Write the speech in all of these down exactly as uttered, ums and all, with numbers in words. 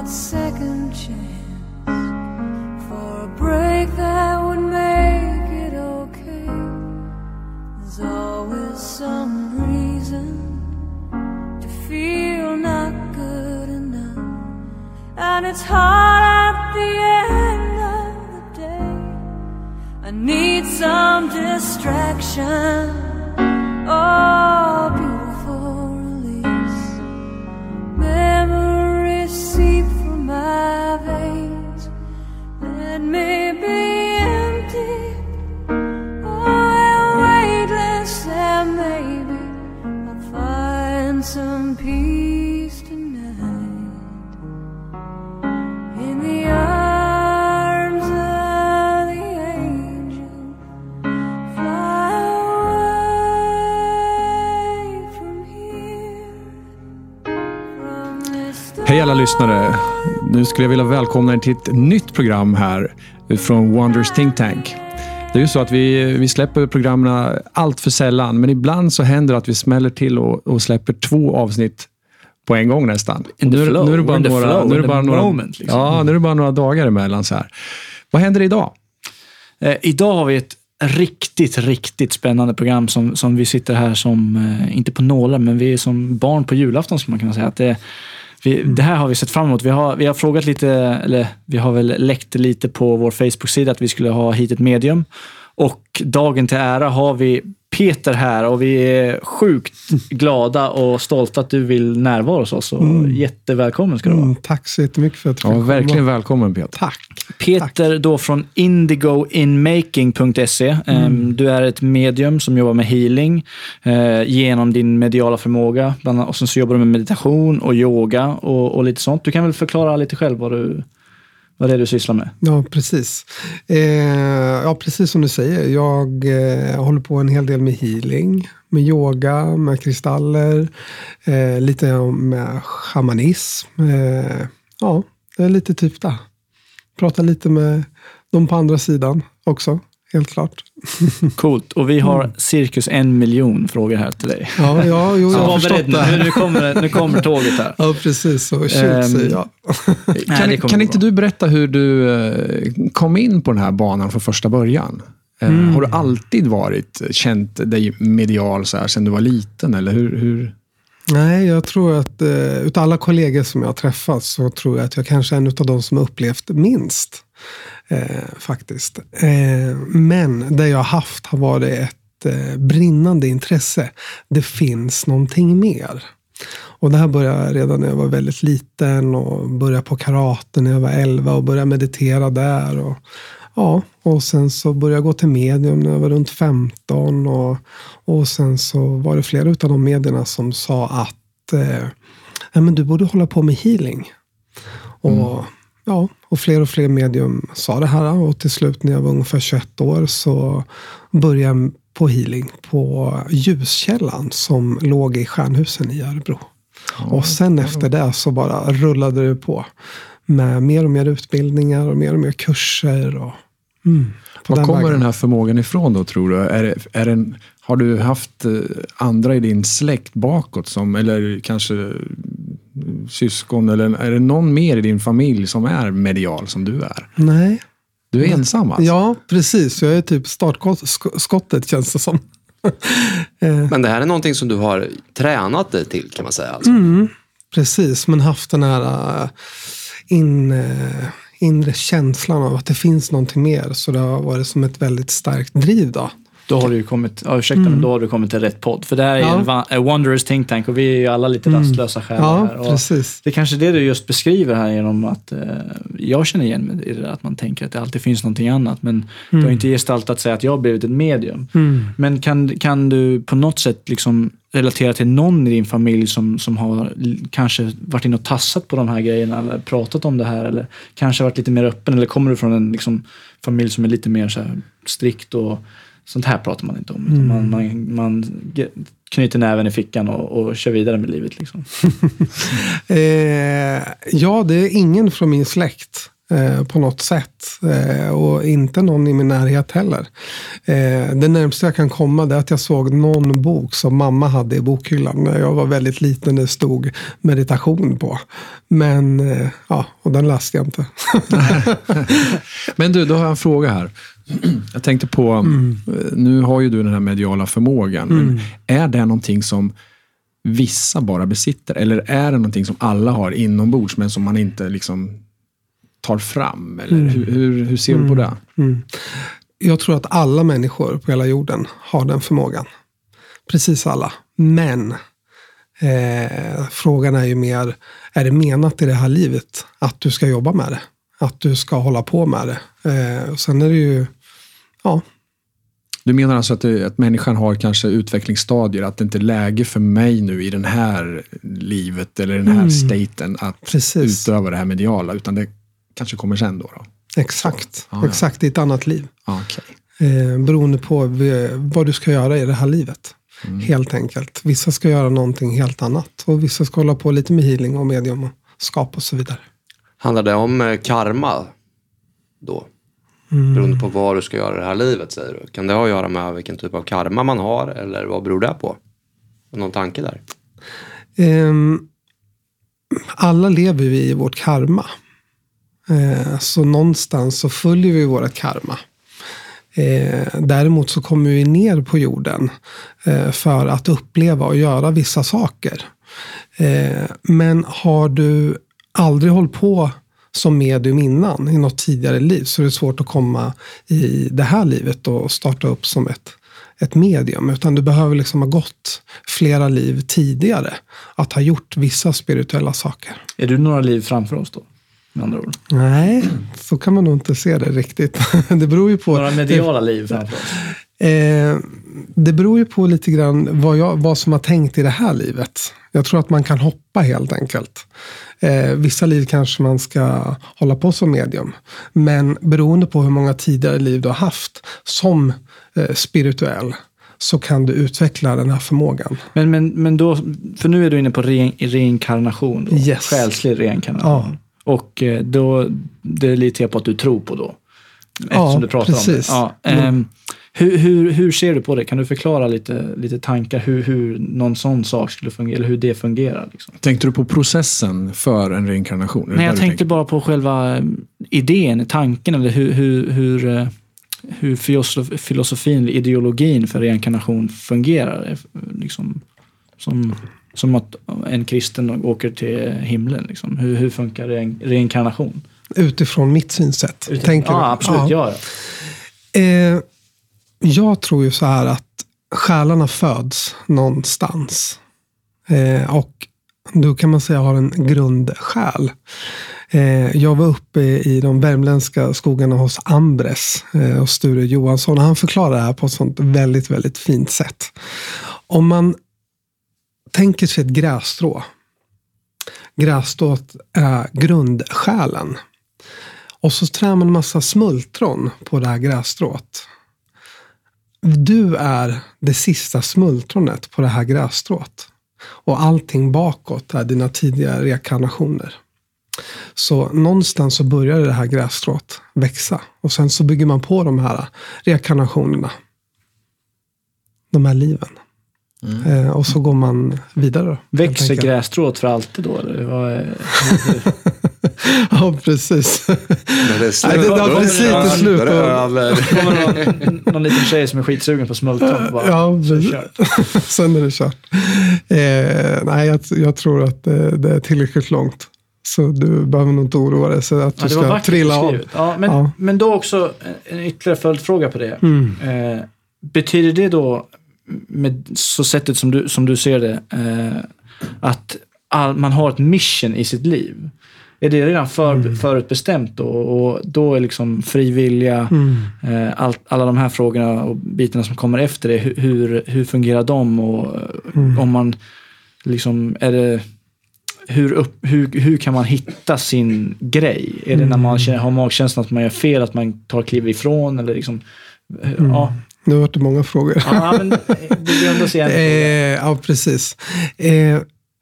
that second chance for a break that would make it okay. There's always some reason to feel not good enough, and it's hard at the end of the day. I need some distraction. Oh, beautiful release. Memories seep from my veins. Let me be empty. Oh, and weightless, and maybe I'll find some peace tonight. In the arms of the angel. Hej alla lyssnare, nu skulle jag vilja välkomna er till ett nytt program här från Wonders Think Tank. Det är ju så att vi, vi släpper programmen allt för sällan, men ibland så händer det att vi smäller till och, och släpper två avsnitt på en gång nästan. Nu, flow, nu är det bara några, flow, nu är det bara några, moment, liksom. ja, nu är det bara några dagar emellan så här. Vad händer idag? Eh, idag har vi ett riktigt, riktigt spännande program som, som vi sitter här som, eh, inte på nålar, men vi är som barn på julafton skulle man kunna säga. Att det, vi, det här har vi sett fram emot. Vi har, vi har frågat lite, eller vi har väl läckt lite på vår Facebook-sida att vi skulle ha hit ett medium. Och dagen till ära har vi Peter här och vi är sjukt glada och stolta att du vill närvara hos oss. Och mm. jättevälkommen ska du vara. Mm, tack så jättemycket för att du Ja, verkligen välkommen Peter. Tack. Peter tack. då från indigo in making punkt se. Mm. Du är ett medium som jobbar med healing eh, genom din mediala förmåga. Bland annat, och sen så jobbar du med meditation och yoga och, och lite sånt. Du kan väl förklara lite själv vad du... Vad är det du sysslar med? Ja, precis. Eh, ja, precis som du säger. Jag eh, håller på en hel del med healing, med yoga, med kristaller, eh, lite med shamanism. Eh, ja, det är lite typ där. Pratar lite med dem på andra sidan också, helt klart. Coolt. Och vi har mm. cirkus en miljon frågor här till dig. Ja, ja jo, jag har förstått det. Nu, nu, kommer, nu kommer tåget här. Ja, precis. Så shoot, um, ja. Kan, Nej, kan inte du berätta hur du kom in på den här banan från första början? Mm. Har du alltid varit känt dig medial så här sedan du var liten? Eller hur... hur? Nej, jag tror att uh, utav alla kollegor som jag har träffat så tror jag att jag kanske är en utav de som har upplevt minst. Eh, faktiskt. Eh, men det jag har haft har varit ett eh, brinnande intresse. Det finns någonting mer. Och det här började redan när jag var väldigt liten och började på karate när jag var elva och började meditera där. Och, ja, och sen så började jag gå till medium när jag var runt femton och, och sen så var det flera utav de medierna som sa att eh, nej, men du borde hålla på med healing. Och mm. Ja, och fler och fler medium sa det här och till slut när jag var ungefär tjugoett år så började jag på healing på Ljuskällan som låg i Stjärnhusen i Örebro. Mm. Och sen efter det så bara rullade det på med mer och mer utbildningar och mer och mer kurser. Och, mm, Var kommer vägen. Den här förmågan ifrån då tror du? Är det, är det en, har du haft andra i din släkt bakåt som, eller kanske syskon eller är det någon mer i din familj som är medial som du är? Nej. Du är ensam alltså? Ja, precis. Jag är typ startskottet känns det som. Men det här är någonting som du har tränat dig till kan man säga alltså. Mm, precis, men haft den här in, inre känslan av att det finns någonting mer. Så det har varit som ett väldigt starkt driv då. Då har du kommit, ja, ursäkta, mm. men då har du kommit till rätt podd. För det här är ja. en Wonders Think Tank och vi är ju alla lite mm. rastlösa själva ja, här. Och precis. det är kanske det du just beskriver här genom att eh, jag känner igen mig i det där, att man tänker att det alltid finns någonting annat. Men mm. du har inte gestaltat sig att jag har blivit ett medium. Mm. Men kan, kan du på något sätt liksom relatera till någon i din familj som, som har kanske varit in och tassat på de här grejerna eller pratat om det här eller kanske varit lite mer öppen, eller kommer du från en liksom, familj som är lite mer så här strikt och sånt här pratar man inte om. Mm. Man, man, man knyter näven i fickan och, och kör vidare med livet. Liksom. eh, ja, det är ingen från min släkt eh, på något sätt. Eh, och inte någon i min närhet heller. Eh, det närmaste jag kan komma är att jag såg någon bok som mamma hade i bokhyllan när jag var väldigt liten. Det stod meditation på. Men eh, ja, och den läste jag inte. Men du, då har jag en fråga här. Jag tänkte på, mm. nu har ju du den här mediala förmågan. Mm. Men är det någonting som vissa bara besitter? Eller är det någonting som alla har inombords men som man inte liksom tar fram? Eller mm. hur, hur, hur ser du på det? Mm. Jag tror att alla människor på hela jorden har den förmågan. Precis alla. Men eh, frågan är ju mer, är det menat i det här livet att du ska jobba med det? Att du ska hålla på med det? Eh, och sen är det ju, ja. Du menar alltså att, det, att människan har kanske utvecklingsstadier, att det inte är läge för mig nu i den här livet eller den här mm. staten att Precis. utöva det här mediala, utan det kanske kommer sen då? då? Exakt, ah, exakt ja. i ett annat liv. Ah, okay. eh, beroende på vad du ska göra i det här livet. Mm. Helt enkelt. Vissa ska göra någonting helt annat och vissa ska hålla på lite med healing och medium och skapa och så vidare. Handlar det om karma då? Mm. Beroende på vad du ska göra i det här livet, säger du. Kan det ha att göra med vilken typ av karma man har? Eller vad beror det på? Någon tanke där? Um, alla lever vi i vårt karma. Uh, så någonstans så följer vi vårt karma. Uh, däremot så kommer vi ner på jorden uh, för att uppleva och göra vissa saker. Uh, men har du aldrig hållit på som medium innan i något tidigare liv, så är det svårt att komma i det här livet och starta upp som ett, ett medium. Utan du behöver liksom ha gått flera liv tidigare att ha gjort vissa spirituella saker. Är du några liv framför oss då? Med andra ord? Nej, så kan man nog inte se det riktigt. Det beror ju på... Några mediala liv framför oss? Eh, det beror ju på lite grann vad, jag, vad som har tänkt i det här livet. Jag tror att man kan hoppa helt enkelt. Eh, vissa liv kanske man ska hålla på som medium. Men beroende på hur många tidigare liv du har haft som eh, spirituell, så kan du utveckla den här förmågan. Men, men, men då, för nu är du inne på re, reinkarnation då. Yes. Själslig reinkarnation. Ja. Och eh, då, det litar jag på att du tror på då. Eftersom ja, du pratar precis. om det. Ja, mm. Hur, hur, hur ser du på det? Kan du förklara lite, lite tankar hur, hur någon sån sak skulle fungera, eller hur det fungerar? Liksom? Tänkte du på processen för en reinkarnation? Nej, jag tänkte tänker? bara på själva idén, tanken, eller hur, hur, hur, hur filosofin, ideologin för reinkarnation fungerar. Liksom, som, som att en kristen åker till himlen. Liksom. Hur, hur funkar reinkarnation? Utifrån mitt synsätt. Utifrån, tänker ja, absolut. Ja. Ja. Eh, Jag tror ju så här att själarna föds någonstans. Eh, och då kan man säga har en grundsjäl. Eh, jag var uppe i de värmländska skogarna hos Ambres eh, och Sture Johansson. Han förklarar det här på ett sånt väldigt, väldigt fint sätt. Om man tänker sig ett grässtrå. Grässtrået är grundsjälen. Och så trär man en massa smultron på det här grässtrået. Du är det sista smultronet på det här grässtrået. Och allting bakåt är dina tidigare reinkarnationer. Så någonstans så börjar det här grässtrået växa. Och sen så bygger man på de här reinkarnationerna. De här liven. Mm. Eh, och så går man vidare. Växer grässtrået för alltid då? Eller? Vad är, ja, precis. Men det är slut. Nej, det är precis ja, till slut. Det är kommer någon, någon liten tjej som är skitsugen på smultron. Bara, ja, sen är det kört. Eh, nej, jag, jag tror att det, det är tillräckligt långt. Så du behöver nog inte oroa dig så att ja, du ska trilla av. Ja, men, ja. men då också en ytterligare följdfråga på det. Mm. Eh, betyder det då, med så sättet som du, som du ser det, eh, att all, man har ett mission i sitt liv? Är det redan för, mm. förutbestämt då? Och då är liksom frivilliga, mm. eh, all, alla de här frågorna och bitarna som kommer efter det, hur, hur fungerar de? Och mm. om man liksom, är det, hur, upp, hur, hur kan man hitta sin grej? Är det när man känner, har magkänslan att man gör fel, att man tar kliv ifrån? Eller liksom, mm. ja. Nu har det många frågor. Ja, men det blir ändå eh, ja, precis. Eh,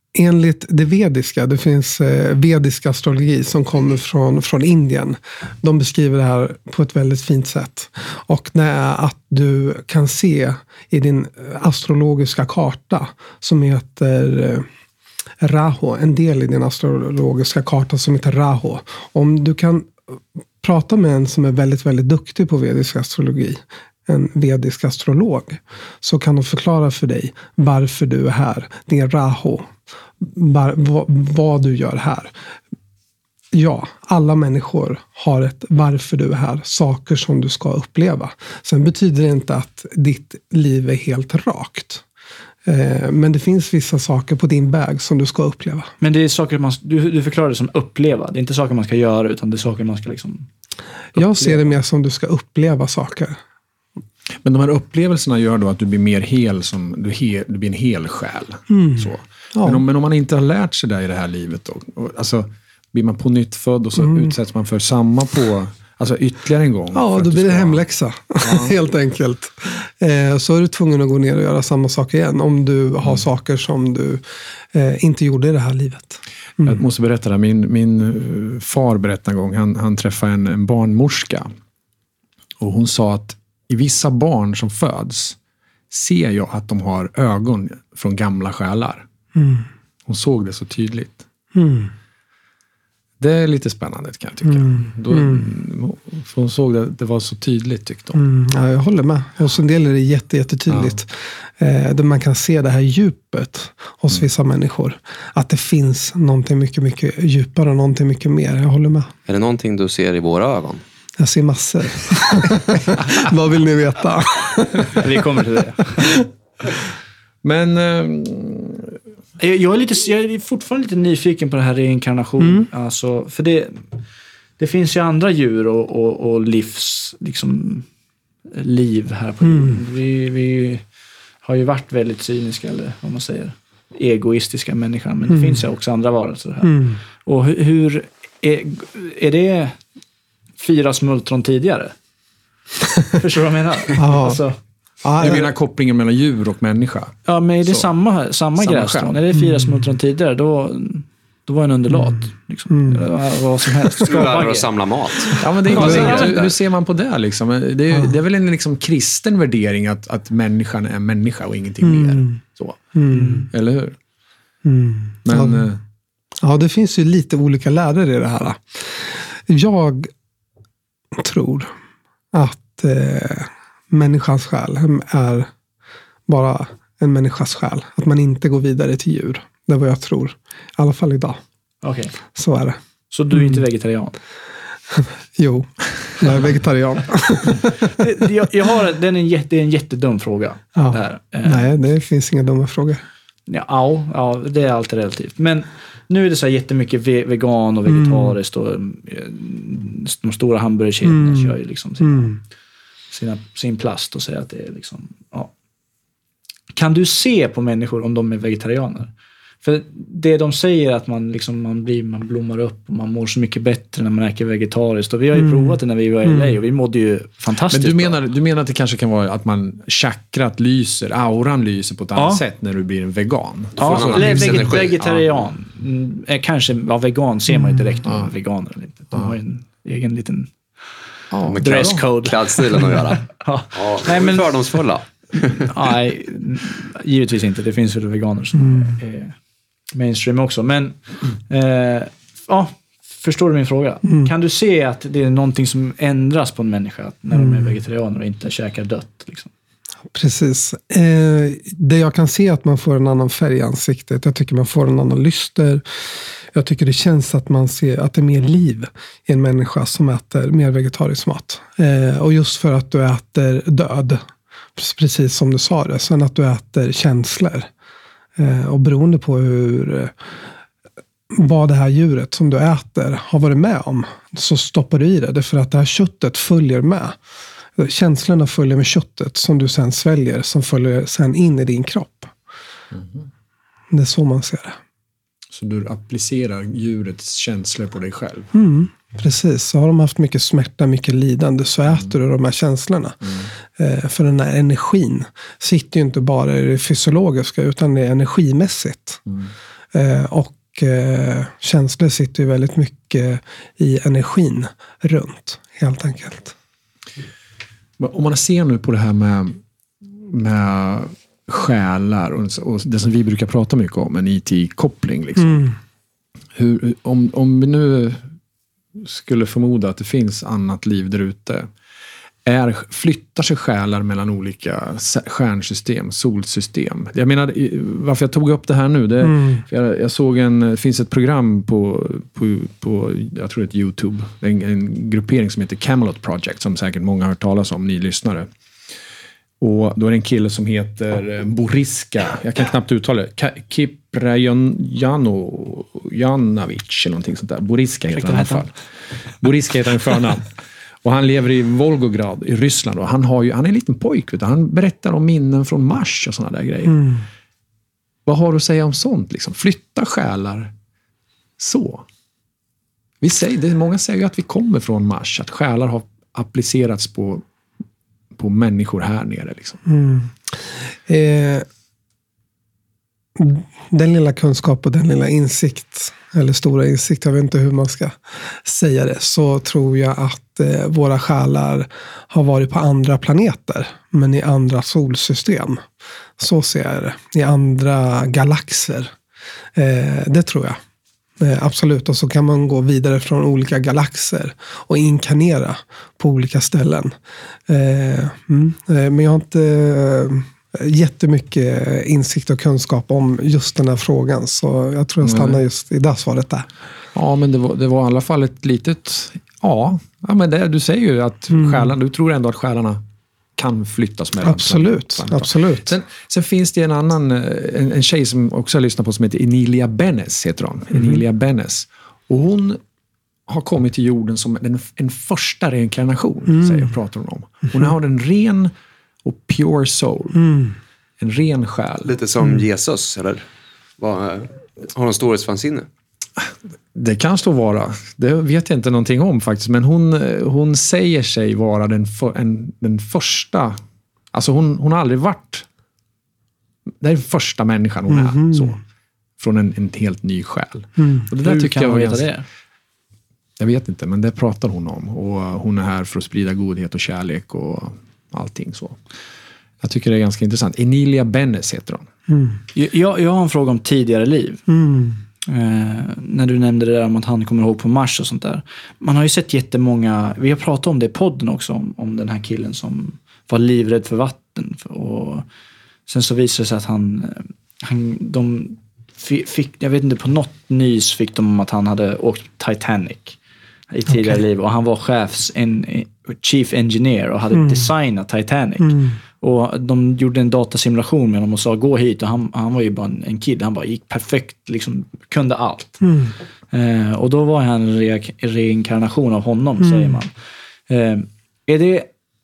enligt det vediska, det finns eh, vedisk astrologi som kommer från, från Indien. De beskriver det här på ett väldigt fint sätt. Och det är att du kan se i din astrologiska karta som heter eh, Rahu, en del i din astrologiska karta som heter Rahu. Om du kan prata med en som är väldigt, väldigt duktig på vedisk astrologi, en vedisk astrolog, så kan de förklara för dig varför du är här. Det är Rahu. Var, vad, vad du gör här. Ja, alla människor har ett varför du är här. Saker som du ska uppleva. Sen betyder det inte att ditt liv är helt rakt. Eh, men det finns vissa saker på din väg som du ska uppleva. Men det är saker man, du, du förklarar det som uppleva. Det är inte saker man ska göra, utan det är saker man ska liksom uppleva. Jag ser det mer som du ska uppleva saker. Men de här upplevelserna gör då att du blir mer hel, som du, he, du blir en hel själ. Mm. Så. Ja. Men, om, men om man inte har lärt sig det i det här livet då, och, alltså blir man på nytt född och så mm. utsätts man för samma på, alltså ytterligare en gång. Ja, då blir det hemläxa. Ja. Helt enkelt. Eh, så är du tvungen att gå ner och göra samma sak igen om du har mm. saker som du eh, inte gjorde i det här livet. Mm. Jag måste berätta det. Min, min far berättade en gång, han, han träffade en, en barnmorska. Och hon sa att i vissa barn som föds ser jag att de har ögon från gamla själar. Mm. Hon såg det så tydligt. Mm. Det är lite spännande kan jag tycka. Mm. Då, mm. För hon såg det, det var så tydligt tyckte hon. Mm. Ja, jag håller med. Hos en del är det jätte, jättetydligt. Ja. Eh, där man kan se det här djupet hos mm. vissa människor. Att det finns någonting mycket, mycket djupare och någonting mycket mer. Jag håller med. Är det någonting du ser i våra ögon? Jag ser massor. Vad vill ni veta? Vi kommer till det. Men eh, jag, är lite, jag är fortfarande lite nyfiken på det här reinkarnation. Mm. Alltså, för det, det finns ju andra djur och, och, och livs liksom, liv här på jorden. Mm. Vi, vi har ju varit väldigt cyniska, eller vad man säger, egoistiska människan. Men mm. det finns ju också andra varelser här. Mm. Och hur, hur är, är det fyra smultron tidigare? Förstår du vad jag menar? Ja. Alltså, ah, du menar kopplingen mellan djur och människa? Ja, men är det så. samma, samma grässtrån? Är det fyra mm. smultron tidigare, då, då var en underlat. Mm. Liksom. Mm. Eller vad som helst. Ska lära att samla mat. Ja, men det är, ja, hur, hur ser man på det? Liksom? Det, är, ja. det är väl en liksom, kristen värdering att, att människan är människa och ingenting mm. mer. Så. Mm. Eller hur? Mm. Men, ja. Eh, ja, det finns ju lite olika lärare i det här. Jag tror att eh, människans själ är bara en människas själ. Att man inte går vidare till djur. Det är vad jag tror. I alla fall idag. Okej. Okay. Så är det. Så du är inte vegetarian? Jo, jag är vegetarian. jag, jag har, den är en jätte, det är en jättedum fråga. Ja. Det här. Nej, det finns inga dumma frågor. Ja, ja, det är alltid relativt. Men nu är det så här jättemycket vegan och vegetariskt mm. och de stora hamburgerkedjorna mm. kör ju liksom sina, mm. sina, sin plast och säger att det är liksom, ja. Kan du se på människor om de är vegetarianer? För det de säger är att man, liksom, man, blir, man blommar upp och man mår så mycket bättre när man äter vegetariskt. Och vi har ju mm. provat det när vi var i L A och vi mådde ju fantastiskt. Men du menar, du menar att det kanske kan vara att man chakrat lyser, auran lyser på ett annat ja. sätt när du blir en vegan? Ja, eller veget- vegetarian. Ja. Kanske, ja, vegan ser man ju direkt om mm. veganer eller inte. De ja. har ju en egen liten ja, dresscode. Klädstilen att göra. ja. Ja, nej, men fördomsfulla. Nej, givetvis inte. Det finns ju veganer som mm. är mainstream också. Men eh, ja, förstår du min fråga? Mm. Kan du se att det är någonting som ändras på en människa när mm. de är vegetarianer och inte käkar dött? Liksom? Precis. Eh, det jag kan se är att man får en annan färg i ansiktet. Jag tycker man får en annan lyster. Jag tycker det känns att man ser att det är mer liv i en människa som äter mer vegetarisk mat. Eh, och just för att du äter död. Precis som du sa det. Sen att du äter känslor. Eh, och beroende på hur eh, vad det här djuret som du äter har varit med om, så stoppar du i det. Det är för att det här köttet följer med. Känslorna följer med köttet som du sen sväljer, som följer sen in i din kropp. Mm. Det är så man ser det. Så du applicerar djurets känslor på dig själv? Mm, precis. Så har de haft mycket smärta, mycket lidande, så äter mm. du de här känslorna. Mm. Eh, för den här energin sitter ju inte bara i det fysiologiska, utan det är energimässigt. Mm. Eh, och eh, känslor sitter ju väldigt mycket i energin runt, helt enkelt. Om man ser nu på det här med, med själar och, och det som vi brukar prata mycket om, en I T-koppling. Liksom. Mm. Hur, om, om vi nu skulle förmoda att det finns annat liv där ute, är, flyttar sig själar mellan olika stjärnsystem, solsystem. Jag menar, varför jag tog upp det här nu, det, mm. jag, jag såg en, det finns ett program på, på, på jag tror det är YouTube, en, en gruppering som heter Camelot Project, som säkert många har hört talas om, ni lyssnare. Och då är det en kille som heter Boriska, jag kan knappt uttala det, Kiprajanovic eller någonting sånt där. Boriska heter han i alla fall. Boriska heter han i förnamn. Och han lever i Volgograd i Ryssland. Och han, har ju, han är en liten pojk. Vet du? Han berättar om minnen från Mars och sådana där grejer. Mm. Vad har du att säga om sånt? Liksom? Flytta själar så. Vi säger, det, många säger ju att vi kommer från Mars. Att själar har applicerats på, på människor här nere. Liksom. Mm. Eh, den lilla kunskap och den lilla insikt, eller stora insikt, jag vet inte hur man ska säga det, så tror jag att eh, våra själar har varit på andra planeter, men i andra solsystem. Så ser jag det. I andra galaxer. Eh, det tror jag. Eh, absolut. Och så kan man gå vidare från olika galaxer och inkarnera på olika ställen. Eh, mm, eh, men jag har inte... Eh, jättemycket insikt och kunskap om just den här frågan, så jag tror jag stannar just i det svaret där. Ja, men det var, det var i alla fall ett litet ja, ja men det, du säger ju att mm. själarna, du tror ändå att själarna kan flyttas mellan. Absolut, absolut. Sen, sen finns det en annan en, en tjej som också har lyssnat på som heter Enilia Benes heter hon. Mm. Enilia Benes. Och hon har kommit till jorden som en, en första reinkarnation, mm. säger, pratar hon om. Hon har en ren och pure soul. Mm. En ren själ. Lite som mm. Jesus, eller? Vad, har hon storhetsvansinne? Det kan stå vara. Det vet jag inte någonting om faktiskt. Men hon, hon säger sig vara den, för, en, den första. Alltså hon, hon har aldrig varit. Det är den första människan hon mm. är. Så, från en, en helt ny själ. Mm. Och det där Hur tycker kan jag var veta ganska, det? Jag vet inte, men det pratar hon om. Och hon är här för att sprida godhet och kärlek och allting så. Jag tycker det är ganska intressant. Enilia Benes heter hon. Mm. Jag, jag har en fråga om tidigare liv. Mm. Eh, när du nämnde det där om att han kommer ihåg på Mars och sånt där. Man har ju sett jättemånga, vi har pratat om det i podden också, om, om den här killen som var livrädd för vatten. Och sen så visade det sig att han, han de fick, jag vet inte, på något nys fick de om att han hade åkt Titanic i tidigare okay. liv. Och han var chefs, en, chief engineer och hade mm. designat Titanic. Mm. Och de gjorde en datasimulation med honom och sa gå hit. Och han, han var ju bara en, en kid. Han bara gick perfekt, liksom kunde allt. Mm. Eh, och då var han en re- reinkarnation av honom, mm. säger man. Eh, är det,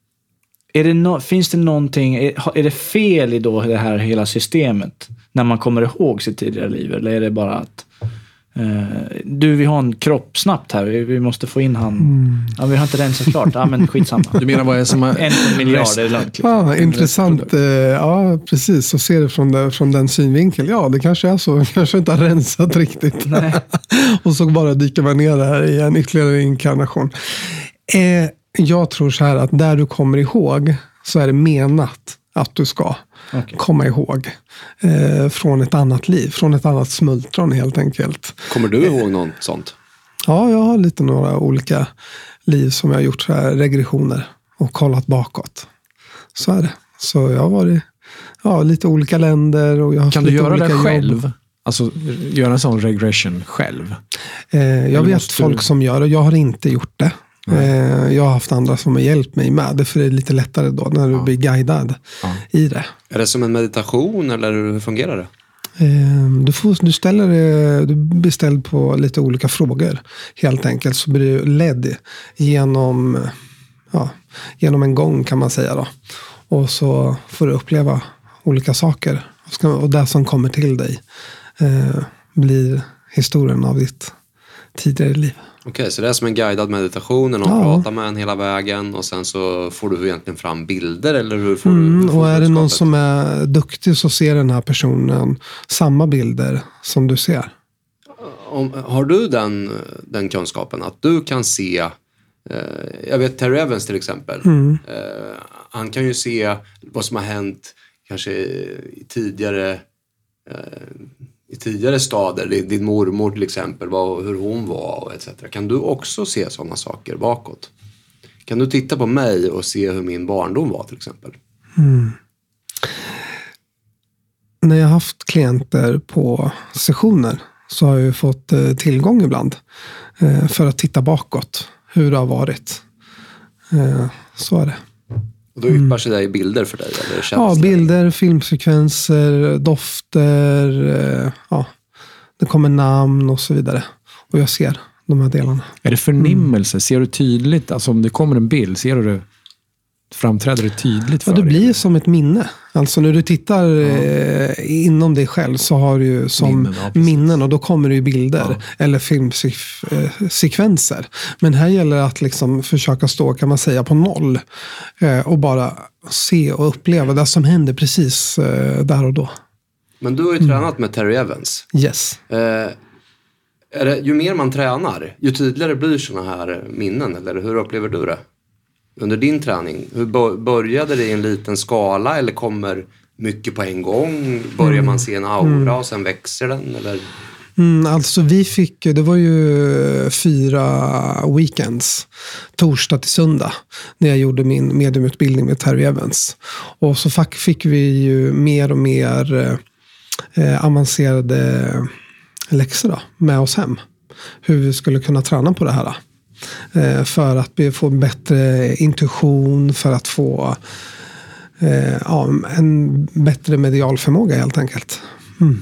är det no- finns det någonting, är, är det fel i då det här hela systemet när man kommer ihåg sitt tidigare liv? Eller är det bara att Uh, du, vi har en kropp snabbt här. Vi, vi måste få in han. Mm. Ja, vi har inte rensat klart. Ja, men skitsamma. Du menar vad är som är... En miljard är långt. Ja, intressant. Uh, ja, precis. Så ser det från, det från den synvinkeln. Ja, det kanske är så. Kanske inte har rensat riktigt. Nej. Och så bara dyker man ner här i en ytterligare inkarnation. Uh, jag tror så här att där du kommer ihåg så är det menat att du ska okay. komma ihåg eh, från ett annat liv, från ett annat smultron helt enkelt. Kommer du ihåg något sånt? Ja, jag har lite några olika liv som jag har gjort så här regressioner och kollat bakåt. Så är det. Så jag har varit ja, lite olika länder och jag har kan du göra det jobb. själv? Alltså göra en sån regression själv? Eh, jag vet folk du... som gör det. Jag har inte gjort det. Mm. Jag har haft andra som har hjälpt mig med det, för det är lite lättare då när du ja. blir guidad ja. i det. Är det som en meditation eller hur fungerar det? Du, får, du, ställer, du blir ställd på lite olika frågor helt enkelt, så blir du ledd genom, ja, genom en gång kan man säga då. Och så får du uppleva olika saker och det som kommer till dig eh, blir historien av ditt tidigare liv. Okej, okay, så det är som en guidad meditation när någon Ja. pratar med en hela vägen och sen så får du egentligen fram bilder eller hur får Mm, du hur får och är det någon budskapet? som är duktig så ser den här personen samma bilder som du ser. Om, har du den, den kunskapen att du kan se eh, jag vet Terry Evans till exempel Mm. eh, han kan ju se vad som har hänt kanske i tidigare eh, i tidigare stadier, din, din mormor till exempel, vad, hur hon var och et cetera. Kan du också se sådana saker bakåt? Kan du titta på mig och se hur min barndom var till exempel? Mm. När jag har haft klienter på sessioner så har jag ju fått eh, tillgång ibland eh, för att titta bakåt hur det har varit. Eh, så är det. Och då yppar sig det i bilder för dig? Eller Ja, känslor? bilder, filmsekvenser, dofter, eh, ja, det kommer namn och så vidare. Och jag ser de här delarna. Är det förnimmelse? Ser du tydligt, alltså om det kommer en bild, ser du det, framträder det tydligt för Ja, det dig? blir som ett minne. Alltså när du tittar eh, inom dig själv så har du ju som Minnen, ja, precis. minnen och då kommer det ju bilder Ja. eller filmsekvenser. Men här gäller det att liksom försöka stå, kan man säga, på noll eh, och bara se och uppleva det som händer precis eh, där och då. Men du har ju Mm. tränat med Terry Evans. Yes. Eh, är det, ju mer man tränar, ju tydligare blir såna här minnen, eller hur upplever du det? Under din träning, hur bo- började det i en liten skala eller kommer mycket på en gång? Börjar man se en aura och sen växer den? Eller? Mm, alltså vi fick, det var ju fyra weekends, torsdag till söndag, när jag gjorde min mediumutbildning med Terry Evans. Och så fick vi ju mer och mer eh, avancerade läxor då, med oss hem. Hur vi skulle kunna träna på det här. Eh, för att få en bättre intuition, för att få eh, ja, en bättre medial förmåga helt enkelt. Mm.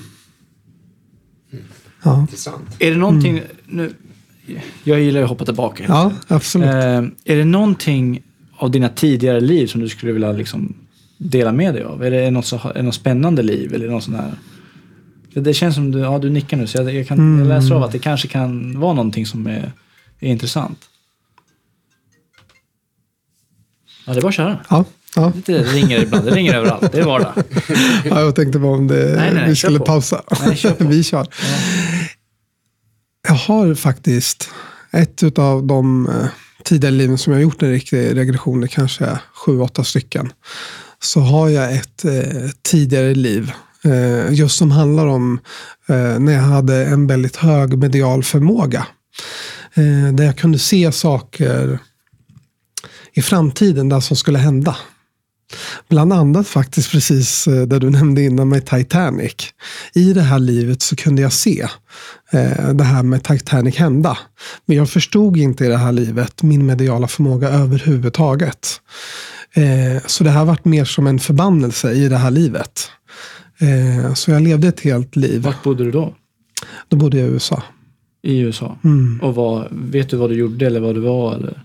Ja. Intressant. Är det någonting... Nu, jag gillar att hoppa tillbaka. Ja, absolut. Eh, är det någonting av dina tidigare liv som du skulle vilja liksom dela med dig av? Är det något, så, är det något spännande liv? Eller något sånt här? För det känns som du, ja, du nickar nu. Så jag, jag, kan, Mm. jag läser av att det kanske kan vara någonting som är, är intressant. Ja, det är bara att köra. Ja, ja. Det ringer ibland. Det ringer överallt. Det är vardag. ja, jag tänkte bara om det, Nej, nej, vi kör skulle på. pausa. Nej, kör på. Vi kör. Jag har faktiskt ett av de eh, tidigare liven som jag har gjort en riktig regression, kanske sju, åtta stycken. Så har jag ett eh, tidigare liv eh, just som handlar om eh, när jag hade en väldigt hög medial förmåga. Eh, där jag kunde se saker i framtiden där som skulle hända. Bland annat faktiskt precis där du nämnde innan med Titanic. I det här livet så kunde jag se eh, det här med Titanic hända. Men jag förstod inte i det här livet min mediala förmåga överhuvudtaget. Eh, så det här varit mer som en förbannelse i det här livet. Eh, så jag levde ett helt liv. Vart bodde du då? Då bodde jag i U S A. I U S A. Mm. Och vad, vet du vad du gjorde eller vad du var? Eller?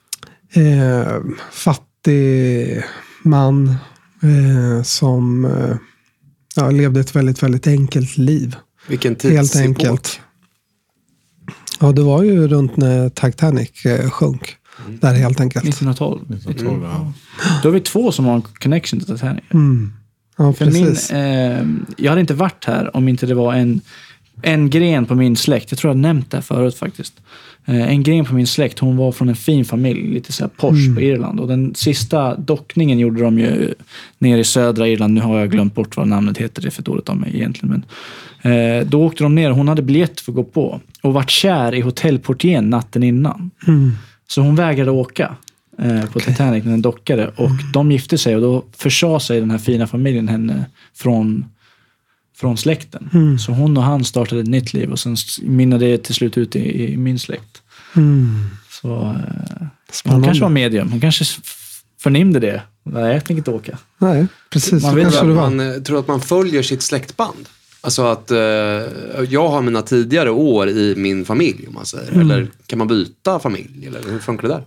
Eh, fattig man eh, som eh, ja, levde ett väldigt, väldigt enkelt liv. Vilken Helt tidsepok? enkelt. Ja, det var ju runt när Titanic eh, sjönk. Mm. Där helt enkelt. nittonhundratolv. nittonhundratolv, ja. Då har vi två som har en connection till Titanic. Mm. Ja, För min, precis. eh, jag hade inte varit här om inte det var en, en gren på min släkt. Jag tror jag nämnt det här förut faktiskt. Eh, en gren på min släkt, hon var från en fin familj. Lite så här posh Mm. på Irland. Och den sista dockningen gjorde de ju nere i södra Irland. Nu har jag glömt bort vad namnet heter. Det är för dåligt av mig egentligen. Men, eh, då åkte de ner. Hon hade biljett för att gå på. Och vart kär i hotellportieren natten innan. Mm. Så hon vägrade åka eh, på Titanic när den dockade. Och de gifte sig och då försade sig den här fina familjen henne från, från släkten. Mm. Så hon och han startade ett nytt liv och sen mynnade det till slut ut i, i min släkt. Mm. Så eh, hon Spännande. kanske var medium. Hon kanske f- förnimde det. Nej, jag tänker inte åka. Nej, precis. Man Så vet kanske att det var. man eh, tror att man följer sitt släktband. Alltså att eh, jag har mina tidigare år i min familj, om man säger. Mm. Eller kan man byta familj? Eller hur funkar det där?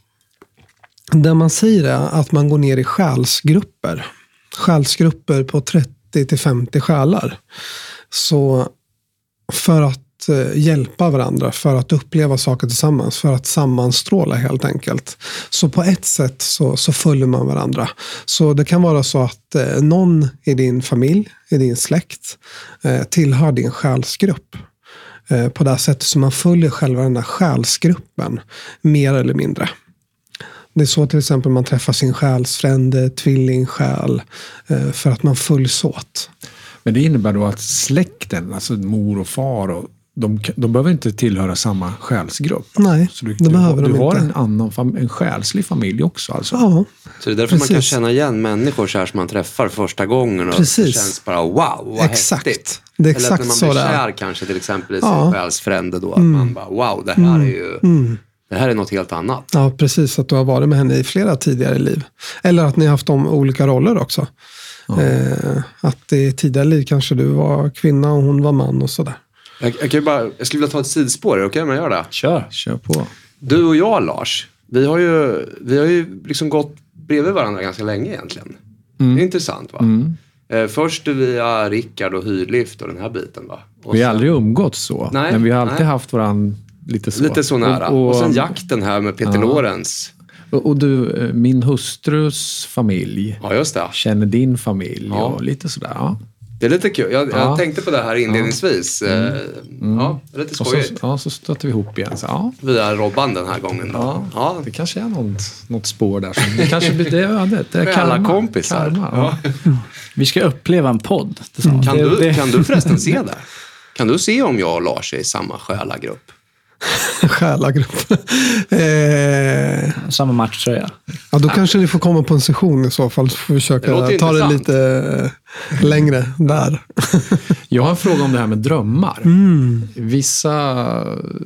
Det man säger är att man går ner i själsgrupper. Själsgrupper på trettio till femtio själar. Så för att att eh, hjälpa varandra, för att uppleva saker tillsammans, för att sammanstråla helt enkelt. Så på ett sätt så, så följer man varandra. Så det kan vara så att eh, någon i din familj, i din släkt, eh, tillhör din själsgrupp. Eh, på det här sättet som man följer själva den där själsgruppen, mer eller mindre. Det är så till exempel man träffar sin själsfrände, tvillingsjäl, eh, för att man följs åt. Men det innebär då att släkten, alltså mor och far, och de, de behöver inte tillhöra samma själsgrupp. Nej, så du, det du, behöver du, de du har inte. en annan fam- en själslig familj också alltså. Ja, Så det är därför precis. man kan känna igen människor så här som man träffar första gången och Precis. det känns bara wow, vad Exakt. häftigt. Det är Eller exakt att när man så blir det är. kär kanske till exempel i sin Ja. själsfrände då, att man bara wow, det här är ju det här är något helt annat. Ja, precis. Att du har varit med henne i flera tidigare liv. Eller att ni har haft de olika roller också. Ja. Eh, att i tidigare liv kanske du var kvinna och hon var man och sådär. Jag, jag, kan ju bara, jag skulle vilja ta ett sidospår, är det okej om jag gör det? Kör. Kör på. Du och jag, Lars, vi har ju, vi har ju liksom gått bredvid varandra ganska länge egentligen. Mm. Det är intressant va? Mm. Eh, först via Rickard och Hyrlift och den här biten va? Och Vi har sen- aldrig umgått så. Nej, men vi har alltid nej. haft varandra lite så. Lite så nära. Och, Och, och, sen jakten här med Peter Ja. Lorentz. och, och du, eh, min hustrus familj Ja, just det. känner din familj Ja. och lite sådär. Ja. Det är lite kul. Jag, jag Ja. tänkte på det här inledningsvis. Mm. Ja, det är lite Och så, skojigt. ja, så stötte vi ihop igen. Så, ja. Via Robban den här gången då. Ja, Ja. det kanske är något, något spår där. Som, det kanske blir det ödet. Det är Med alla karma, kompisar. karma, ja. Ja. Vi ska uppleva en podd tillsammans. Kan, Det- du, det- kan du förresten se det? Kan du se om jag och Lars är i samma själagrupp? Själagrupp. eh, Samma matchtröja. ja, då kanske ni får komma på en session i så fall. Så får vi Det försöka låter ta det intressant. lite eh, längre där. Jag har en fråga om det här med drömmar. Mm. Vissa,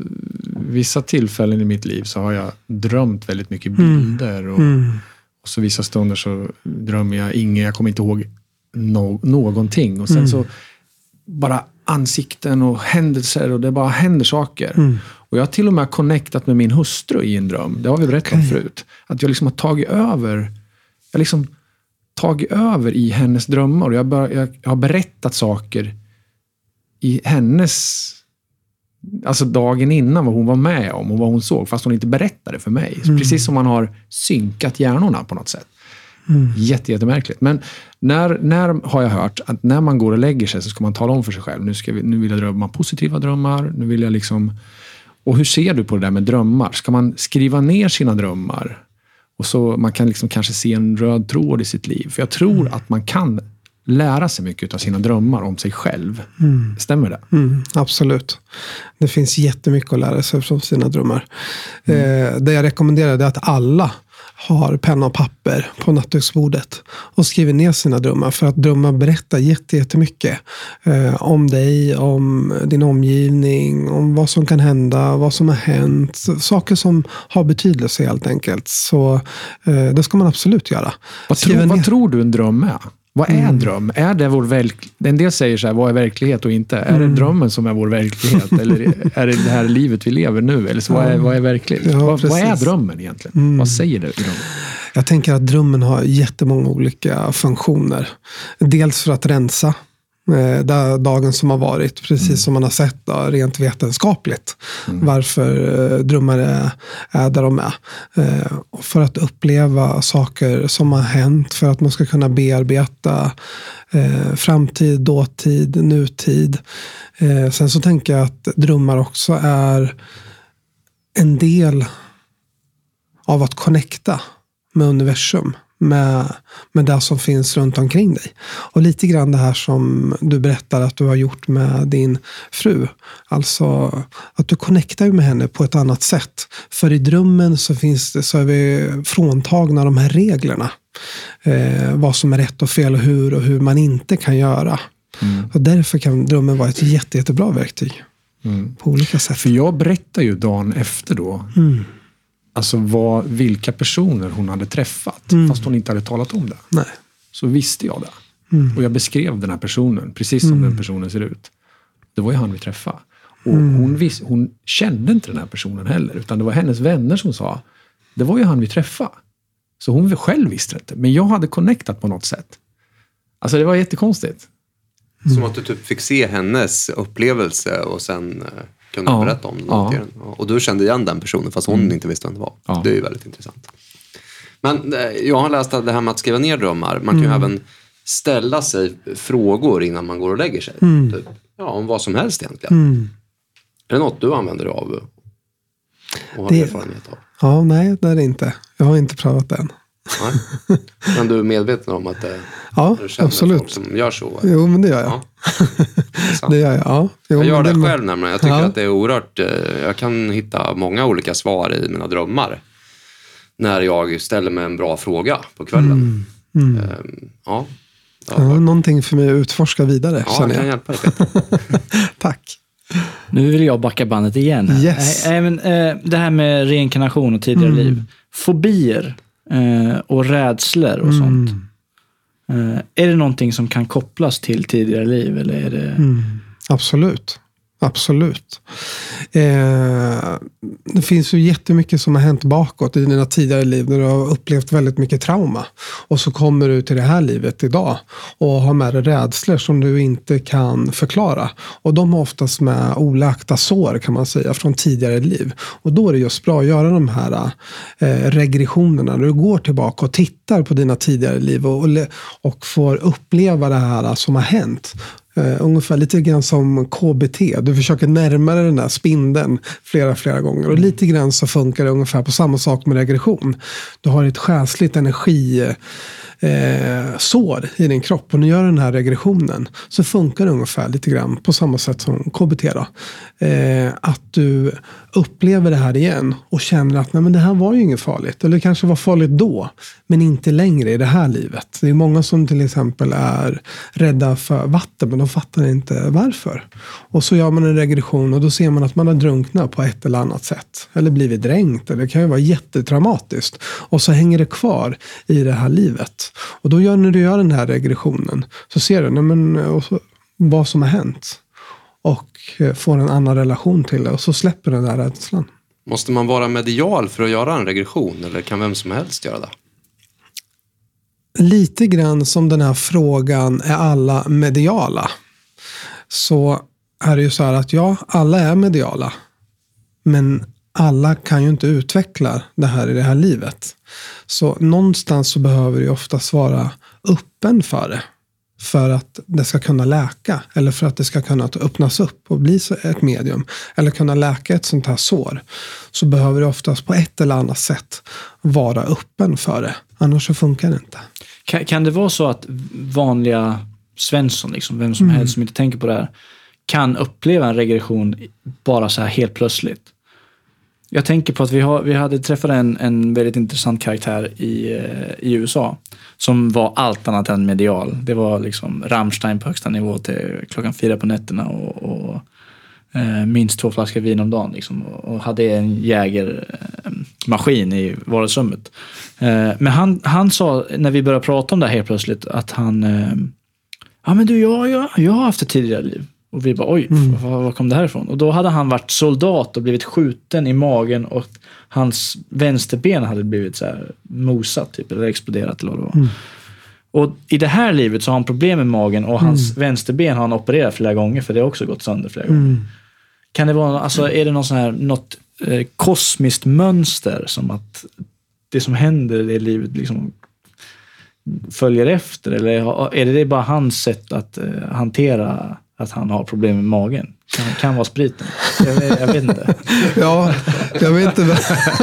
vissa tillfällen i mitt liv så har jag drömt väldigt mycket bilder. Och, Mm. och så vissa stunder så drömmer jag inget. Jag kommer inte ihåg no, någonting. Och sen Mm. så bara ansikten och händelser och det bara händer saker. Mm. Och jag har till och med connectat med min hustru i en dröm. Det har vi berättat om Okej. förut. Att jag liksom har tagit över jag har liksom tagit över i hennes drömmar. Och jag, bör, jag har berättat saker i hennes, alltså dagen innan vad hon var med om och vad hon såg, fast hon inte berättade för mig. Så precis som man har synkat hjärnorna på något sätt. Mm. Jätte, jättemärkligt. Men när, när har jag hört att när man går och lägger sig så ska man tala om för sig själv. Nu, ska vi, nu vill jag drömma positiva drömmar. Nu vill jag liksom... Och hur ser du på det där med drömmar? Ska man skriva ner sina drömmar? Och så man kan liksom kanske se en röd tråd i sitt liv. För jag tror Mm. att man kan lära sig mycket av sina drömmar om sig själv. Mm. Stämmer det? Mm, absolut. Det finns jättemycket att lära sig från sina drömmar. Eh, det jag rekommenderar är att alla har penna och papper på nattduksbordet och skriver ner sina drömmar. För att drömmar berättar jätte, jättemycket eh, om dig, om din omgivning, om vad som kan hända, vad som har hänt. Saker som har betydelse helt enkelt. Så eh, det ska man absolut göra. Vad, Skriva tror, ner. vad tror du en dröm är? Vad är en dröm? Är det vår verk... En del säger så här, vad är verklighet och inte? Är det drömmen som är vår verklighet? Eller är det det här livet vi lever nu? Eller så, vad, är, vad är verklighet? Ja, vad, vad är precis. drömmen egentligen? Vad säger det? Drömmen? Jag tänker att drömmen har jättemånga olika funktioner. Dels för att rensa eh, där dagen som har varit, precis Mm. som man har sett då, rent vetenskapligt. Varför eh, drömmar är, är där de är. Eh, och för att uppleva saker som har hänt, för att man ska kunna bearbeta eh, framtid, dåtid, nutid. Eh, sen så tänker jag att drömmar också är en del av att connecta med universum, med, med det som finns runt omkring dig. Och lite grann det här som du berättar att du har gjort med din fru. Alltså att du connectar med henne på ett annat sätt. För i drömmen så finns det, så är vi fråntagna de här reglerna. Eh, vad som är rätt och fel och hur och hur man inte kan göra. Och därför kan drömmen vara ett jätte, jättebra verktyg. Mm. På olika sätt. För jag berättar ju dagen efter då. Mm. Alltså vad, vilka personer hon hade träffat. Fast hon inte hade talat om det. Nej. Så visste jag det. Mm. Och jag beskrev den här personen. Precis som den personen ser ut. Det var ju han vi träffade. Och Mm. hon, vis, hon kände inte den här personen heller. Utan det var hennes vänner som sa. Det var ju han vi träffade. Så hon själv visste inte. Men jag hade connectat på något sätt. Alltså det var jättekonstigt. Som att du typ fick se hennes upplevelse och sen uh, kunde Ja. berätta om den. Ja. Och du kände igen den personen fast hon inte visste vem det var. Ja. Det är ju väldigt intressant. Men uh, jag har läst det här med att skriva ner drömmar. Man kan ju även ställa sig frågor innan man går och lägger sig. Typ, ja, om vad som helst egentligen. Mm. Är det något du använder dig av och har Det- erfarenhet av? Ja, nej, det är det inte. Jag har inte prövat det än. Nej. Men du är medveten om att det, Ja, du känner absolut. folk som gör så? Jo, men det gör jag. Ja. Sant. Det gör jag, ja. Jo, Jag gör men det själv nämligen. Jag tycker Ja. att det är oerhört... eh, Jag kan hitta många olika svar i mina drömmar. När jag ställer mig en bra fråga på kvällen. Mm. Ehm, Ja. Ja, någonting för mig att utforska vidare, Ja, jag känner kan jag. hjälpa dig, Peter. Tack. Nu vill jag backa bandet igen. Här. Yes. Nej, men, eh, det här med reinkarnation och tidigare Mm. liv. Fobier eh, och rädslor och sånt. Mm. Eh, är det någonting som kan kopplas till tidigare liv? Eller är det... Mm. Absolut. Absolut. Eh, det finns ju jättemycket som har hänt bakåt i dina tidigare liv när du har upplevt väldigt mycket trauma. Och så kommer du till det här livet idag och har med dig rädslor som du inte kan förklara. Och de har oftast med oläkta sår, kan man säga, från tidigare liv. Och då är det just bra att göra de här eh, regressionerna. När du går tillbaka och tittar på dina tidigare liv och, och får uppleva det här som har hänt. Uh, ungefär lite grann som K B T. Du försöker närma dig den där spindeln flera, flera gånger. Och lite grann så funkar det ungefär på samma sak med regression. Du har ett själsligt energi eh, sår i din kropp. Och när du gör den här regressionen så funkar det ungefär lite grann på samma sätt som K B T då. Eh, att du upplever det här igen och känner att nej, men det här var ju inget farligt. Eller det kanske var farligt då, men inte längre i det här livet. Det är många som till exempel är rädda för vatten, men de fattar inte varför. Och så gör man en regression och då ser man att man har drunknat på ett eller annat sätt. Eller blivit dränkt, eller det kan ju vara jättetraumatiskt. Och så hänger det kvar i det här livet. Och då gör, när du gör den här regressionen så ser du nej, men, och så, vad som har hänt. Och får en annan relation till det. Och så släpper den där rädslan. Måste man vara medial för att göra en regression? Eller kan vem som helst göra det? Lite grann som den här frågan, är alla mediala? Så är det ju så här att ja, alla är mediala. Men alla kan ju inte utveckla det här i det här livet. Så någonstans så behöver du oftast vara öppen för det. För att det ska kunna läka. Eller för att det ska kunna öppnas upp och bli ett medium. Eller kunna läka ett sånt här sår. Så behöver du oftast på ett eller annat sätt vara öppen för det. Annars så funkar det inte. Kan, kan det vara så att vanliga Svensson, liksom, vem som Mm. helst som inte tänker på det här, kan uppleva en regression bara så här helt plötsligt? Jag tänker på att vi, har, vi hade träffat en, en väldigt intressant karaktär i, i U S A som var allt annat än medial. Det var liksom Rammstein på högsta nivå till klockan fyra på nätterna och, och eh, minst två flaskor vin om dagen. Liksom, och, och hade en jägermaskin eh, i vardagsrummet. Eh, men han, han sa, när vi började prata om det här helt plötsligt, att han... Eh, ja men du, jag, jag, jag har haft ett tidigare liv. Och vi bara, oj, mm. var, var kom det här ifrån? Och då hade han varit soldat och blivit skjuten i magen och hans vänsterben hade blivit så här mosat typ, eller exploderat eller vad det var. Mm. Och i det här livet så har han problem med magen och hans mm. vänsterben har han opererat flera gånger för det har också gått sönder flera gånger. Mm. Kan det vara, alltså är det någon sån här, något eh, kosmiskt mönster som att det som händer i livet liksom följer efter? Eller är det bara hans sätt att eh, hantera att han har problem med magen? Kan, kan vara spriten. Jag, jag vet inte. Ja, jag vet inte.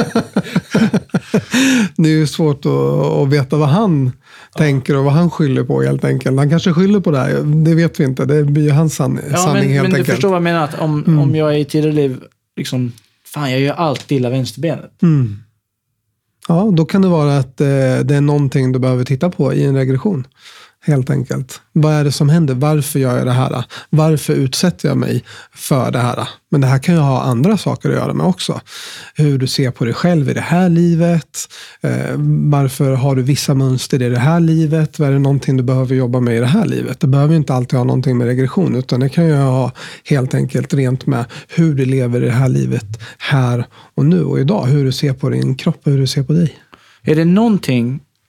Det är ju svårt att, att veta vad han ja. tänker och vad han skyller på helt enkelt. Han kanske skyller på det här. Det vet vi inte. Det blir ju hans san- ja, sanning men, helt men enkelt. Men du förstår vad jag menar. Att om, mm. om jag är i tidigare liv liksom, fan jag gör allt illa vänsterbenet. Mm. Ja, då kan det vara att eh, det är någonting du behöver titta på i en regression. Helt enkelt. Vad är det som händer? Varför gör jag det här? Varför utsätter jag mig för det här? Men det här kan ju ha andra saker att göra med också. Hur du ser på dig själv i det här livet. Eh, varför har du vissa mönster i det här livet? Vad är det någonting du behöver jobba med i det här livet? Det behöver ju inte alltid ha någonting med regression. Utan det kan ju ha helt enkelt rent med hur du lever i det här livet här och nu och idag. Hur du ser på din kropp och hur du ser på dig. Är det någonting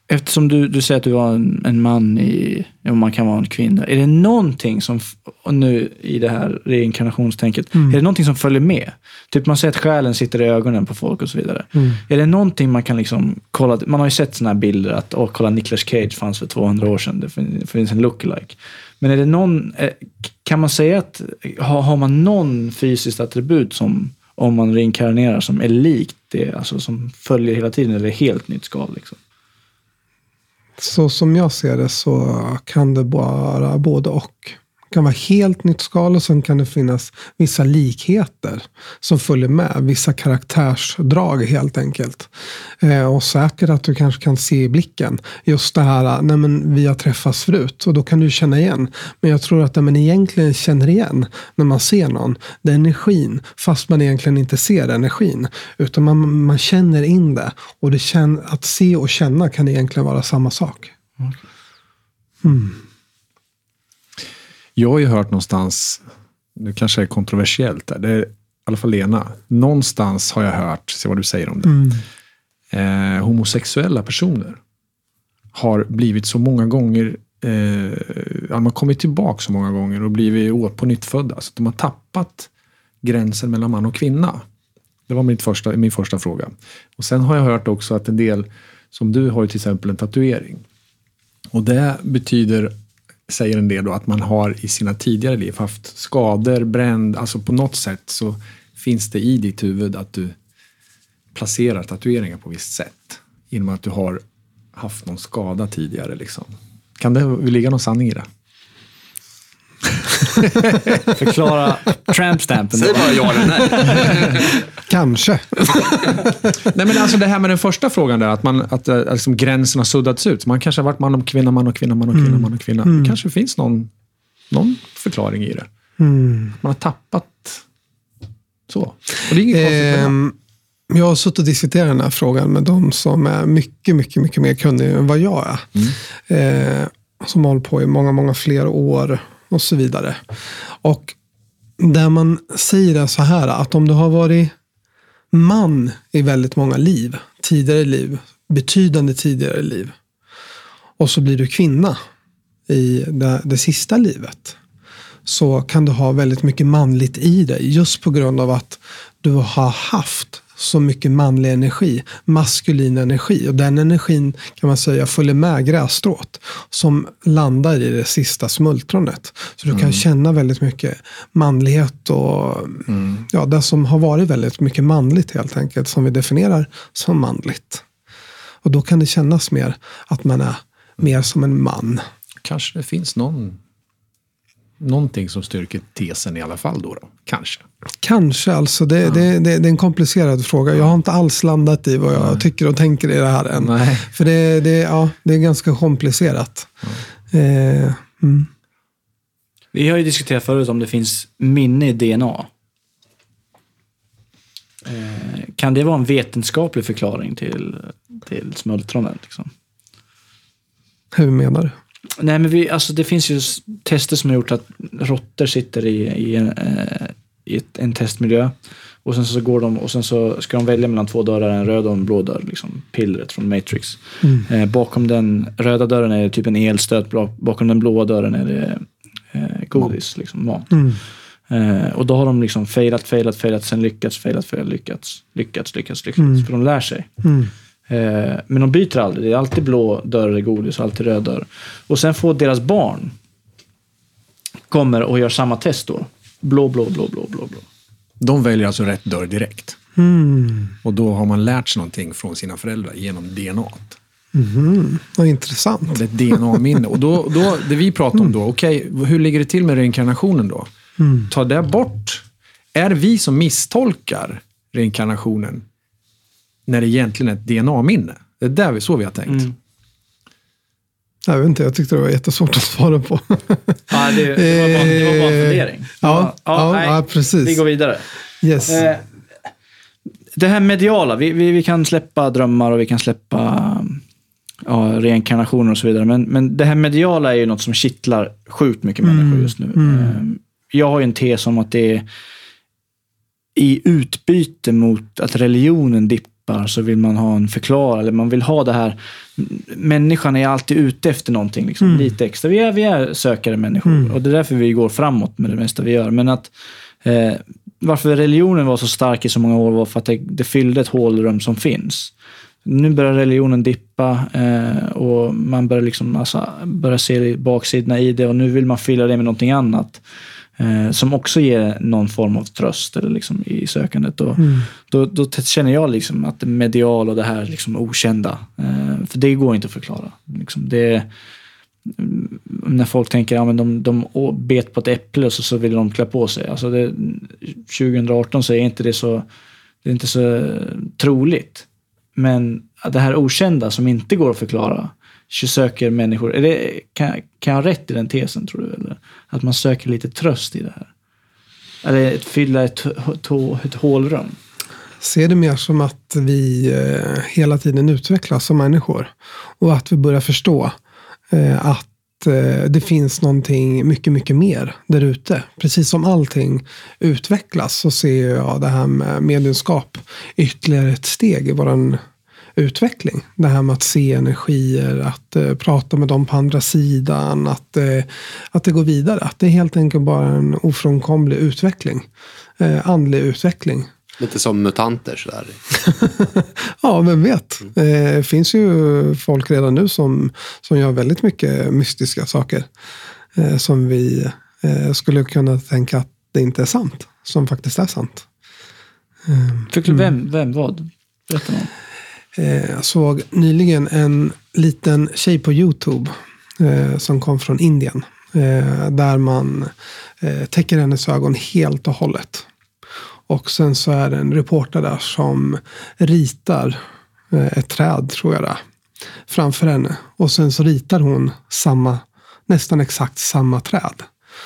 Eftersom du, du säger att du var en, en man i, och man kan vara en kvinna. Är det någonting som, och nu i det här reinkarnationstänket, mm. är det någonting som följer med? Typ man säger att själen sitter i ögonen på folk och så vidare. Mm. Är det någonting man kan liksom kolla, man har ju sett såna här bilder att, åh, kolla Nicolas Cage fanns för tvåhundra år sedan, det finns en lookalike. Men är det någon, kan man säga att, har, har man någon fysiskt attribut som, om man reinkarnerar, som är likt det, alltså som följer hela tiden, eller helt nytt skal liksom? Så som jag ser det så kan det vara både och. Det kan vara helt nytt skal och sen kan det finnas vissa likheter som följer med. Vissa karaktärsdrag helt enkelt. Eh, och säkert att du kanske kan se i blicken just det här, nej men vi har träffats förut och då kan du känna igen. Men jag tror att det man egentligen känner igen när man ser någon, det är energin, fast man egentligen inte ser energin. Utan man, man känner in det. Och det känner, att se och känna kan egentligen vara samma sak. Mm. Jag har ju hört någonstans, nu kanske det är kontroversiellt där, det är i alla fall Lena, någonstans har jag hört, se vad du säger om det, mm. eh, homosexuella personer har blivit så många gånger, eh, de har kommit tillbaka så många gånger och blivit åt på nytt födda, så de har tappat gränsen mellan man och kvinna. Det var min första, min första fråga. Och sen har jag hört också att en del, som du har ju till exempel en tatuering, och det betyder, säger en del då, att man har i sina tidigare liv haft skador, bränd, alltså på något sätt så finns det i ditt huvud att du placerar tatueringar på visst sätt genom att du har haft någon skada tidigare liksom. Kan det ligga någon sanning i det? Förklara trampstampen. Säg bara ja eller nej. Kanske. Nej, men alltså det här med den första frågan där, att, man, att liksom gränsen har suddats ut. Man kanske har varit man och kvinna, man och kvinna, man och kvinna, mm. man och kvinna. Mm. Det kanske finns någon, någon förklaring i det. Mm. Man har tappat så. Och det är inget ehm, konstigt. Jag har suttit och diskuterat den här frågan med de som är mycket, mycket, mycket mer kunniga än vad jag är. Mm. Eh, som har hållit på i många, många fler år och så vidare. Och där man säger det så här, att om du har varit man i väldigt många liv, tidigare liv, betydande tidigare liv, och så blir du kvinna i det, det sista livet, så kan du ha väldigt mycket manligt i dig, just på grund av att du har haft så mycket manlig energi, maskulin energi, och den energin kan man säga följer med grässtrået som landar i det sista smultronet. Så du kan mm. känna väldigt mycket manlighet och mm. ja, det som har varit väldigt mycket manligt helt enkelt, som vi definierar som manligt. Och då kan det kännas mer att man är mer som en man. Kanske det finns någon någonting som styrker tesen i alla fall då, då. Kanske. Kanske, alltså. Det, ja. det, det, det är en komplicerad fråga. Jag har inte alls landat i vad jag Nej. tycker och tänker i det här än. Nej. För det, det, ja, det är ganska komplicerat. Ja. Eh, mm. Vi har ju diskuterat förut om det finns minne i D N A. Eh, kan det vara en vetenskaplig förklaring till, till smultronen? Liksom? Hur menar du? Nej, men vi, alltså det finns ju tester som har gjort att råttor sitter i, i, en, eh, i ett, en testmiljö, och sen så går de och sen så ska de välja mellan två dörrar, en röd och en blå dörr, liksom pillret från Matrix. Mm. Eh, bakom den röda dörren är det typ en elstöt, bakom den blåa dörren är det eh, godis, liksom mat. Mm. Eh, och då har de liksom failat, failat, failat, sen lyckats, failat, failat, lyckats, lyckats, lyckats, lyckats, mm. för de lär sig. Mm. Men de byter aldrig. Det är alltid blå dörr i godis och alltid röd dörr. Och sen får deras barn kommer och gör samma test då. Blå, blå, blå, blå, blå, blå. De väljer alltså rätt dörr direkt. Mm. Och då har man lärt sig någonting från sina föräldrar genom D N A. Mm. Vad intressant. Och det är ett D N A-minne. Och då, då, det vi pratar om då, okej, okay, hur ligger det till med reinkarnationen då? Mm. Ta det bort. Är vi som misstolkar reinkarnationen när det egentligen är ett D N A-minne? Det är där vi, så vi har tänkt. Mm. Jag vet inte, jag tyckte det var jättesvårt att svara på. Ja, det, det, var, bara, det var bara en fundering. Ja, ja, ja, nej, ja, precis. Vi går vidare. Yes. Eh, det här mediala, vi, vi, vi kan släppa drömmar och vi kan släppa ja, reinkarnationer och så vidare. Men, men det här mediala är ju något som kittlar sjukt mycket människor mm. just nu. Mm. Eh, jag har ju en tes om att det är i utbyte mot att religionen dipp, dippar så vill man ha en förklaring, eller man vill ha det här. Människan är alltid ute efter någonting liksom, mm. lite extra. Vi är, vi är sökare människor mm. och det är därför vi går framåt med det mesta vi gör. Men att eh, varför religionen var så stark i så många år var för att det, det fyllde ett hålrum som finns. Nu börjar religionen dippa eh, och man börjar, liksom, alltså, börjar se baksidorna i det och nu vill man fylla det med någonting annat eh, som också ger någon form av tröst eller liksom, i sökandet. Och mm. då, då känner jag liksom, att det medial och det här liksom, okända, eh, för det går inte att förklara. Liksom, det, när folk tänker att ja, de, de bet på ett äpple och så, så vill de klä på sig. Alltså det, tjugo arton så är inte det så, det är inte så troligt. Men det här okända som inte går att förklara söker människor. Är det, kan, kan jag ha rätt i den tesen, tror du? Eller? Att man söker lite tröst i det här. Eller att fylla ett, ett, ett hålrum. Ser det mer som att vi eh, hela tiden utvecklas som människor. Och att vi börjar förstå eh, att eh, det finns någonting mycket, mycket mer där ute. Precis som allting utvecklas så ser jag det här med mediumskap ytterligare ett steg i våran utveckling. Det här med att se energier, att uh, prata med dem på andra sidan, att, uh, att det går vidare. Att det är helt enkelt bara en ofrånkomlig utveckling. Uh, andlig utveckling. Lite som mutanter sådär. Ja, vem vet. Det uh, finns ju folk redan nu som, som gör väldigt mycket mystiska saker. Uh, som vi uh, skulle kunna tänka att det inte är sant. Som faktiskt är sant. Uh, mm. Vem, vem vad? Berätta om. Jag såg nyligen en liten tjej på YouTube eh, som kom från Indien. Eh, där man eh, täcker hennes ögon helt och hållet. Och sen så är det en reporter där som ritar eh, ett träd, tror jag det, framför henne. Och sen så ritar hon samma, nästan exakt samma träd.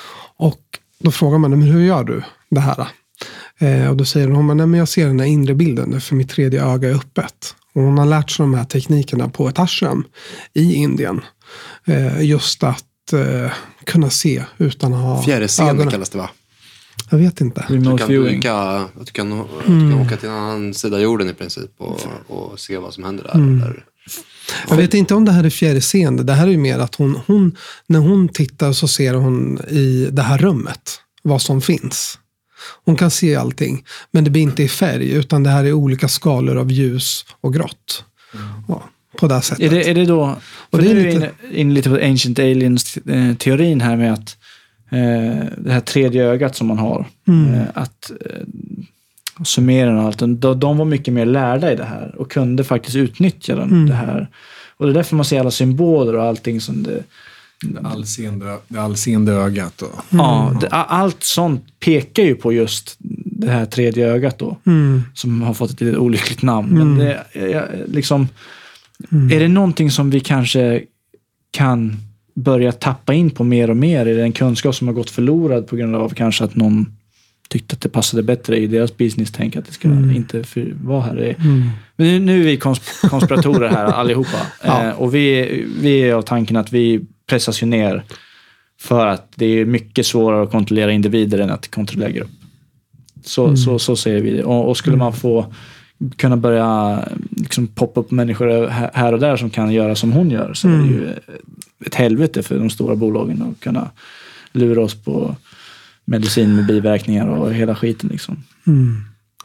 Och då frågar man, men hur gör du det här? Eh, och då säger hon, nej, men jag ser den här inre bilden för mitt tredje öga är öppet. Och hon har lärt sig de här teknikerna på ett ashram i Indien. Eh, just att eh, kunna se utan att ha fjärrseende kallas det, va? Jag vet inte. Du kan, åka, du, kan, mm. du kan åka till en annan sida jorden i princip och, och se vad som händer där. Mm. där. Jag vet inte om det här är fjärrseende. Det här är ju mer att hon, hon, när hon tittar så ser hon i det här rummet vad som finns. Hon kan se allting, men det blir inte i färg, utan det här är olika skalor av ljus och grått. Mm. Ja, på det här sättet. Är det, är det då, och det är lite, inne in lite på Ancient Aliens-teorin här med att eh, det här tredje ögat som man har, mm. eh, att eh, summera och allt, de, de var mycket mer lärda i det här och kunde faktiskt utnyttja den, mm. det här. Och det är därför man ser alla symboler och allting som det... Det allseende, det allseende ögat. Och. Ja, det, allt sånt pekar ju på just det här tredje ögat då. Mm. Som har fått ett lite olyckligt namn. Mm. Men det är, liksom, mm. är det någonting som vi kanske kan börja tappa in på mer och mer? Är det en kunskap som har gått förlorad på grund av kanske att någon tyckte att det passade bättre i deras business-tänk att det ska mm. inte för, vara här. Mm. Men nu är vi kons- konspiratorer här allihopa. Ja. Eh, och vi, vi är av tanken att vi pressas ju ner för att det är mycket svårare att kontrollera individer än att kontrollera grupp. Så, mm. så, så ser vi det. Och, och skulle man få kunna börja liksom poppa upp människor här och där som kan göra som hon gör, så mm. är det ju ett helvete för de stora bolagen att kunna lura oss på medicin med biverkningar och hela skiten liksom. Mm.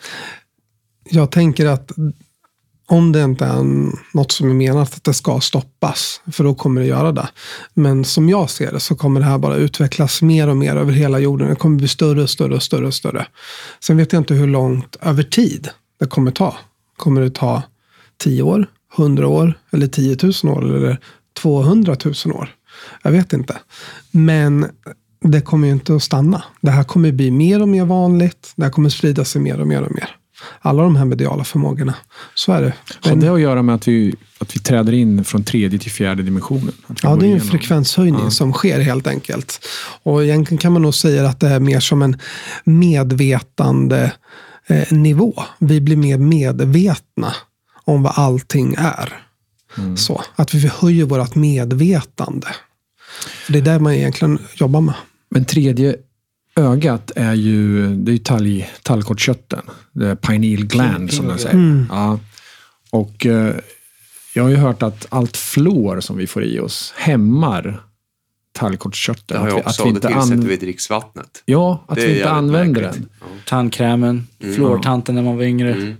Jag tänker att om det inte är något som är menat att det ska stoppas, för då kommer det göra det. Men som jag ser det så kommer det här bara utvecklas mer och mer över hela jorden. Det kommer bli större och större och större och större. Sen vet jag inte hur långt över tid det kommer ta. Kommer det ta tio år, hundra år eller tiotusen år eller tvåhundratusen år? Jag vet inte. Men det kommer ju inte att stanna. Det här kommer bli mer och mer vanligt. Det här kommer sprida sig mer och mer och mer. Alla de här mediala förmågorna. Så är det. Har det att göra med att vi, att vi träder in från tredje till fjärde dimensionen? Ja, det är en frekvenshöjning ja. som sker helt enkelt. Och egentligen kan man nog säga att det är mer som en medvetande eh, nivå. Vi blir mer medvetna om vad allting är. Mm. Så, att vi höjer vårt medvetande. Det är där man egentligen jobbar med. Men tredje ögat är ju, det är ju talg, tallkottkörteln. Det är pineal gland som de säger. Mm. Ja. Och eh, jag har ju hört att allt fluor som vi får i oss hämmar tallkottkörteln. Det har jag Att vi- också, att vi det inte tillsätter an- vi i dricksvattnet. Ja, att Det är vi inte jävligt använder märkligt. den. Ja. Tandkrämen, fluortanten när man var yngre. Mm.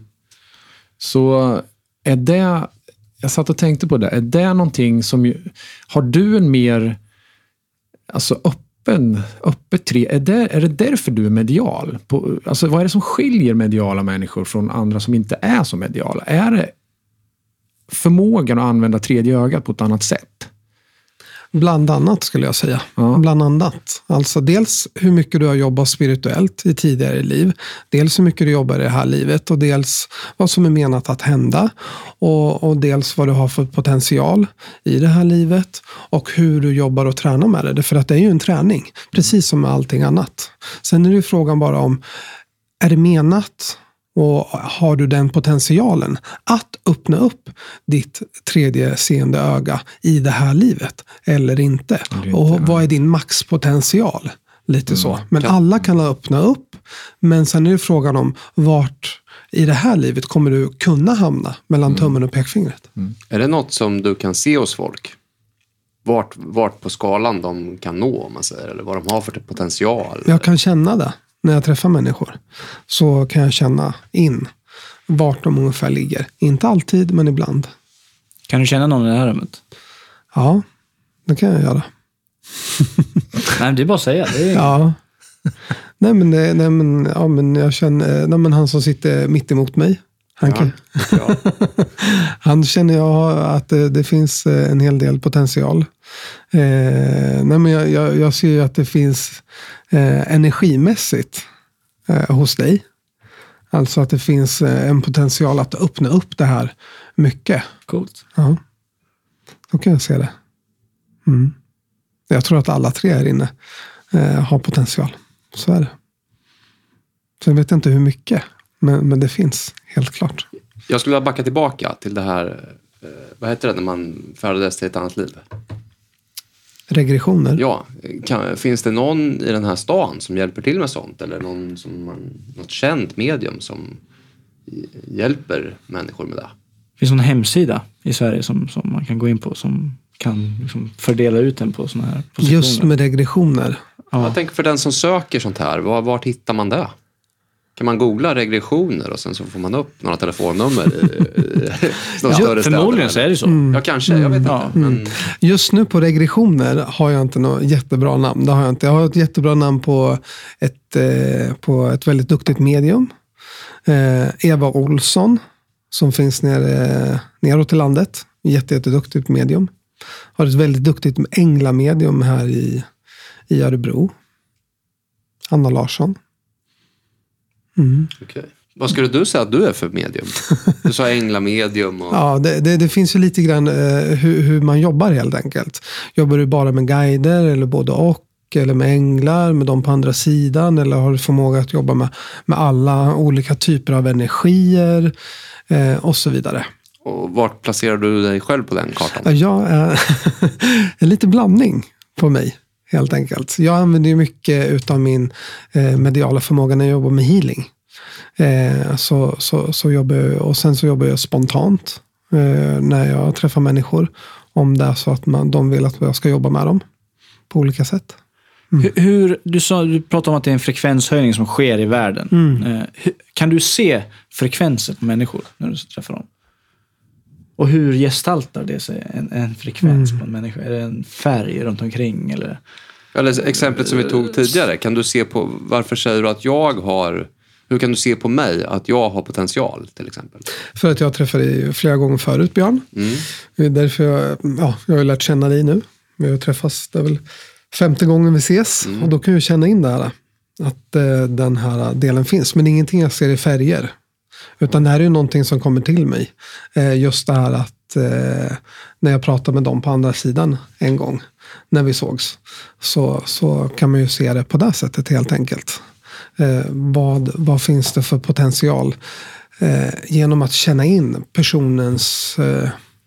Så är det, jag satt och tänkte på det, är det någonting som, ju, har du en mer alltså öppen, öppet tre, är det, är det därför du är medial? På, alltså vad är det som skiljer mediala människor från andra som inte är så mediala? Är det förmågan att använda tredje ögat på ett annat sätt? Bland annat skulle jag säga. Ja. Bland annat. Alltså dels hur mycket du har jobbat spirituellt i tidigare liv. Dels hur mycket du jobbar i det här livet. Och dels vad som är menat att hända. Och, och dels vad du har för potential i det här livet. Och hur du jobbar och tränar med det. För att det är ju en träning. Precis som med allting annat. Sen är det ju frågan bara om, är det menat? Och har du den potentialen att öppna upp ditt tredje seende öga i det här livet eller inte? Eller inte, och nej. vad är din maxpotential? Lite så. Men alla kan öppna upp. Men sen är det frågan om vart i det här livet kommer du kunna hamna mellan tummen och pekfingret. Är det något som du kan se hos folk? Vart, vart på skalan de kan nå, om man säger, eller vad de har för potential? Jag kan känna det när jag träffar människor. Så kan jag känna in vart de ungefär ligger. Inte alltid, men ibland. Kan du känna någon i det här rummet? Ja, det kan jag göra. Nej, det är bara att säga. Det är... Ja. Nej men, det- nej, men, ja, men jag känner, nej, men han som sitter mitt emot mig. Han, Ja. kan, Ja. han känner jag att det, det finns eh, en hel del potential. Eh, nej men jag, jag, jag ser ju att det finns eh, energimässigt eh, hos dig. Alltså att det finns eh, en potential att öppna upp det här mycket. Coolt. Ja, då kan jag se det. Mm. Jag tror att alla tre här inne eh, har potential. Så är det. Så jag vet inte hur mycket, men, men det finns helt klart. Jag skulle vilja backa tillbaka till det här, eh, vad heter det när man färdades till ett annat liv? Regressioner. Ja, kan, finns det någon i den här stan som hjälper till med sånt? Eller någon som man, något känt medium som hjälper människor med det? Det finns en hemsida i Sverige som, som man kan gå in på som kan liksom fördela ut den på såna här positioner. Just med regressioner. Ja. Jag tänker för den som söker sånt här, var, vart hittar man det? Kan man googla regressioner och sen så får man upp några telefonnummer i, i några större Förmodligen så städer? är det så. Ja, kanske. Jag vet inte. Ja. Men, Just nu på regressioner har jag inte något jättebra namn. Det har jag inte. Jag har ett jättebra namn på ett, eh, på ett väldigt duktigt medium. Eh, Eva Olsson som finns nere, neråt i landet. Jätte, jätteduktigt medium. Har ett väldigt duktigt änglamedium här i, i Örebro. Anna Larsson. Mm. okay. Vad skulle du säga att du är för medium? Du sa änglamedium. Och... Ja, det, det, det finns ju lite grann eh, hur, hur man jobbar helt enkelt. Jobbar du bara med guider eller både och? Eller med änglar, med dem på andra sidan? Eller har du förmåga att jobba med, med alla olika typer av energier? Eh, och så vidare. och vart placerar du dig själv på den kartan? Ja, jag är en liten blandning på mig. Helt enkelt. Jag använder ju mycket utav min eh, mediala förmåga när jag jobbar med healing. Eh, så, så, så jobbar jag, och sen så jobbar jag spontant eh, när jag träffar människor. Om det är så att man, de vill att jag ska jobba med dem på olika sätt. Hur, hur, du, sa, du pratade om att det är en frekvenshöjning som sker i världen. Mm. Eh, hur, kan du se frekvenser på människor när du träffar dem? Och hur gestaltar det sig en, en frekvens Mm. på en människa? Är det en färg runt omkring? Eller? Eller exemplet som vi tog tidigare. Kan du se på, varför säger du att jag har, hur kan du se på mig att jag har potential till exempel? För att jag träffade dig flera gånger förut, Björn. Mm. Det är därför jag, ja, jag har lärt känna dig nu. Vi har träffats, det är väl femte gången vi ses. Mm. Och då kan jag känna in det här. Att eh, den här delen finns. Men det är ingenting jag ser i färger. Utan det här är ju någonting som kommer till mig. Eh, just det här att eh, när jag pratade med dem på andra sidan en gång. När vi sågs. Så, så kan man ju se det på det sättet helt enkelt. Eh, vad, vad finns det för potential? Eh, genom att känna in personens eh,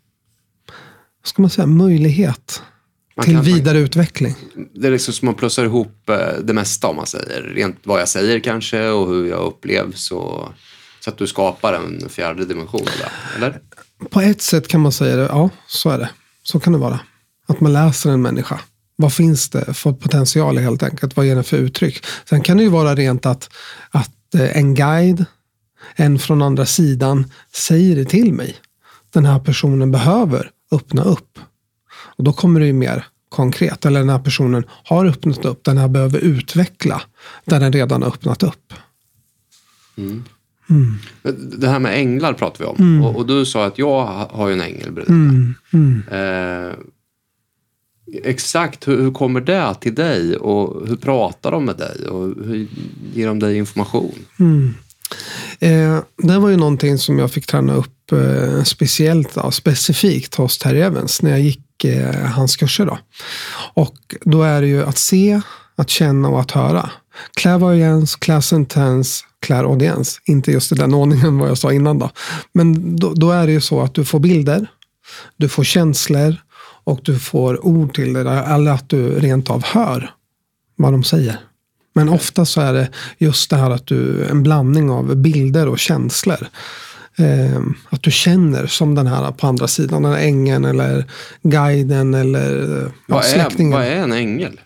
vad ska man säga, möjlighet Man till kan- vidare utveckling. Det är liksom som man plussar ihop eh, det mesta om man säger. Rent vad jag säger kanske och hur jag upplevs och Så att du skapar en fjärde dimension där, eller? På ett sätt kan man säga det, ja, så är det. Så kan det vara. Att man läser en människa. Vad finns det för potential helt enkelt? Vad ger det för uttryck? Sen kan det ju vara rent att, att en guide, en från andra sidan, säger det till mig. Den här personen behöver öppna upp. Och då kommer det ju mer konkret. Eller den här personen har öppnat upp. Den här behöver utveckla där den redan har öppnat upp. Mm. Mm. Det här med änglar pratar vi om. Mm. Och, och du sa att jag har ju en ängel bredvid Mm. Mm. eh, Exakt, hur, hur kommer det till dig? Och hur pratar de med dig? Och hur ger de dig information? Mm. Eh, det var ju någonting som jag fick träna upp eh, speciellt, ja, specifikt hos Terry Evans när jag gick eh, hans kurser då. Och då är det ju att se, att känna och att höra. Clairvoyance, clairsentience, clairaudience. Inte just i den ordningen vad jag sa innan då. Men då, då är det ju så att du får bilder, du får känslor och du får ord till det där, eller att du rent av hör vad de säger. Men ofta så är det just det här att du, en blandning av bilder och känslor. Eh, att du känner som den här på andra sidan, den här ängeln eller guiden eller ja, vad, är, släktingen. vad är en ängel?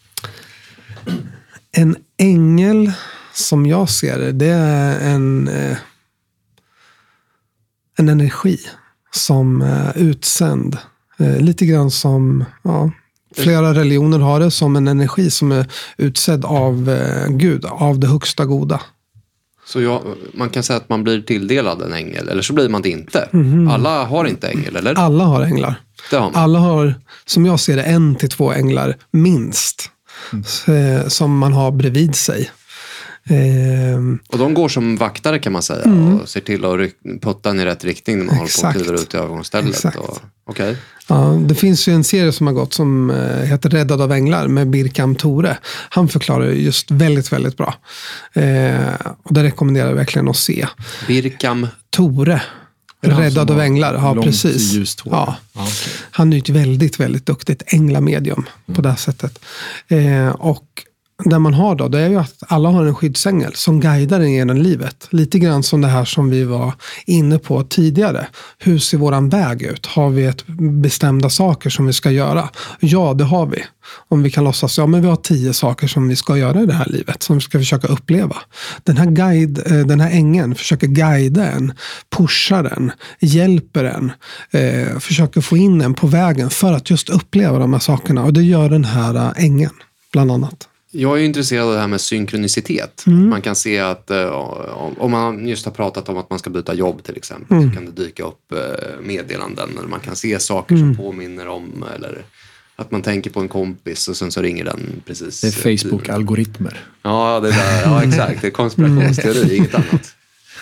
En ängel som jag ser det, det är en, eh, en energi som är utsänd. Eh, lite grann som, ja, flera religioner har det som en energi som är utsedd av eh, Gud, av det högsta goda. Så jag, man kan säga att man blir tilldelad en ängel, eller så blir man det inte. Mm-hmm. Alla har inte ängel, eller? Alla har änglar. Det har man. Alla har, som jag ser det, en till två änglar minst. Mm. Som man har bredvid sig. Ehm, och de går som vaktare kan man säga. Mm. Och ser till att ryck- putta en i rätt riktning när man Exakt. håller på och kliver ut i övergångsstället. Exakt. Och, okay. ja, det finns ju en serie som har gått som heter Räddad av änglar med Birkam Tore. Han förklarar just väldigt, väldigt bra. Ehm, och det rekommenderar jag verkligen att se. Birkam Tore. Räddad av änglar, ja precis. Ja. Ah, okay. Han är ju ett väldigt, väldigt duktigt änglamedium mm. på det här sättet. Eh, och där man har då, det är ju att alla har en skyddsängel som guidar en genom livet. Lite grann som det här som vi var inne på tidigare. Hur ser våran väg ut? Har vi ett bestämda saker som vi ska göra? Ja, det har vi. Om vi kan låtsas, ja men vi har tio saker som vi ska göra i det här livet. Som vi ska försöka uppleva. Den här, guide, den här ängeln försöker guida en, pushar den, hjälper en. Eh, försöker få in en på vägen för att just uppleva de här sakerna. Och det gör den här ängeln, bland annat. Jag är ju intresserad av det här med synkronicitet. Mm. Man kan se att uh, om man just har pratat om att man ska byta jobb till exempel mm. så kan det dyka upp uh, meddelanden eller man kan se saker mm. som påminner om eller att man tänker på en kompis och sen så ringer den precis. Det är Facebook-algoritmer. Ja, det där, ja exakt. Det är konspirationsteori, mm. inget annat.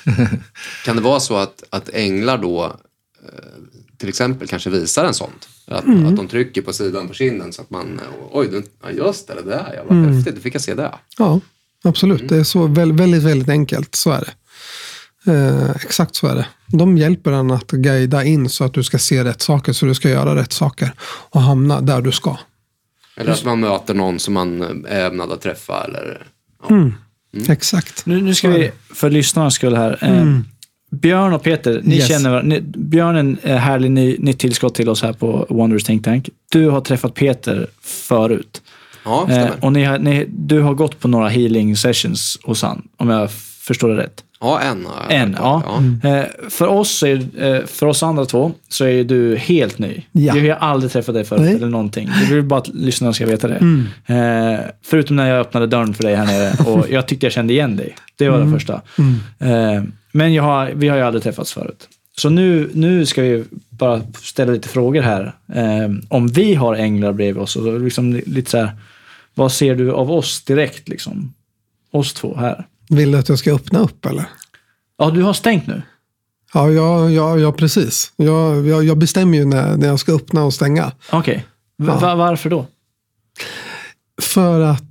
Kan det vara så att, att änglar då uh, till exempel kanske visar en sånt? Att, mm. att de trycker på sidan på kinden så att man, oj, ja, just det, det där, jag var mm. häftigt, du fick jag se det. Ja, absolut. Mm. Det är så väldigt, väldigt enkelt, så är det. Eh, exakt så är det. De hjälper en att guida in så att du ska se rätt saker, så du ska göra rätt saker och hamna där du ska. Eller att man möter någon som man är ämnad att träffa, eller... Ja. Mm. Mm. Exakt. Nu, nu ska vi, för lyssnarnas skull här, eh, mm. Björn och Peter, ni yes. känner ni, Björn är en härlig ny, nytt tillskott till oss här på Wonders Think Tank. Du har träffat Peter förut. Ja, stämmer. Eh, och ni har, ni, du har gått på några healing sessions hos han, om jag förstår det rätt. Ja, en. En, ja. ja. Mm. Eh, för, oss är, eh, för oss andra två så är du helt ny. Ja. Jag har aldrig träffat dig förut. Nej. Eller någonting. Jag vill bara att lyssnarna ska veta det. Mm. Eh, förutom när jag öppnade dörren för dig här nere och jag tyckte jag kände igen dig. Det var mm. det första. Mm. Eh, men jag har, vi har ju aldrig träffats förut. Så nu, nu ska vi bara ställa lite frågor här. Eh, om vi har änglar bredvid oss. Och liksom lite så här, vad ser du av oss direkt? Liksom? Oss två här. Vill du att jag ska öppna upp, eller? Ja, du har stängt nu. Ja, ja, ja, ja precis. Jag, jag, jag bestämmer ju när, när jag ska öppna och stänga. Okej. Okay. V- ja. Varför då? För att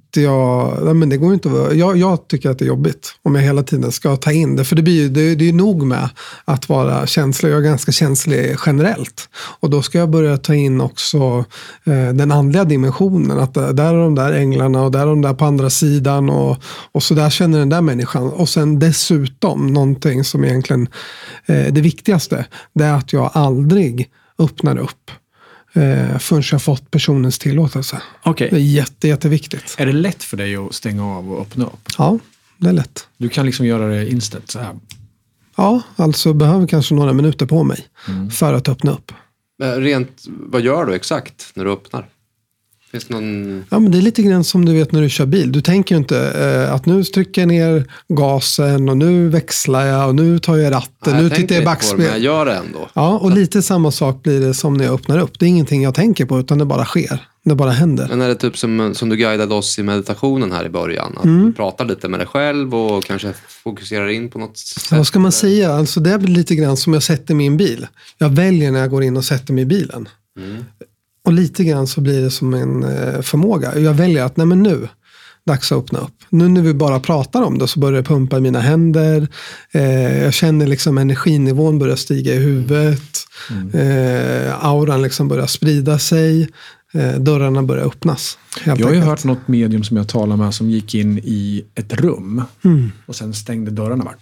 inte jag... Nej, men det går inte att, jag, jag tycker att det är jobbigt om jag hela tiden ska ta in det. För det blir det, det är nog med att vara känslig. Jag är ganska känslig generellt. Och då ska jag börja ta in också eh, den andliga dimensionen. Att där är de där änglarna och där är de där på andra sidan. Och, och så där känner den där människan. Och sen dessutom någonting som egentligen eh, det viktigaste. Det är att jag aldrig öppnar upp eh, förrän jag fått personens tillåtelse. Okay. Det är jätte, jätteviktigt. Är det lätt för dig att stänga av och öppna upp? Ja, det är lätt. Du kan liksom göra det instant så här. Ja, alltså behöver kanske några minuter på mig Mm. för att öppna upp. Men rent, vad gör du exakt när du öppnar? Finns det någon... Ja, men det är lite grann som du vet när du kör bil. Du tänker ju inte eh, att nu trycker jag ner gasen och nu växlar jag och nu tar jag ratten. Nej, nu jag tittar jag i inte på det, backspegel. men jag gör det ändå. Ja, och lite samma sak blir det som när jag öppnar upp. Det är ingenting jag tänker på utan det bara sker. Det bara händer. Men är det typ som, som du guidade oss i meditationen här i början? Att Mm. du pratar lite med dig själv och kanske fokuserar in på något sätt? Vad ska man säga? Alltså det är väl lite grann som jag sätter mig i en bil. Jag väljer när jag går in och sätter mig i bilen. Mm. Och lite grann så blir det som en eh, förmåga. Jag väljer att, nej men nu, dags att öppna upp. Nu när vi bara pratar om det så börjar det pumpa i mina händer. Eh, jag känner liksom energinivån börjar stiga i huvudet. Mm. Eh, auran liksom börjar sprida sig. Eh, dörrarna börjar öppnas. helt Jag har ju enkelt. hört något medium som jag talar med som gick in i ett rum Mm. och sen stängde dörrarna bara.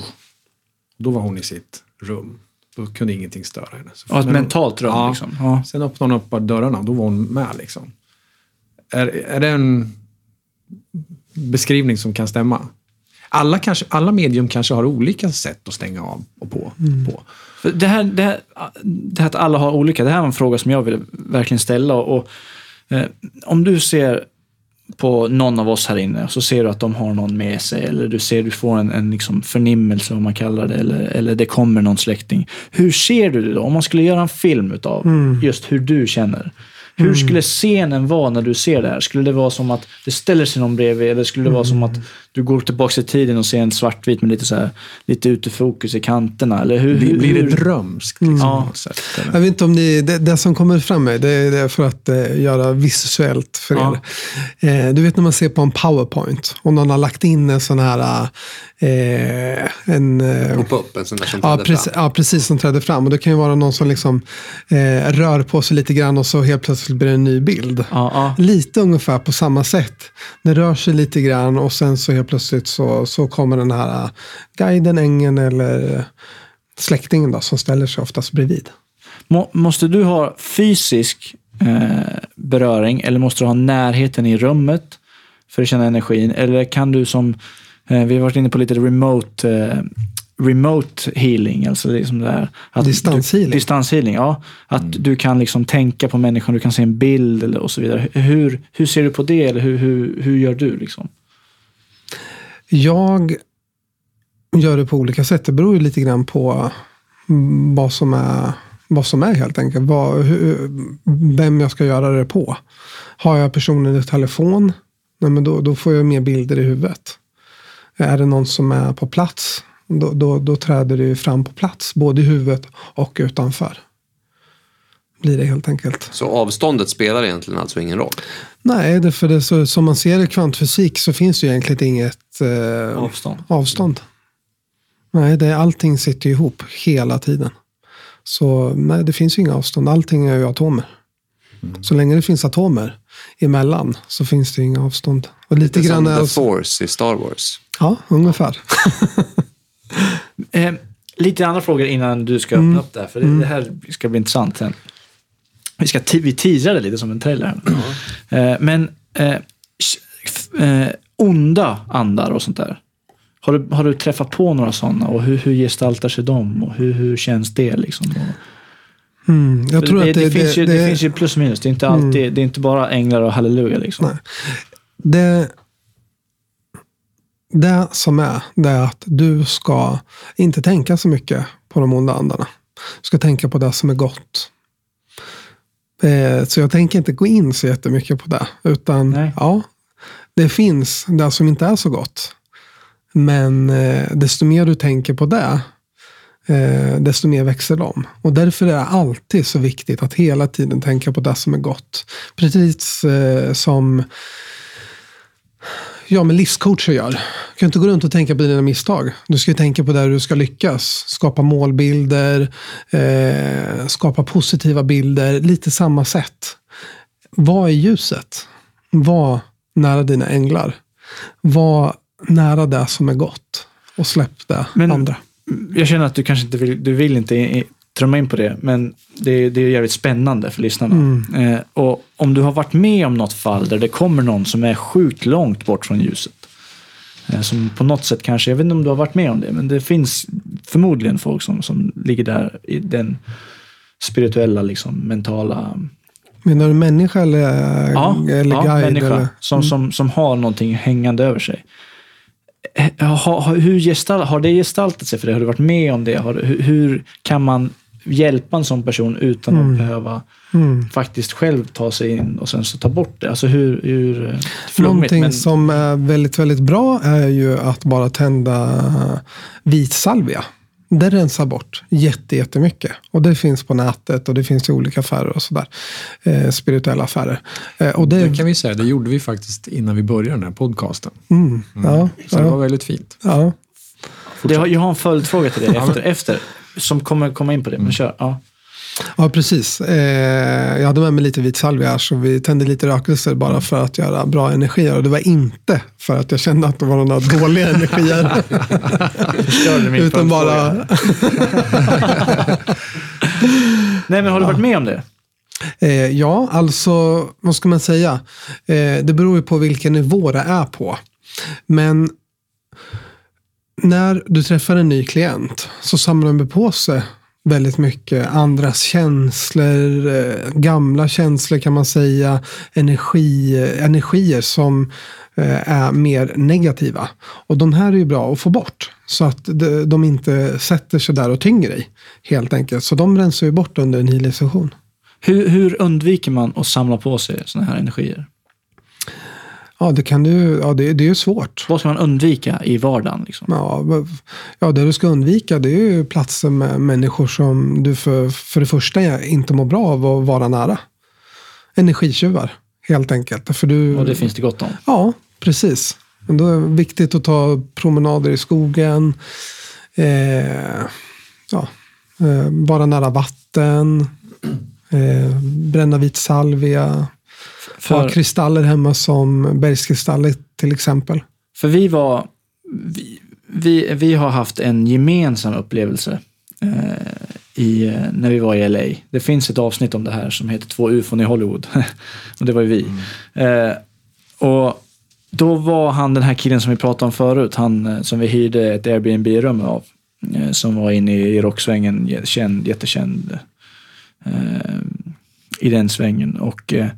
Då var hon i sitt rum. Då kunde ingenting störa henne. Så Ja, ett när hon- mentalt rum Ja. liksom. Ja. Sen öppnade hon upp bara dörrarna och då var hon med liksom. Är, är det en beskrivning som kan stämma? Alla, kanske, alla medium kanske har olika sätt att stänga av och på. på. För Det här, det, här, det här att alla har olika, det här var en fråga som jag ville verkligen ställa. Och, och, eh, om du ser på någon av oss här inne så ser du att de har någon med sig eller du ser du får en, en liksom förnimmelse om man kallar det eller, eller det kommer någon släkting. Hur ser du det då? Om man skulle göra en film utav Mm. just hur du känner. Hur skulle scenen vara när du ser det här? Skulle det vara som att det ställer sig någon bredvid eller skulle det vara som att du går tillbaka i tiden och ser en svartvit med lite så här lite utefokus i kanterna? Eller hur, Blir, hur, blir det hur? drömskt liksom, Ja. på något sätt? Eller? Jag vet inte om ni, det, det som kommer fram mig, det är, det är för att eh, göra visuellt för Ja. er. Eh, du vet när man ser på en PowerPoint och någon har lagt in en sån här eh, en... Eh, Poppa upp en sån där som Ja trädde precis, fram. ja, precis som trädde fram. Och det kan ju vara någon som liksom eh, rör på sig lite grann och så helt plötsligt blir det en ny bild. Ja, ja. Lite ungefär på samma sätt. Det rör sig lite grann och sen så helt plötsligt så, så kommer den här uh, guiden, ängeln eller släktingen då, som ställer sig oftast bredvid. Må, måste du ha fysisk eh, beröring eller måste du ha närheten i rummet för att känna energin? Eller kan du som, eh, vi har varit inne på lite remote, eh, remote healing, alltså det är som det är. Att Distanshealing. Du, distanshealing, ja. Att Mm. du kan liksom tänka på människan, du kan se en bild eller, och så vidare. Hur, hur ser du på det eller hur, hur, hur gör du liksom? Jag gör det på olika sätt. Det beror ju lite grann på mm, vad som är, vad som är helt enkelt. Vad, hur, vem jag ska göra det på. Har jag personen i telefon, nej, men då, då får jag mer bilder i huvudet. Är det någon som är på plats, då, då, då träder det ju fram på plats. Både i huvudet och utanför. Blir det helt enkelt. Så avståndet spelar egentligen alltså ingen roll? Nej, det för det så, som man ser i kvantfysik så finns det ju egentligen inget eh, Avstånd. avstånd. Nej, det, allting sitter ju ihop hela tiden. Så nej, det finns ju inga avstånd. Allting är ju atomer. Mm. Så länge det finns atomer emellan så finns det ju inga avstånd. Och lite Det är grann som är The alltså, Force i Star Wars. ja, ungefär. Eh, lite andra frågor innan du ska öppna Mm. upp det här. För det, det här ska bli intressant sen. Vi ska t- vi teasar det lite som en trailer. Eh, men eh, f- eh, onda andar och sånt där. Har du, har du träffat på några sådana? Och hur, hur gestaltar sig de? Och hur, hur känns det liksom? Och, Mm, jag tror det, att det, det, finns ju, det, det, finns ju plus och minus. Det är inte, alltid, det är inte bara änglar och halleluja liksom. Nej. det, det som är, det är att du ska inte tänka så mycket på de onda andarna. Du ska tänka på det som är gott. Eh, så jag tänker inte gå in så jättemycket på det. Utan Nej. ja, det finns det som inte är så gott. Men eh, desto mer du tänker på det, eh, desto mer växer de. Och därför är det alltid så viktigt att hela tiden tänka på det som är gott. Precis eh, som Ja, men livscoacher gör. Du kan inte gå runt och tänka på dina misstag. Du ska tänka på där du ska lyckas. Skapa målbilder, eh, skapa positiva bilder. Lite samma sätt. Var i ljuset. Var nära dina änglar. Var nära det som är gott. Och släpp det men, andra. Jag känner att du kanske inte vill, du vill inte trumma in på det. Men det, det är jävligt spännande för lyssnarna. Mm. Eh, och om du har varit med om något fall där det kommer någon som är sjukt långt bort från ljuset. Eh, som på något sätt kanske, jag vet inte om du har varit med om det. Men det finns förmodligen folk som, som ligger där i den spirituella, liksom, mentala... Menar du människa eller, ja, eller ja, guide? människa eller? Som, Mm. som, som har någonting hängande över sig. Har, hur gestalt, har det gestaltat sig för dig? Har du varit med om det? Har, hur, hur kan man hjälpa en sån person utan Mm. att behöva Mm. faktiskt själv ta sig in och sen så ta bort det? Alltså hur... hur flummigt, Någonting men... som är väldigt, väldigt bra är ju att bara tända vit salvia. Det rensar bort jätte, jättemycket. Och det finns på nätet och det finns i olika affärer och sådär. Eh, spirituella affärer. Eh, och det... det kan vi säga, det gjorde vi faktiskt innan vi började den här podcasten. Mm. Mm. Ja, Så ja. det var väldigt fint. Ja. Det har, jag har en följdfråga till dig efter, efter som kommer komma in på det. Men kör, ja. Ja, precis. Eh, jag hade med mig lite vit salvia här, så vi tände lite rökelser bara för att göra bra energier. Och det var inte för att jag kände att det var några dåliga energier. Förstörde min Utan bara... Nej, men har du varit med om det? Eh, ja, alltså, vad ska man säga? Eh, det beror ju på vilken nivå det är på. Men när du träffar en ny klient så samlar de på sig väldigt mycket andras känslor, eh, gamla känslor kan man säga, energi, energier som eh, är mer negativa. Och de här är ju bra att få bort så att de, de inte sätter sig där och tynger dig helt enkelt. Så de rensar ju bort under en healing-session. Hur, hur undviker man att samla på sig såna här energier? Ja, det kan du, ja, det, det är ju svårt. Vad ska man undvika i vardagen? Liksom? Ja, ja, det du ska undvika det är ju platser med människor som du för, för det första inte mår bra av att vara nära. Energitjuvar, helt enkelt. För du, Och det finns det gott om? Ja, precis. Men då är det viktigt att ta promenader i skogen. Eh, ja, eh, vara nära vatten. Eh, bränna vit salvia. För, ha kristaller hemma som bergskristaller till exempel. För vi var... Vi, vi, vi har haft en gemensam upplevelse eh, i, när vi var i L A. Det finns ett avsnitt om det här som heter Två U F O i Hollywood. Och det var ju vi. Mm. Eh, och då var han den här killen som vi pratade om förut. Han som vi hyrde ett Airbnb-rum av. Eh, som var inne i rocksvängen. Känd, jättekänd. Eh, I den svängen. Och... Eh,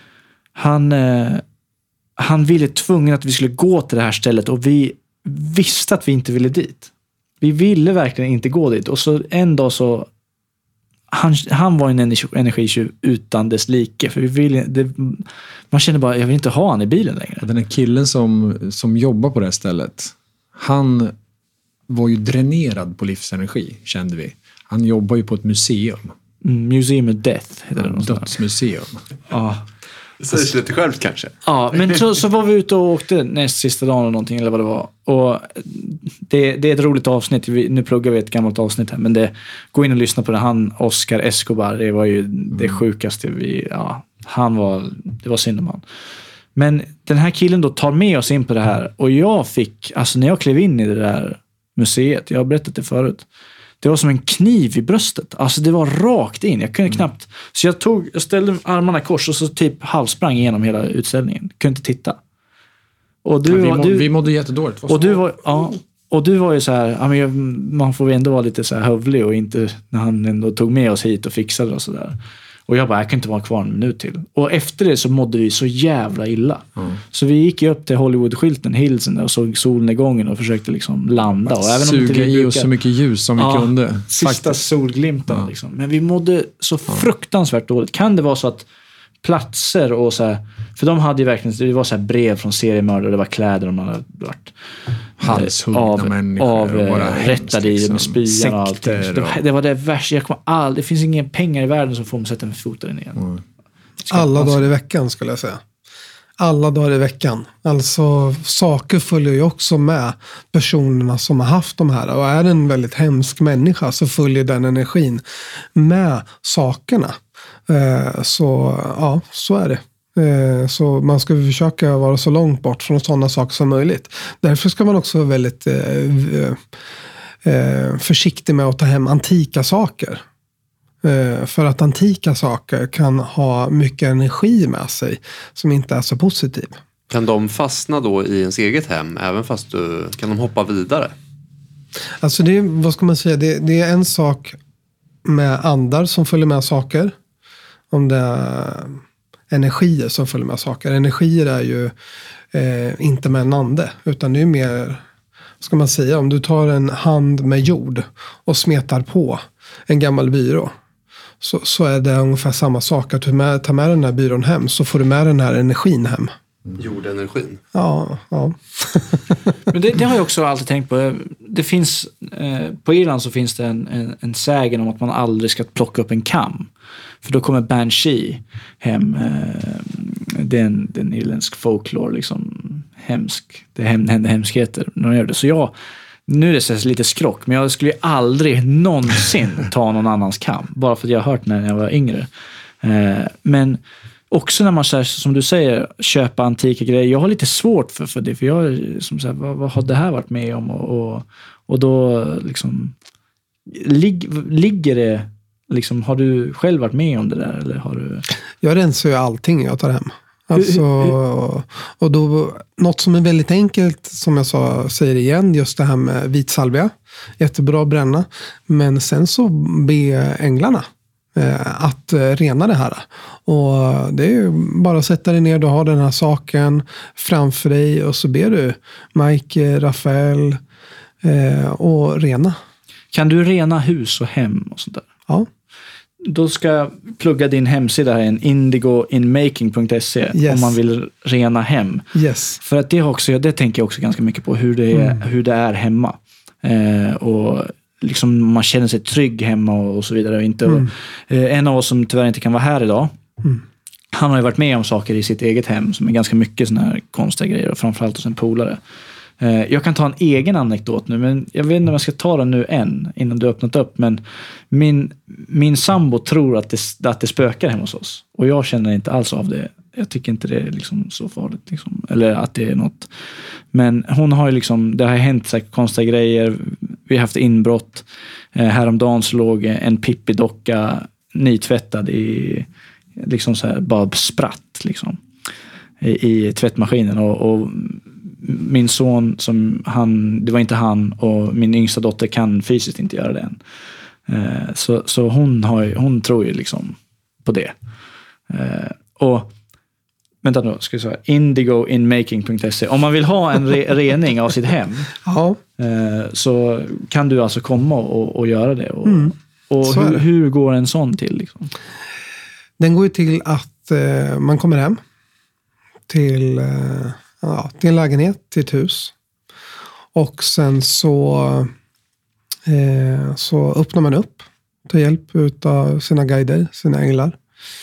Han, eh, han ville tvungen att vi skulle gå till det här stället och vi visste att vi inte ville dit. Vi ville verkligen inte gå dit. Och så en dag så han, han var en energitjuv utan dess like. För vi ville, det, man kände bara, jag vill inte ha han i bilen längre. Den här killen som, som jobbar på det här stället, han var ju dränerad på livsenergi, kände vi. Han jobbar ju på ett museum. Mm, Museum of Death heter det. Dödsmuseum. Ja. Det säger sig lite självt kanske. Ja, men så, så var vi ute och åkte näst sista dagen eller någonting, eller vad det var. Och det, det är ett roligt avsnitt. Vi, nu pluggar vi ett gammalt avsnitt här, men det, gå in och lyssna på det. Han, Oscar Escobar, det var ju det sjukaste vi... Ja, han var... Det var synd om han. Men den här killen då tar med oss in på det här. Och jag fick... Alltså när jag klev in i det där museet, jag har berättat det förut. Det var som en kniv i bröstet. Alltså det var rakt in. Jag kunde mm. knappt... Så jag tog, jag ställde armarna i kors och så typ halvsprang igenom hela utställningen. Kunde inte titta. Och du vi, var, må, du, vi mådde jättedåligt. Och du var, ja, och du var ju så här... Ja, men jag, man får ju ändå vara lite så här hövlig och inte... När han ändå tog med oss hit och fixade och sådär. Och jag bara, jag kan inte vara kvar en minut till. Och efter det så mådde vi så jävla illa. Mm. Så vi gick ju upp till Hollywood-skylten, Hillsen, och såg solnedgången och försökte liksom landa. Och även suga om inte i brukar, oss så mycket ljus som ja, vi kunde. Sista faktiskt. solglimten. Ja. Liksom. Men vi mådde så fruktansvärt dåligt. Kan det vara så att platser och så här... För de hade ju verkligen... Det var så här brev från seriemördare. Det var kläder de hade varit... Halshuggna av, människor. Av hemskt, rättade i liksom. med spyan och allting. Sekter Det, och... det var det värsta. Jag kommer aldrig... Det finns inga pengar i världen som får mig sätta mig foten igen. Mm. Alla dagar i veckan skulle jag säga. alla dagar i veckan. Alltså saker följer ju också med personerna som har haft de här. Och är det en väldigt hemsk människa så följer den energin med sakerna. Eh, så ja, så är det. Eh, så man ska försöka vara så långt bort från sådana saker som möjligt. Därför ska man också vara väldigt eh, eh, försiktig med att ta hem antika saker. Eh, för att antika saker kan ha mycket energi med sig som inte är så positiv. Kan de fastna då i ens eget hem även fast du kan de hoppa vidare? Alltså det är, vad ska man säga, det, det är en sak med andar som följer med saker. Om det är energier som följer med saker. Energier är ju eh, inte med en ande, utan det är mer, ska man säga, om du tar en hand med jord och smetar på en gammal byrå, så, så är det ungefär samma sak. Att du med, tar med den här byrån hem, så får du med den här energin hem. Jordenergin. Ja, ja. Men det, det har jag också alltid tänkt på. Det finns, eh, på Irland så finns det en, en, en sägen om att man aldrig ska plocka upp en kam. För då kommer Banshee hem. Eh, det är en, det är en irländsk folklore, liksom hemsk. Det händer hemskheter när de gör det. Så jag, nu är det så lite skrock, men jag skulle ju aldrig någonsin ta någon annans kam. Bara för att jag har hört när jag var yngre. Eh, men också när man, så här, som du säger, köpa antika grejer. Jag har lite svårt för, för det. För jag som så här, vad, vad har det här varit med om? Och, och, och då liksom lig, ligger det liksom, har du själv varit med om det där? Eller har du... Jag rensar ju allting jag tar hem. Alltså, och då, något som är väldigt enkelt, som jag sa, säger igen, just det här med vit salvia. Jättebra att bränna. Men sen så be änglarna eh, att eh, rena det här. Och det är ju bara att sätta dig ner, du har den här saken framför dig och så ber du Mike, Rafael eh, och rena. Kan du rena hus och hem och sånt där? Ja. Då ska jag plugga din hemsida här, indigo in making punkt se, yes. om man vill rena hem. Yes. För att det, också, det tänker jag också ganska mycket på, hur det är, mm. hur det är hemma. Eh, och liksom man känner sig trygg hemma och, och så vidare. Och inte, mm. och, eh, en av oss som tyvärr inte kan vara här idag, mm. han har ju varit med om saker i sitt eget hem som är ganska mycket såna här konstiga grejer, och framförallt hos en polare. Jag kan ta en egen anekdot nu, men jag vet inte om jag ska ta den nu än innan du öppnat upp, men min, min sambo tror att det, att det spökar hemma hos oss, och jag känner inte alls av det. Jag tycker inte det är liksom så farligt liksom, eller att det är något, men hon har ju liksom, det har hänt så här konstiga grejer. Vi har haft inbrott. eh, häromdagen så låg en Pippi-docka nytvättad i liksom så här, bara spratt liksom i, i tvättmaskinen, och, och min son, som han, det var inte han, och min yngsta dotter kan fysiskt inte göra det än. Eh, så, så hon, har, hon tror ju liksom på det. Eh, och vänta nu, ska jag säga indigo in making punkt se. Om man vill ha en re, rening av sitt hem, ja. eh, så kan du alltså komma och, och göra det. Och, mm. och hur, hur går en sån till? Liksom? Den går ju till att eh, man kommer hem till... Eh, Ja, till en lägenhet, till ett hus. Och sen så, eh, så öppnar man upp. Tar hjälp av sina guider, sina änglar.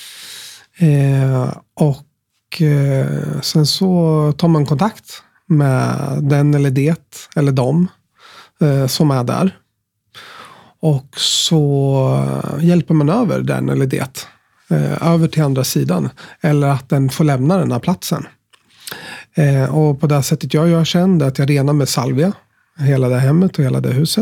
Eh, och eh, sen så tar man kontakt med den eller det, eller dem eh, som är där. Och så hjälper man över den eller det. Eh, över till andra sidan. Eller att den får lämna den här platsen. Eh, och på det sättet jag gör sen, att jag renar med salvia hela det hemmet och hela det huset.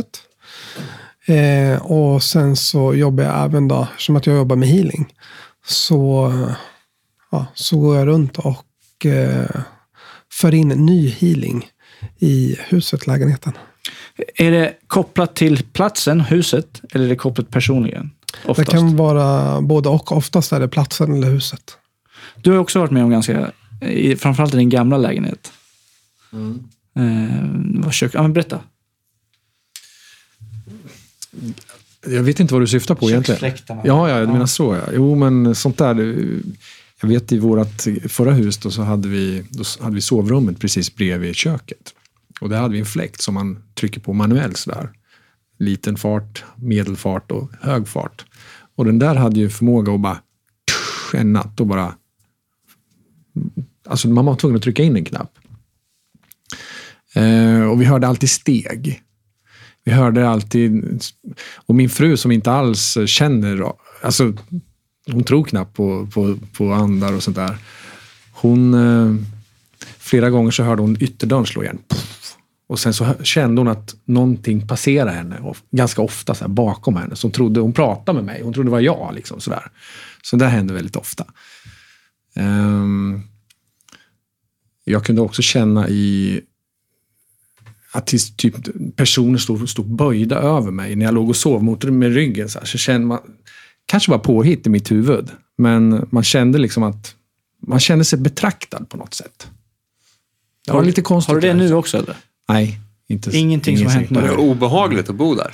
Eh, och sen så jobbar jag även då, som att jag jobbar med healing, så, ja, så går jag runt och eh, för in ny healing i huset, lägenheten. Är det kopplat till platsen, huset, eller är det kopplat personligen? Oftast? Det kan vara både och, oftast är det platsen eller huset. Du har också varit med om ganska, framförallt i din gamla lägenhet. Mm. Eh, vad kök, ja, men berätta. Jag vet inte vad du syftar på egentligen. Ja, ja, du menar så. Ja. Jo, men sånt där. Jag vet i vårat förra hus då så hade vi, då hade vi sovrummet precis bredvid köket. Och där hade vi en fläkt som man trycker på manuellt sådär. Liten fart, medelfart och hög fart. Och den där hade ju förmåga att bara en natt och bara Alltså man var tvungen att trycka in en knapp. Eh, och vi hörde alltid steg. Vi hörde alltid... Och min fru som inte alls känner... Alltså, hon tror knappt på, på, på andar och sånt där. Hon... Eh, flera gånger så hörde hon ytterdörren slå igen. Och sen så kände hon att någonting passerade henne. Och ganska ofta så här bakom henne. Så hon trodde... Hon pratade med mig. Hon trodde det var jag. Liksom, så där. Så det hände väldigt ofta. Um, jag kunde också känna i... att typ personer stod, stod böjda över mig när jag låg och sov mot med ryggen så här, så kände man kanske bara påhitt i mitt huvud, men man kände liksom att man kände sig betraktad på något sätt. Det var lite konstigt. Har du det nu också eller? Nej, inte. Ingenting som har hänt nu. Det är obehagligt att bo där.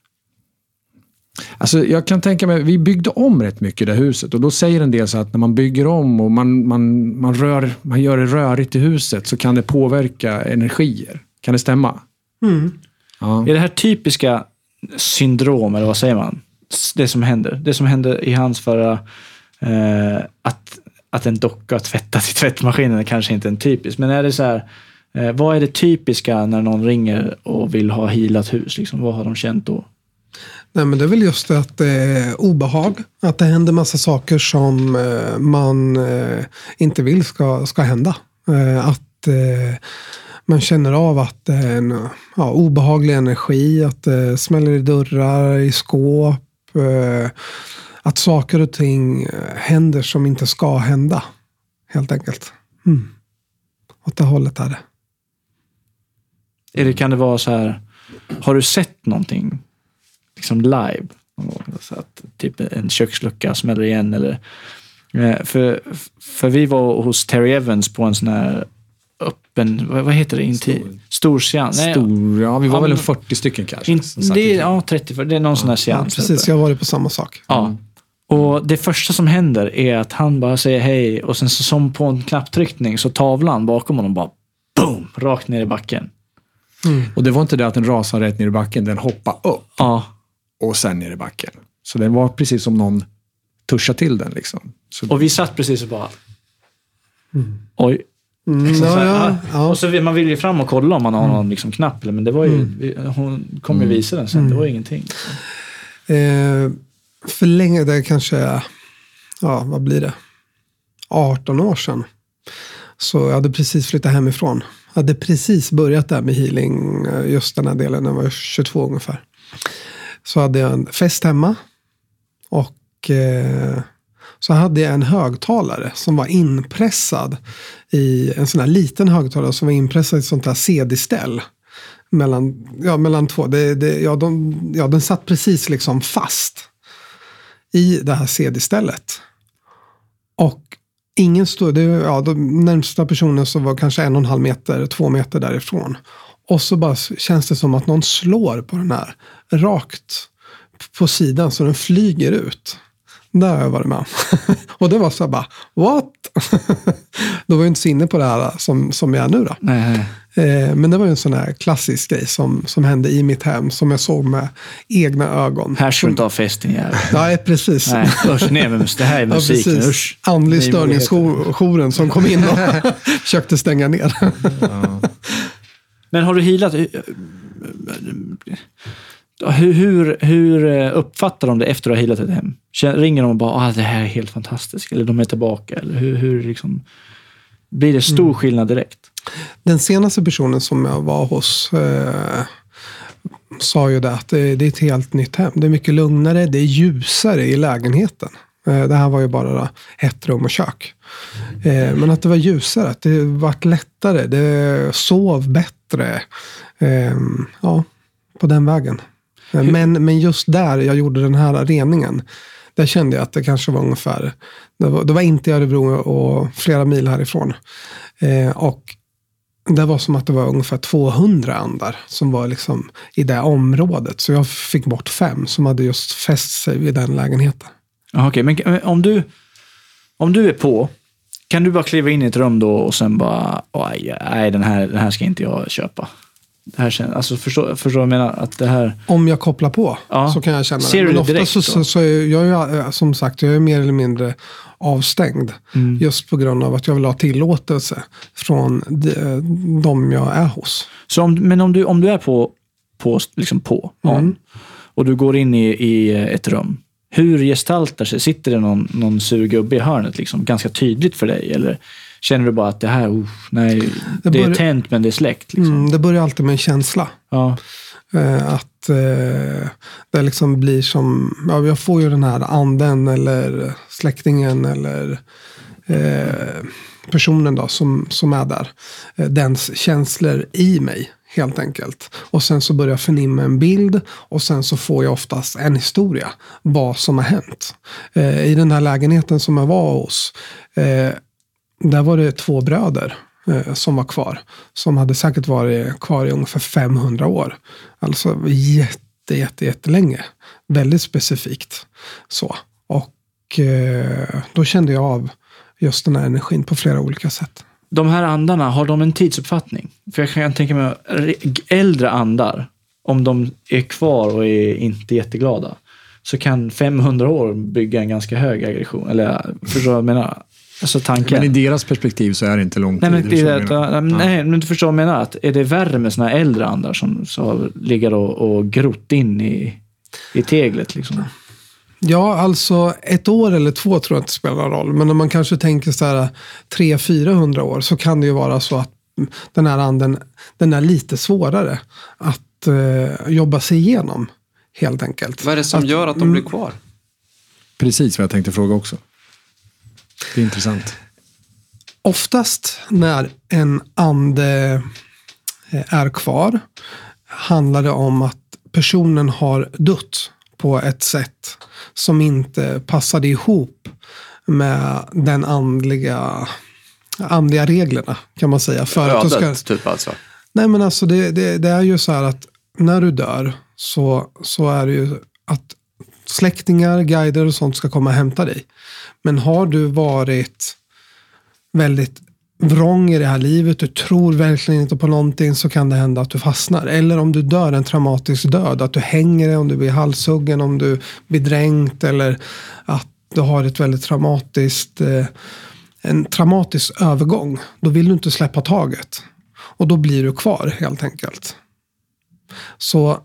Alltså jag kan tänka mig, vi byggde om rätt mycket det huset och då säger en del så att när man bygger om och man, man, man, rör, man gör det rörigt i huset så kan det påverka energier. Kan det stämma? Mm. Ja. Är det här typiska syndrom, eller vad säger man? Det som händer. Det som händer i hans förra... Eh, att, att en docka tvättat i tvättmaskinen är kanske inte en typisk. Men är det så här... Eh, vad är det typiska när någon ringer och vill ha healat hus? Liksom, vad har de känt då? Nej, men det är väl just det att det är obehag. Att det händer massa saker som eh, man eh, inte vill ska, ska hända. Eh, att... Eh, Man känner av att det är en ja, obehaglig energi, att det smäller i dörrar, i skåp, eh, att saker och ting händer som inte ska hända, helt enkelt. Mm. Åt det hållet är det. Är det, kan det vara så här, har du sett någonting liksom live? Så att typ en kökslucka smäller igen eller... För, för vi var hos Terry Evans på en sån här öppen, vad, vad heter det? Inti, stor, stor seans. Nej, Stor, ja, vi var ja, väl en fyrtio stycken kanske. In, det är, ja, trettio, för det är någon ja, sån här seans. Ja, precis, jag har varit på samma sak. Ja. Mm. Och det första som händer är att han bara säger hej och sen så som på en knapptryckning så tavlan bakom honom bara boom, rakt ner i backen. Mm. Och det var inte det att den rasade rätt ner i backen, den hoppade upp ja. och sen ner i backen. Så det var precis som någon tuschade till den liksom. Så och vi satt precis och bara mm. oj. Mm, så ja, här, ja, ja. Och så vill man vill ju fram och kolla om man har någon liksom knapp, men det var ju, mm. hon kom ju visa den sen, mm. det var ju ingenting. Liksom. Eh, för länge, det är kanske, ja vad blir det? arton år sedan. Så jag hade precis flyttat hemifrån. Jag hade precis börjat där med healing, just den här delen, när jag var tjugotvå ungefär. Så hade jag en fest hemma och eh, så hade jag en högtalare som var inpressad i en sån här liten högtalare som var inpressad i ett sånt här C D-ställ. Mellan, ja, mellan två. Det, det, ja, de, ja, den satt precis liksom fast i det här C D-stället. Och ingen stod, det, ja, de närmsta personen så var kanske en och en halv meter, två meter därifrån. Och så bara känns det som att någon slår på den här rakt på sidan så den flyger ut. Där har jag varit med. Och det var så bara, what? Då var jag inte så inne på det här som, som jag är nu då. Nej. Eh, men det var ju en sån här klassisk grej som, som hände i mitt hem, som jag såg med egna ögon. Här ska du inte ha festen jävlar. Nej, precis. Nej, usch, nej, men det här är musiken, ja, usch. Andlig störningsjouren som kom in och försökte stänga ner. Ja. Men har du healat... Hur, hur, hur uppfattar de det efter att ha healat ett hem? Ringer de och bara, ah, det här är helt fantastiskt. Eller de är tillbaka. Eller hur, hur liksom, blir det stor mm. skillnad direkt? Den senaste personen som jag var hos eh, sa ju det att det, det är ett helt nytt hem. Det är mycket lugnare, det är ljusare i lägenheten. Eh, det här var ju bara ett rum och kök. Eh, men att det var ljusare, att det var lättare, det sov bättre. Eh, ja, på den vägen. Men, men just där jag gjorde den här reningen, där kände jag att det kanske var ungefär, det var, det var inte i Örebro och flera mil härifrån. Eh, och det var som att det var ungefär tvåhundra andar som var liksom i det området. Så jag fick bort fem som hade just fäst sig vid den lägenheten. Okej, okay, men om du, om du är på, kan du bara kliva in i ett rum då och sen bara, nej, den här, den här ska inte jag köpa? det här känns, alltså förstår, förstår jag menar att det här... Om jag kopplar på Ja. så kan jag känna Ser det. du Men det ofta direkt så, då? så, så är jag ju, som sagt, jag är mer eller mindre avstängd. Mm. Just på grund av att jag vill ha tillåtelse från de, de jag är hos. Så om, men om du, om du är på, på, liksom på Mm. on, och du går in i, i ett rum, hur gestaltar sig? Sitter det någon, någon surgubbe i hörnet liksom, ganska tydligt för dig? Eller känner du bara att det här, uh, nej, det, Det är börjar- tänt men det är släckt? Liksom? Mm, det börjar alltid med en känsla. Ja. Eh, att eh, det liksom blir som, ja, jag får ju den här anden eller släktingen eller eh, personen då som, som är där. Eh, dens känslor i mig helt enkelt. Och sen så börjar jag förnimma en bild och sen så får jag oftast en historia. Vad som har hänt. Eh, I den här lägenheten som jag var hos, eh, där var det två bröder eh, som var kvar. Som hade säkert varit kvar i ungefär femhundra år. Alltså jätte, jätte, jättelänge. Väldigt specifikt. Så. Och eh, då kände jag av just den här energin på flera olika sätt. De här andarna, har de en tidsuppfattning? För jag kan tänka mig äldre andar, om de är kvar och är inte jätteglada, så kan femhundra år bygga en ganska hög aggression. Eller förstår vad jag menar? Alltså tanken. Men i deras perspektiv så är det inte lång tid. Nej, men, det så är, menar jag. att, nej, men du förstår vad jag menar. Att är det värre med såna här äldre andar som så ligger och, och grott in i, i teglet liksom? Ja, alltså ett år eller två tror jag inte spelar någon roll. Men om man kanske tänker så här tre fyrahundra år så kan det ju vara så att den här anden, den är lite svårare att eh, jobba sig igenom helt enkelt. Vad är det som att, gör att de blir kvar? Precis vad jag tänkte fråga också. Det är intressant. Oftast när en ande är kvar handlar det om att personen har dött på ett sätt som inte passade ihop med den andliga, andliga reglerna kan man säga. För att du Ödet, ska, typ alltså. nej men alltså det, det, det är ju så här att när du dör så, så är det ju att släktingar, guider och sånt ska komma och hämta dig. Men har du varit väldigt vrång i det här livet, du tror verkligen inte på någonting, så kan det hända att du fastnar. Eller om du dör en traumatisk död, att du hänger dig, om du blir halshuggen, om du blir dränkt, eller att du har ett väldigt traumatiskt eh, en traumatisk övergång, då vill du inte släppa taget. Och då blir du kvar helt enkelt. Så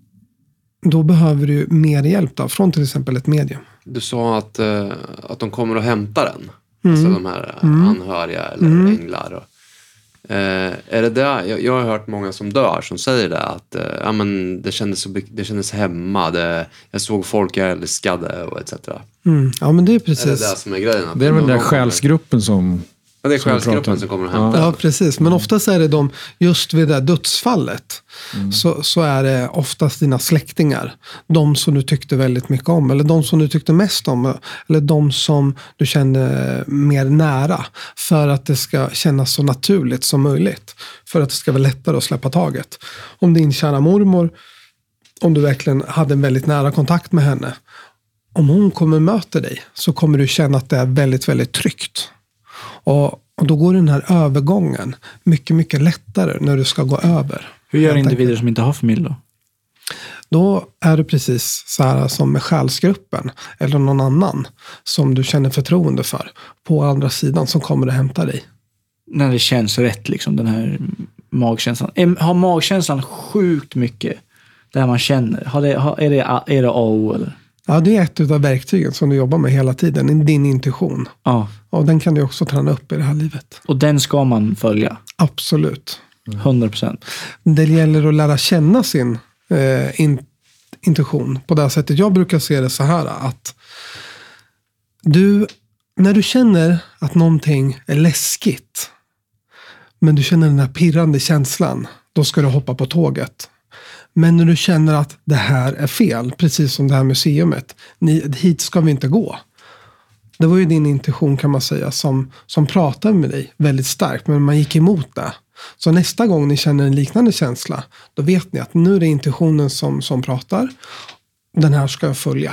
då behöver du mer hjälp då, från till exempel ett medium. Du sa att, eh, att de kommer att hämta den. Mm. Alltså de här mm. anhöriga eller Mm. änglar. Och, eh, är det där? Jag, jag har hört många som dör som säger det. Att eh, ja, men det, kändes så, det kändes hemma. Det, jag såg folk jag älskade och et cetera. Mm. Ja, men det är Är precis. det det som är grejen? Att Det är väl de- den där de- själsgruppen som... Ja, det är som vi pratar själsgruppen om. som kommer att hämta Ja. Ja, precis. Men oftast är det de, just vid det där dödsfallet, så, så är det oftast dina släktingar. De som du tyckte väldigt mycket om, eller de som du tyckte mest om, eller de som du kände mer nära. För att det ska kännas så naturligt som möjligt. För att det ska vara lättare att släppa taget. Om din kära mormor, om du verkligen hade en väldigt nära kontakt med henne, om hon kommer och möter dig så kommer du känna att det är väldigt, väldigt tryggt. Och, och då går den här övergången mycket, mycket lättare när du ska gå över. Hur gör Helt individer enkelt. som inte har familj då? Då är det precis så här som med själsgruppen eller någon annan som du känner förtroende för på andra sidan som kommer att hämta dig. När det känns rätt, liksom, den här magkänslan. Är- Har magkänslan sjukt mycket där man känner? Har det, har, är, det, är det A O eller? Ja, det är ett av verktygen som du jobbar med hela tiden, din intuition. Ja. Och den kan du också träna upp i det här livet. Och den ska man följa. Absolut. hundra procent. Det gäller att lära känna sin eh, in, intuition på det här sättet. Jag brukar se det så här att du, när du känner att någonting är läskigt, men du känner den här pirrande känslan, då ska du hoppa på tåget. Men när du känner att det här är fel, precis som det här museumet, ni, hit ska vi inte gå. Det var ju din intuition kan man säga som, som pratade med dig väldigt starkt, men man gick emot det. Så nästa gång ni känner en liknande känsla, då vet ni att nu är det intuitionen som, som pratar. Den här ska jag följa.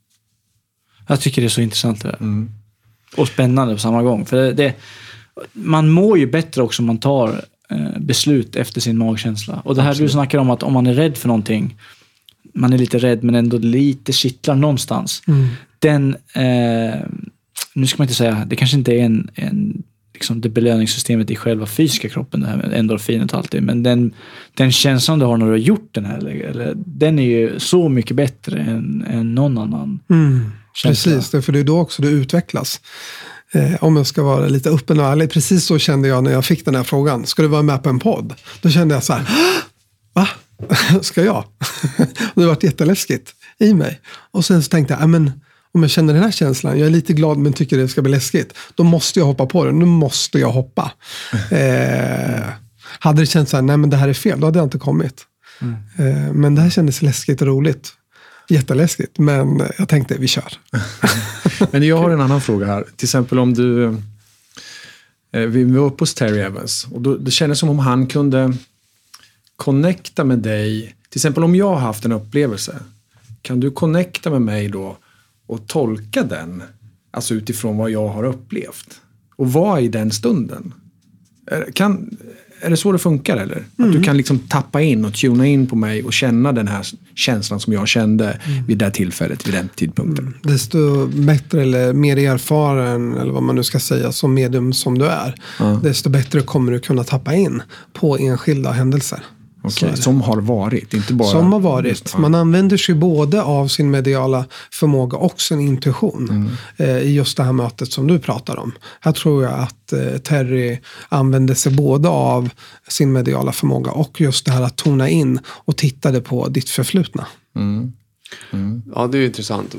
Jag tycker det är så intressant det där. Och spännande på samma gång. För det, det, man mår ju bättre också om man tar eh, beslut efter sin magkänsla. Och det här Absolut. Du snackar om att om man är rädd för någonting, man är lite rädd men ändå lite kittlar någonstans. Mm. Den, eh, nu ska man inte säga, det kanske inte är en, en liksom det belöningssystemet i själva fysiska kroppen, det här med endorfinet och allt det, men den, den känslan du har när du har gjort den här, eller, eller, den är ju så mycket bättre än, än någon annan mm. Precis, det, för det är då också det utvecklas. Eh, om jag ska vara lite öppen och ärlig, precis så kände jag när jag fick den här frågan. Ska du vara med på en podd? Då kände jag så här, va? Ska jag? Det var jätteläskigt i mig. Och sen så tänkte jag, men om jag känner den här känslan, jag är lite glad men tycker det ska bli läskigt, då måste jag hoppa på det. Nu måste jag hoppa. Eh, hade det känts så här, nej men det här är fel, då hade jag inte kommit. Mm. Eh, men det här kändes läskigt och roligt. Jätteläskigt, men jag tänkte vi kör. Men jag har en annan fråga här. Till exempel om du eh, vi var uppe hos Terry Evans och då, det kändes som om han kunde connecta med dig. Till exempel om jag har haft en upplevelse, kan du connecta med mig då och tolka den, alltså utifrån vad jag har upplevt och vara i den stunden? Är, kan, är det så det funkar eller? Mm. Att du kan liksom tappa in och tuna in på mig och känna den här känslan som jag kände mm. vid det tillfället, vid den tidpunkten. Mm. Desto bättre eller mer erfaren, eller vad man nu ska säga, som medium som du är, mm. desto bättre kommer du kunna tappa in på enskilda händelser. Okay. Som har varit, inte bara... Som har varit. Man använder sig både av sin mediala förmåga och sin intuition mm. eh, i just det här mötet som du pratar om. Här tror jag att eh, Terry använde sig både av sin mediala förmåga och just det här att tona in och tittade på ditt förflutna. Mm. Mm. Ja, det är ju intressant.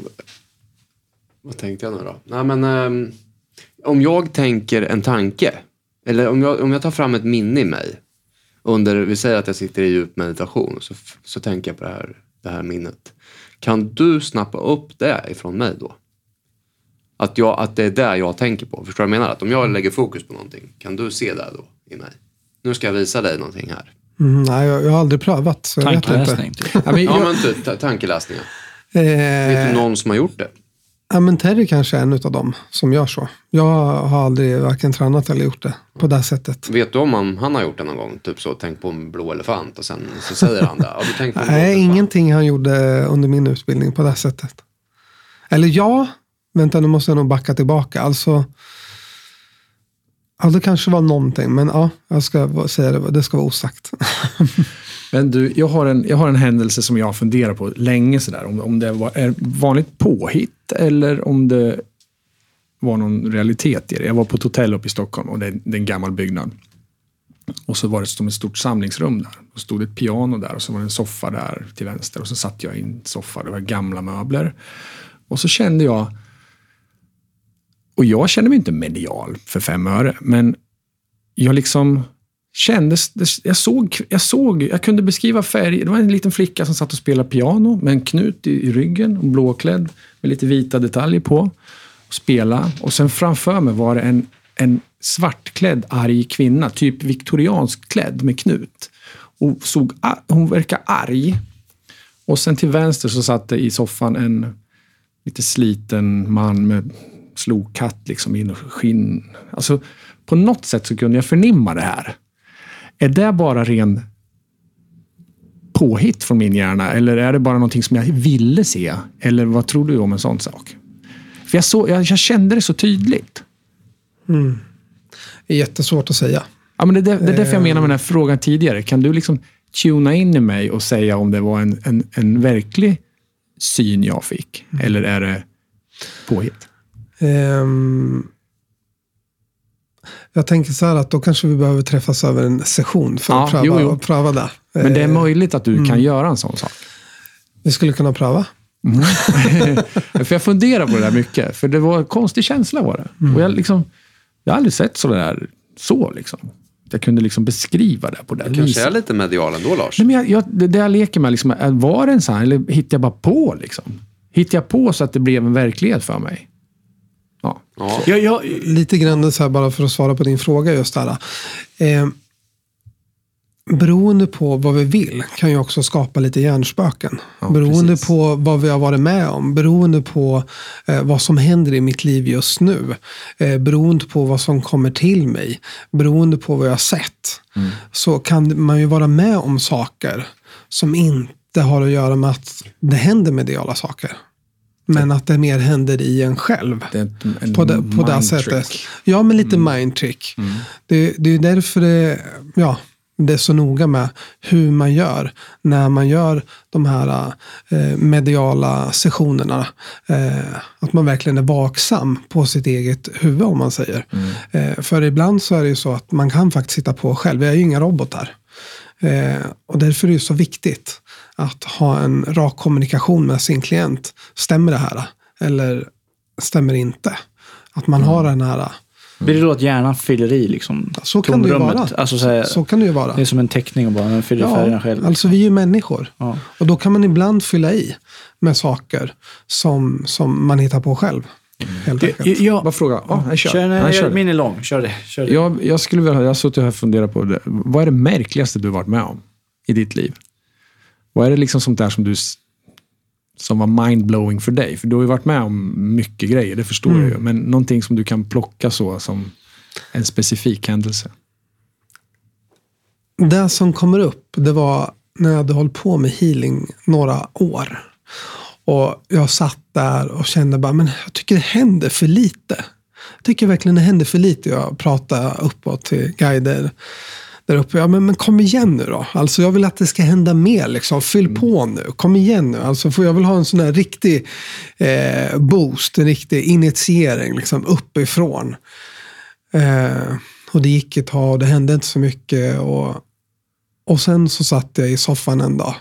Vad tänkte jag nu då? Nej, men um, om jag tänker en tanke, eller om jag, om jag tar fram ett minne i mig, under, vi säger att jag sitter i djup meditation, så, så tänker jag på det här, det här minnet. Kan du snappa upp det ifrån mig då? Att, jag, att det är det jag tänker på. Förstår du vad jag menar? Att om jag lägger fokus på någonting, kan du se det då i mig? Nu ska jag visa dig någonting här. Mm, nej, jag, jag har aldrig prövat. Så tankeläsning. Jag ja, men, ja, men t- tankeläsningar. Eh, Vet du någon som har gjort det? Ja, men Terry kanske är en av dem som gör så. Jag har aldrig varken tränat eller gjort det på det sättet. Vet du om han, han har gjort det någon gång? Typ så, tänk på en blå elefant och sen så säger han det. Ja, du tänk på en Nej, ingenting han gjorde under min utbildning på det sättet. Eller ja, vänta nu måste jag nog backa tillbaka. Alltså, ja, det kanske var någonting, men ja, jag ska säga det, det ska vara osagt. Men du, jag har, en, jag har en händelse som jag funderar på länge sådär. Om, om det var, är vanligt påhitt eller om det var någon realitet i det. Jag var på ett hotell uppe i Stockholm och det, det är en gammal byggnad. Och så var det som ett stort samlingsrum där. Och stod ett piano där och så var det en soffa där till vänster. Och så satt jag i en soffa, det var gamla möbler. Och så kände jag, och jag kände mig inte medial för fem öre, men jag liksom... kändes, jag såg, jag såg, jag kunde beskriva färg. Det var en liten flicka som satt och spelade piano med en knut i, i ryggen och blåklädd med lite vita detaljer på och spela. Och sen framför mig var det en, en svartklädd arg kvinna, typ viktoriansk klädd med knut. Och såg, hon verkar arg. Och sen till vänster så satt det i soffan en lite sliten man med slokhatt liksom in och skinn. Alltså på något sätt så kunde jag förnimma det här. Är det bara ren påhitt från min hjärna? Eller är det bara någonting som jag ville se? Eller vad tror du om en sån sak? För jag, så, jag, jag kände det så tydligt. Mm. Det är jättesvårt att säga. Ja, men det, är, det är därför jag menar med den här frågan tidigare. Kan du liksom tuna in i mig och säga om det var en, en, en verklig syn jag fick? Mm. Eller är det påhitt? Um... Jag tänker så här att då kanske vi behöver träffas över en session för ja, att pröva, jo, jo. pröva det. Men det är möjligt att du mm. kan göra en sån sak. Vi skulle kunna pröva. Mm. För jag funderar på det där mycket. För det var en konstig känsla var det. Mm. Och jag, liksom, jag har aldrig sett så där så liksom. Jag kunde liksom beskriva det på det viset. Kanske är lite medial ändå, Lars. Nej, men jag, jag, det, det jag leker med liksom, var det en sån eller hittade jag bara på liksom? Hittade jag på så att det blev en verklighet för mig? Ja. Ja. Jag, jag, lite grann så här bara för att svara på din fråga just där. Eh, beroende på vad vi vill kan ju också skapa lite hjärnspöken. Ja, beroende precis. på vad vi har varit med om. Beroende på eh, vad som händer i mitt liv just nu. Eh, beroende på vad som kommer till mig. Beroende på vad jag har sett. Mm. Så kan man ju vara med om saker som inte har att göra med att det händer mediala saker. Men att det mer händer i en själv. Det är en på det, på det sättet. Ja, men lite mm. mindtrick. Mm. Det, det är därför det, ja, det är så noga med hur man gör när man gör de här eh, mediala sessionerna. Eh, att man verkligen är vaksam på sitt eget huvud, om man säger. Mm. Eh, för ibland så är det ju så att man kan faktiskt sitta på själv. Vi är ju inga robotar. Eh, och därför är det så viktigt att ha en rak kommunikation med sin klient. Stämmer det här? Eller stämmer det inte? Att man mm. har den här... Blir det då att hjärnan fyller i liksom så kan det ju vara. Alltså, så, här, så kan det ju vara. Det är som en teckning och bara den fyller ja, färgerna själv. Alltså vi är ju människor. Ja. Och då kan man ibland fylla i med saker som, som man hittar på själv. Helt enkelt. Jag, jag, Vad fråga? Oh, jag kör. Kör, nej, jag kör. Min är lång. Kör det. Kör det. Jag, jag skulle vilja, jag har suttit här och funderat på det. Vad är det märkligaste du har varit med om i ditt liv? Vad är det liksom sånt där som du som var mindblowing för dig? För du har ju varit med om mycket grejer, det förstår mm. jag ju. Men någonting som du kan plocka så som en specifik händelse. Det som kommer upp, det var när jag hade hållit på med healing några år. Och jag satt där och kände bara, men jag tycker det händer för lite. Jag tycker verkligen det händer för lite. Jag pratade uppåt till guider där uppe. Ja, men, men kom igen nu då. Alltså jag vill att det ska hända mer liksom. Fyll mm. på nu. Kom igen nu. Alltså för jag vill ha en sån här riktig eh, boost, en riktig initiering liksom uppifrån. Eh, och det gick ett tag och det hände inte så mycket. Och, och sen så satt jag i soffan en dag.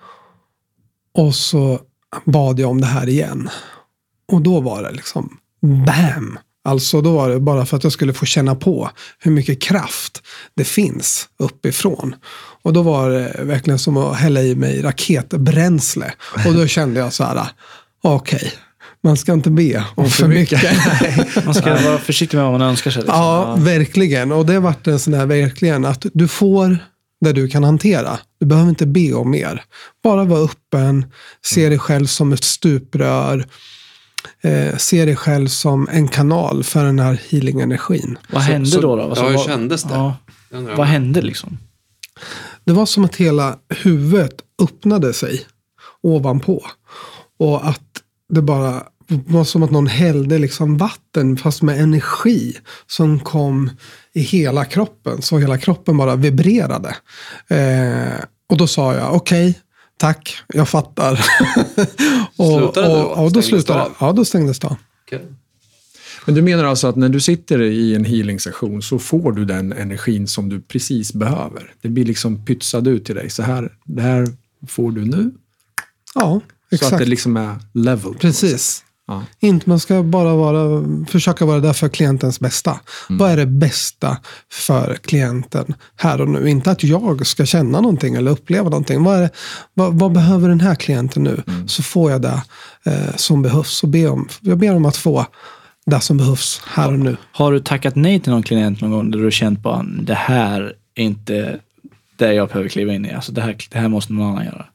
Och så bad jag om det här igen. Och då var det liksom bam! Alltså då var det bara för att jag skulle få känna på hur mycket kraft det finns uppifrån. Och då var det verkligen som att hälla i mig raketbränsle. Och då kände jag så här, okej, okay, man ska inte be om för mycket. Man ska vara försiktig med vad man önskar sig. Liksom. Ja, verkligen. Och det har varit en sån här verkligen att du får det du kan hantera. Du behöver inte be om mer. Bara vara öppen, se dig själv som ett stuprör. Eh, se dig själv som en kanal för den här healing-energin. Vad hände så, då? då? Alltså, ja, hur vad, kändes det? Ja, vad hände liksom? Det var som att hela huvudet öppnade sig ovanpå. Och att det bara var som att någon hällde liksom vatten fast med energi som kom i hela kroppen. Så hela kroppen bara vibrerade. Eh, och då sa jag, okej, okay, tack, jag fattar. och, slutade det då? Och, och då slutade det. Ja, då stängdes det. Okay. Men du menar alltså att när du sitter i en healing-session så får du den energin som du precis behöver? Det blir liksom pytsad ut till dig. Så här, det här får du nu. Ja, exakt. Så att det liksom är level. Precis. Ja. Inte man ska bara vara, försöka vara där för klientens bästa. Mm. Vad är det bästa för klienten här och nu? Inte att jag ska känna någonting eller uppleva någonting. Vad, är det, vad, vad behöver den här klienten nu? Mm. Så får jag det eh, som behövs. Och be om, jag ber om att få det som behövs här och nu. Har du tackat nej till någon klient någon gång där du har känt bara det här är inte det jag behöver kliva in i? Alltså det här, det här måste någon annan göra.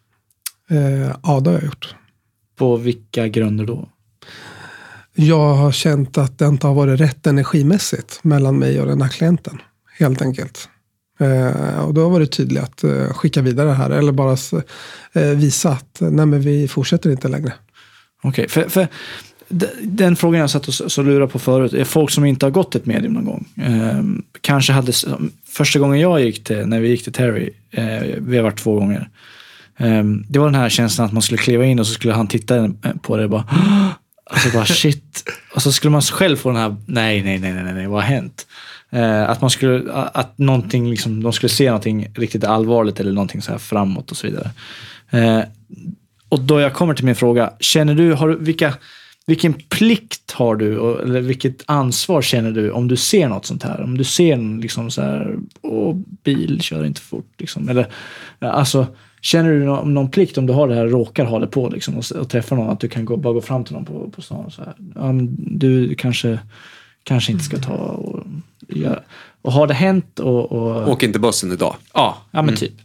Eh, ja, det har jag gjort. På vilka grunder då? Jag har känt att det inte har varit rätt energimässigt mellan mig och den här klienten. Helt enkelt. Eh, och då har varit tydligt att eh, skicka vidare det här. Eller bara eh, visa att nej, men vi fortsätter inte längre. Okej, okay, för, för den frågan jag satt och så, så lurar på förut är folk som inte har gått ett medium någon gång. Eh, kanske hade, första gången jag gick till, när vi gick till Terry, eh, vi har varit två gånger. Um, det var den här känslan att man skulle kliva in och så skulle han titta på det och bara, alltså bara shit. Och så skulle man själv få den här, nej, nej, nej, nej, nej, vad har hänt? Uh, att man skulle, att någonting liksom, de skulle se någonting riktigt allvarligt eller någonting så här framåt och så vidare. Uh, och då jag kommer till min fråga, känner du, har du, vilka, vilken plikt har du eller vilket ansvar känner du om du ser något sånt här? Om du ser liksom så här, åh, bil kör inte fort liksom, eller alltså känner du någon, någon plikt om du har det här, råkar ha det på liksom, och, och träffa någon, att du kan gå, bara gå fram till någon på, på stan och så här, ja, men du kanske, kanske inte ska ta och Ja. Och har det hänt och... och... Åk inte bussen idag. Ja, ja men mm. typ.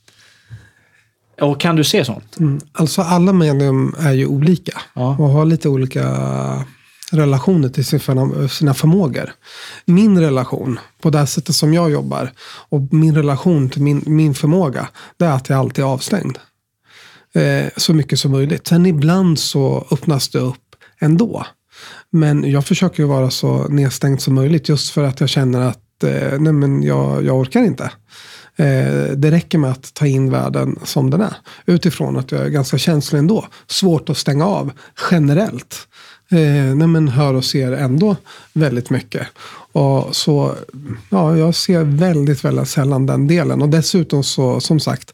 Och kan du se sånt? Mm. Alltså alla medium är ju olika. Ja. Och har lite olika relationer till sina förmågor. Min relation på det här sättet som jag jobbar och min relation till min, min förmåga, det är att jag alltid är avstängd. Eh, så mycket som möjligt. Sen ibland så öppnas det upp ändå. Men jag försöker ju vara så nedstängd som möjligt just för att jag känner att eh, nej men jag, jag orkar inte. Eh, det räcker med att ta in världen som den är. Utifrån att jag är ganska känslig ändå. Svårt att stänga av generellt. Eh, nej men hör och ser ändå väldigt mycket. Och så, ja, jag ser väldigt, väldigt sällan den delen. Och dessutom så, som sagt,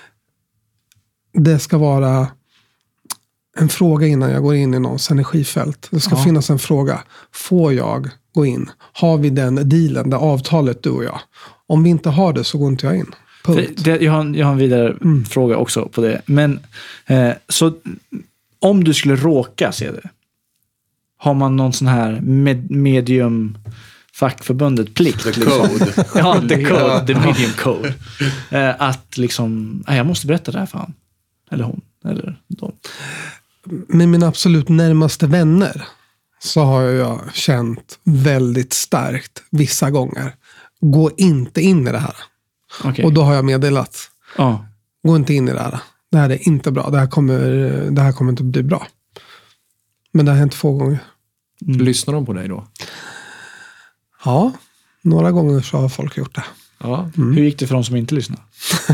det ska vara en fråga innan jag går in i någons energifält. Det ska ja. finnas en fråga. Får jag gå in? Har vi den dealen, det avtalet du och jag? Om vi inte har det så går inte jag in. Punkt. Det, jag, har, jag har en vidare mm. fråga också på det. Men eh, så om du skulle råka se det, har man någon sån här med, medium fackförbundet plikt? The code. Ja, the code, the medium code. Eh, att liksom, jag måste berätta det här för han. Eller hon. Eller de. Med mina absolut närmaste vänner så har jag känt väldigt starkt vissa gånger. Gå inte in i det här. Okay. Och då har jag meddelat. Ja. Gå inte in i det här. Det här är inte bra. Det här kommer, det här kommer inte bli bra. Men det har hänt få gånger. Mm. Lyssnar de på dig då? Ja, några gånger så har folk gjort det. Ja. Mm. Hur gick det för de som inte lyssnade?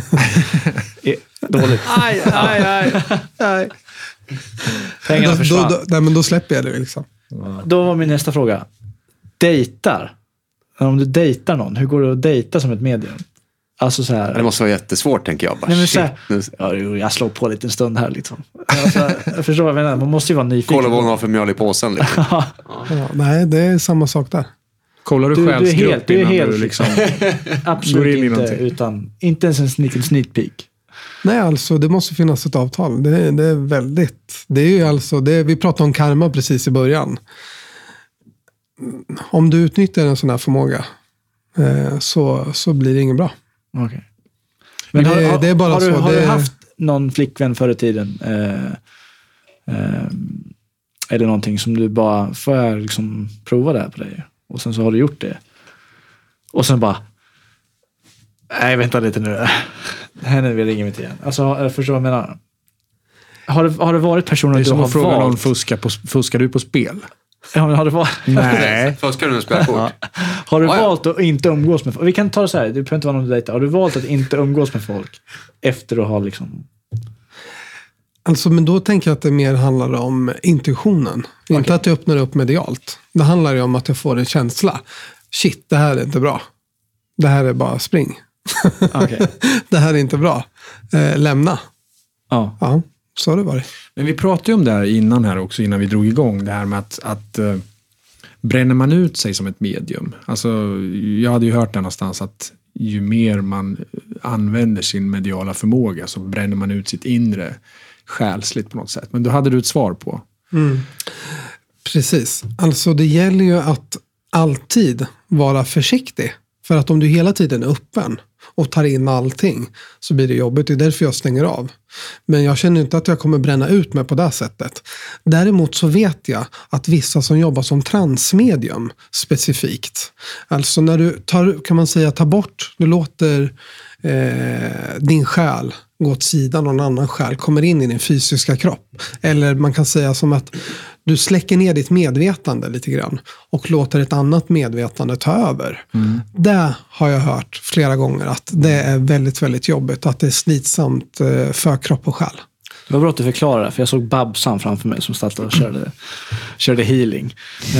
Dåligt. Aj, aj, aj. aj. Pengarna försvann. Då, då, nej, men då släpper jag det liksom. Ja. Då var min nästa fråga. Dejtar. Om du dejtar någon, hur går det att dejta som ett medium? Alltså så här. Det måste vara jättesvårt, tänker jag. Bara, nej, men så här, ja, jag slår på lite en stund här liksom. Alltså, jag förstår vad jag menar. Man måste ju vara nyfiken. Kolla vad hon har för mjöl i påsen. Liksom. ja. Ja, nej, det är samma sak där. Kollar du, du självsgrupp du är helt, innan du du liksom absolut inte, utan inte ens en sneak, sneak peek. Nej, alltså det måste finnas ett avtal. Det, det är väldigt, det är ju alltså, det, vi pratade om karma precis i början. Om du utnyttjar en sån här förmåga eh, så, så blir det inget bra. Okay. Men det, har, det är bara har, så. Du, har det, du haft någon flickvän förr i tiden? Eh, eh, är det någonting som du bara, får jag liksom prova det här på dig? Och sen så har du gjort det. Och sen bara, nej, vänta lite nu. Henne vill ringa mig till igen. Alltså, jag förstår vad jag menar. Har det, har det varit personer du har fråga valt? Någon fuskar, på, fuskar du på spel? Ja, men har det varit... Nej. Fuskar du med spelkort? Ja. Har du ah, valt att inte umgås med folk? Vi kan ta det så här, det behöver inte vara någon du dejtar. Har du valt att inte umgås med folk efter att ha liksom... Alltså, men då tänker jag att det mer handlar om intuitionen. Okay. Inte att jag öppnar upp medialt. Det handlar ju om att jag får en känsla. Shit, det här är inte bra. Det här är bara spring. Okay. Det här är inte bra. Eh, lämna. Ja. Ja, så har det varit. Men vi pratade ju om det här innan här också, innan vi drog igång. Det här med att, att uh, bränner man ut sig som ett medium. Alltså, jag hade ju hört det någonstans att ju mer man använder sin mediala förmåga så bränner man ut sitt inre själsligt på något sätt. Men då hade du ett svar på. Mm. Precis. Alltså det gäller ju att alltid vara försiktig. För att om du hela tiden är öppen och tar in allting så blir det jobbigt. Det är därför jag stänger av. Men jag känner inte att jag kommer bränna ut mig på det sättet. Däremot så vet jag att vissa som jobbar som transmedium specifikt. Alltså när du tar, kan man säga, tar bort, du låter eh, din själ gå åt sidan och en annan själ kommer in i din fysiska kropp. Eller man kan säga som att du släcker ner ditt medvetande lite grann och låter ett annat medvetande ta över. Mm. Det har jag hört flera gånger att det är väldigt, väldigt jobbigt. Att det är slitsamt för kropp och själ. Det var bra att du förklarade det, för jag såg Babsan framför mig som satt och körde, körde healing.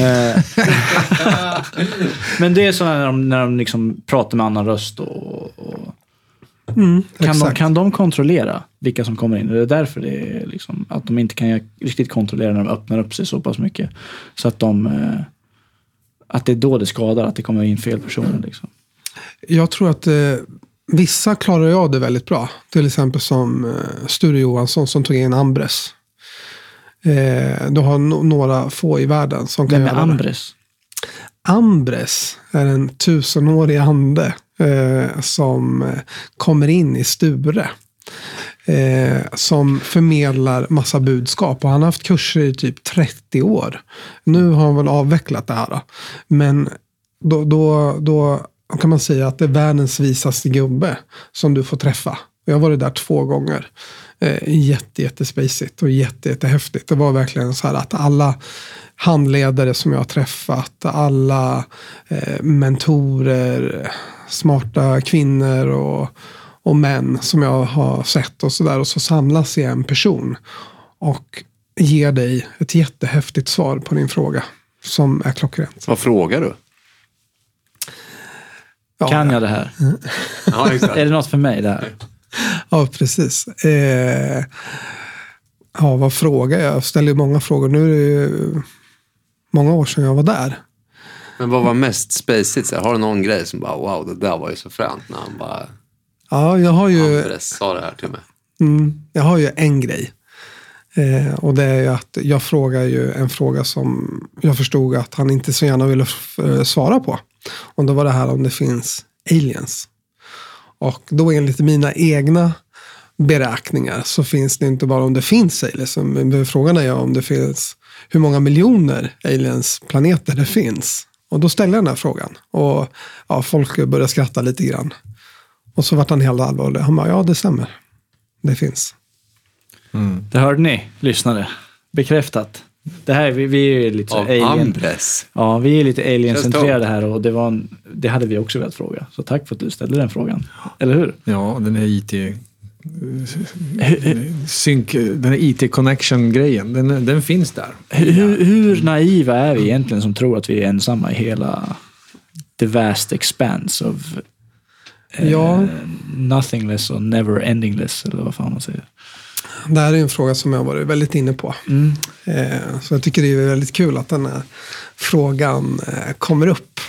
Men det är så när de, när de liksom pratar med annan röst och... och Mm, kan, de, kan de kontrollera vilka som kommer in? Det är därför det är liksom, att de inte kan riktigt kontrollera när de öppnar upp sig så pass mycket. Så att de eh, att det är då det skadar, att det kommer in fel personer. Liksom. Jag tror att eh, vissa klarar ju av det väldigt bra. Till exempel som eh, Sture Johansson som tog in Ambres. Eh, du har no- några få i världen som kan göra göra Ambres? Ambres är en tusenårig ande eh, som eh, kommer in i Sture. Eh, som förmedlar massa budskap. Och han har haft kurser i typ trettio år. Nu har han väl avvecklat det här. Då. Men då, då, då kan man säga att det är världens visaste gubbe som du får träffa. Jag har varit där två gånger. Eh, jätte, jättespacigt och jätte, jättehäftigt. Det var verkligen så här att alla handledare som jag har träffat, alla eh, mentorer, smarta kvinnor och, och män som jag har sett och så där. Och så samlas i en person och ger dig ett jättehäftigt svar på din fråga som är klockrent. Vad frågar du? Ja, Kan jag det här? Ja, exakt. Är det något för mig det här? Ja, precis. Eh, ja, vad frågar jag? Jag ställer ju många frågor. Nu är det ju många år sedan jag var där. Men vad var mest spacigt? Så här, har du någon grej som bara, wow, det där var ju så fränt när han bara, Ja, jag har ju, Andres sa det här till mig. mm, jag har ju en grej. Eh, och det är ju att jag frågar ju en fråga som jag förstod att han inte så gärna ville f- svara på. Och då var det här om det finns aliens. Och då enligt mina egna beräkningar så finns det inte bara om det finns aliens. Men frågan är ju om det finns hur många miljoner aliens-planeter det finns. Och då ställde jag den här frågan. Och ja, folk började skratta lite grann. Och så vart han helt allvarlig. Han bara, ja det stämmer. Det finns. Mm. Det hörde ni, lyssnare. Bekräftat. Det här, vi, vi är lite så Av alien. Ambres. Ja, vi är lite alien-centrerade Känns här och det, var en, det hade vi också velat fråga. Så tack för att du ställde den frågan. Eller hur? Ja, den är I T... Sync, den här I T-connection-grejen, den, den finns där. Hur, hur naiva är vi egentligen som tror att vi är ensamma i hela the vast expanse of eh, Ja. nothingless och never endingless, eller vad fan man säger. Det här är en fråga som jag har varit väldigt inne på. Mm. Eh, så jag tycker det är väldigt kul att den här frågan eh, kommer upp.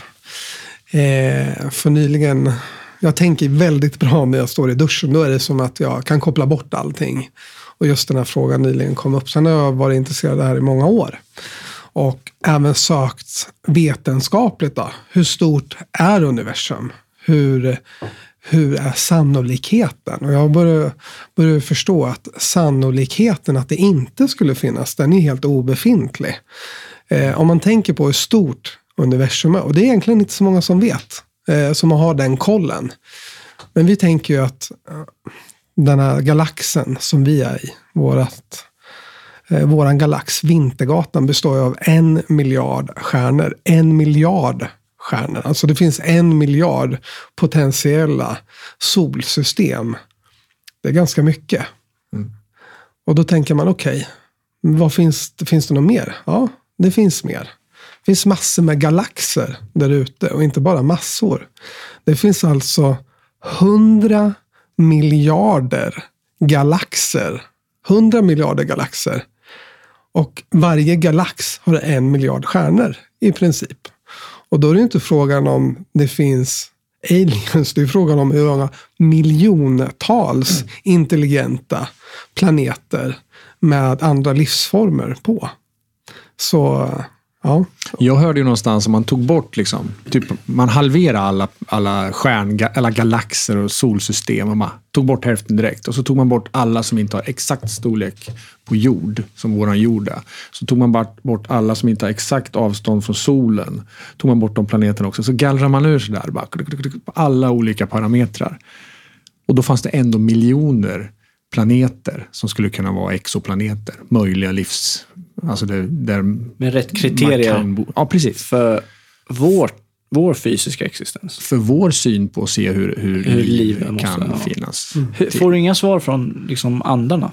Eh, för nyligen, jag tänker väldigt bra när jag står i duschen. Då är det som att jag kan koppla bort allting. Och just den här frågan nyligen kom upp. Sen har jag varit intresserad av det här i många år. Och även sökt vetenskapligt då. Hur stort är universum? Hur... Hur är sannolikheten? Och jag börjar, börjar förstå att sannolikheten att det inte skulle finnas, den är helt obefintlig. Eh, om man tänker på hur stort universum är, och det är egentligen inte så många som vet, eh, som har den kollen. Men vi tänker ju att eh, den här galaxen som vi är i, vårat, eh, våran galax, Vintergatan, består av en miljard stjärnor. En miljard stjärnor. Alltså det finns en miljard potentiella solsystem. Det är ganska mycket. Mm. Och då tänker man, okej, okay, vad finns, finns det något mer? Ja, det finns mer. Det finns massor med galaxer där ute och inte bara massor. Det finns alltså hundra miljarder galaxer. Hundra miljarder galaxer. Och varje galax har en miljard stjärnor i princip. Och då är det inte frågan om det finns aliens. Det är frågan om hur många miljontals mm. intelligenta planeter med andra livsformer på. Så, ja. Jag hörde ju någonstans om man tog bort liksom, typ man halverade alla, alla stjärn, alla galaxer och solsystem och man tog bort hälften direkt. Och så tog man bort alla som inte har exakt storlek på jord, som våran jord är. Så tog man bort alla som inte har exakt avstånd från solen. Tog man bort de planeterna också. Så gallrar man ur sådär bara, på alla olika parametrar. Och då fanns det ändå miljoner planeter som skulle kunna vara exoplaneter. Möjliga livs... Alltså det, där med rätt kriterier bo, ja, precis. för vår, vår fysiska existens. För vår syn på att se hur, hur, hur liv kan måste, ja. finnas. Mm. Får du inga svar från liksom, andarna?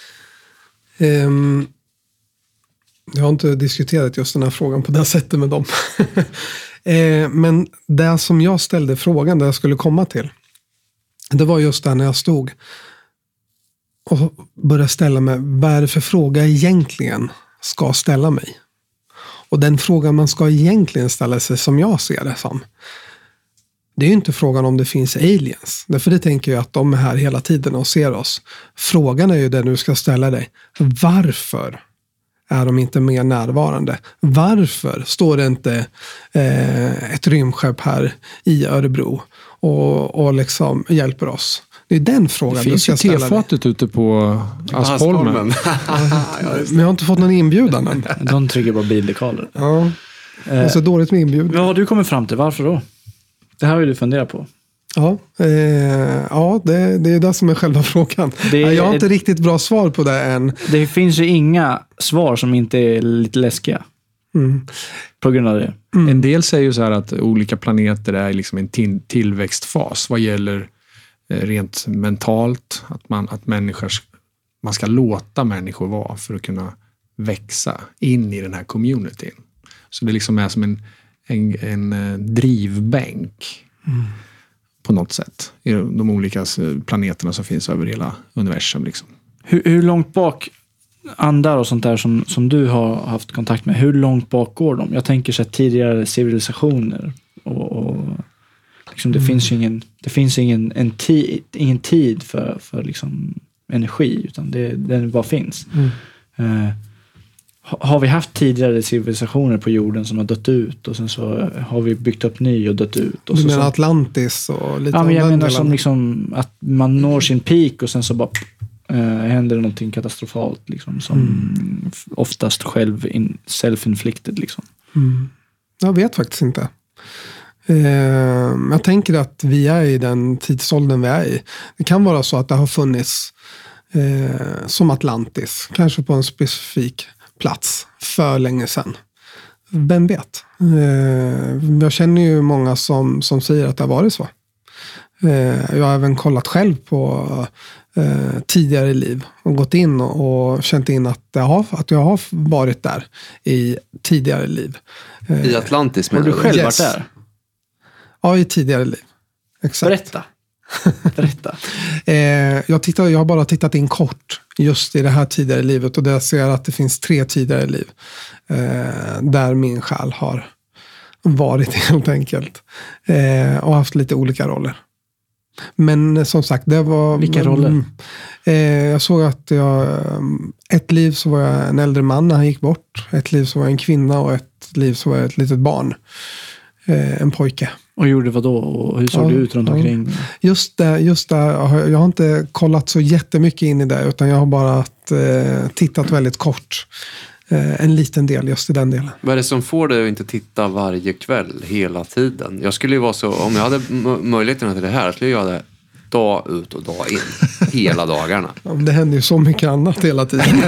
Um, jag har inte diskuterat just den här frågan på det sättet med dem. uh, men det som jag ställde frågan, där jag skulle komma till, det var just där när jag stod och började ställa mig, vad är det för fråga egentligen ska ställa mig? Och den frågan man ska egentligen ställa sig, som jag ser det som, det är ju inte frågan om det finns aliens. Därför det tänker jag att de är här hela tiden och ser oss. Frågan är ju den du ska ställa dig. Varför är de inte mer närvarande? Varför står det inte eh, ett rymdskepp här i Örebro och, och liksom hjälper oss? Det är den frågan. Det finns ju tefatet ute på Aspholmen. Men jag har inte fått någon inbjudan än. De trycker på bildekaler. Ja, det är så dåligt med inbjudan. Vad har du kommit fram till? Varför då? Det här har ju du funderat på. Ja, eh, ja det, det är det som är själva frågan. Det är, jag har inte riktigt bra svar på det än. Det finns ju inga svar som inte är lite läskiga. Mm. På grund av det. Mm. En del säger ju så här att olika planeter är liksom en till- tillväxtfas vad gäller eh, rent mentalt. Att, man, att människor, man ska låta människor vara för att kunna växa in i den här communityn. Så det liksom är som en, en, en, en drivbänk. Mm. På något sätt. I de olika planeterna som finns över hela universum. Liksom. Hur, hur långt bak andar och sånt där som, som du har haft kontakt med, hur långt bak går de? Jag tänker så här tidigare civilisationer. Och, och liksom det mm. finns ju ingen, det finns ingen, en tid, ingen tid för, för liksom energi. Utan det, den bara finns. Mm. Uh, har vi haft tidigare civilisationer på jorden som har dött ut och sen så har vi byggt upp ny och dött ut. Och du så, menar så, Atlantis och lite ja, men jag av den menar delen. som liksom att man når sin peak och sen så bara äh, händer det någonting katastrofalt liksom, som mm. oftast själv in, self-inflicted liksom. Mm. Jag vet faktiskt inte. Eh, jag tänker att vi är i den tidsåldern vi är i. Det kan vara så att det har funnits eh, som Atlantis, kanske på en specifik plats för länge sedan. Vem vet? Eh, jag känner ju många som, som säger att det har varit så. Eh, jag har även kollat själv på eh, tidigare liv och gått in och, och känt in att jag, har, att jag har varit där i tidigare liv. Eh, I Atlantis menar du? Har du själv yes. varit där? Ja, i tidigare liv. Exakt. Berätta. Berätta. eh, jag, tittar, jag har bara tittat in kort just i det här tidigare livet och där ser jag att det finns tre tidigare liv eh, där min själ har varit helt enkelt eh, och haft lite olika roller. Men som sagt, det var... Vilka roller? Mm, eh, jag såg att jag... Ett liv så var jag en äldre man när han gick bort. Ett liv så var jag en kvinna och ett liv så var jag ett litet barn. Eh, en pojke. Och gjorde vad då? Och hur såg ja, det ut runt ja. omkring? Just det, just det. Jag har inte kollat så jättemycket in i det utan jag har bara eh, tittat väldigt kort. Eh, en liten del just i den delen. Vad är det som får dig att inte titta varje kväll hela tiden? Jag skulle ju vara så, om jag hade m- möjligheten till det här, skulle jag göra det dag ut och dag in. Hela dagarna. Ja, det händer ju så mycket annat hela tiden.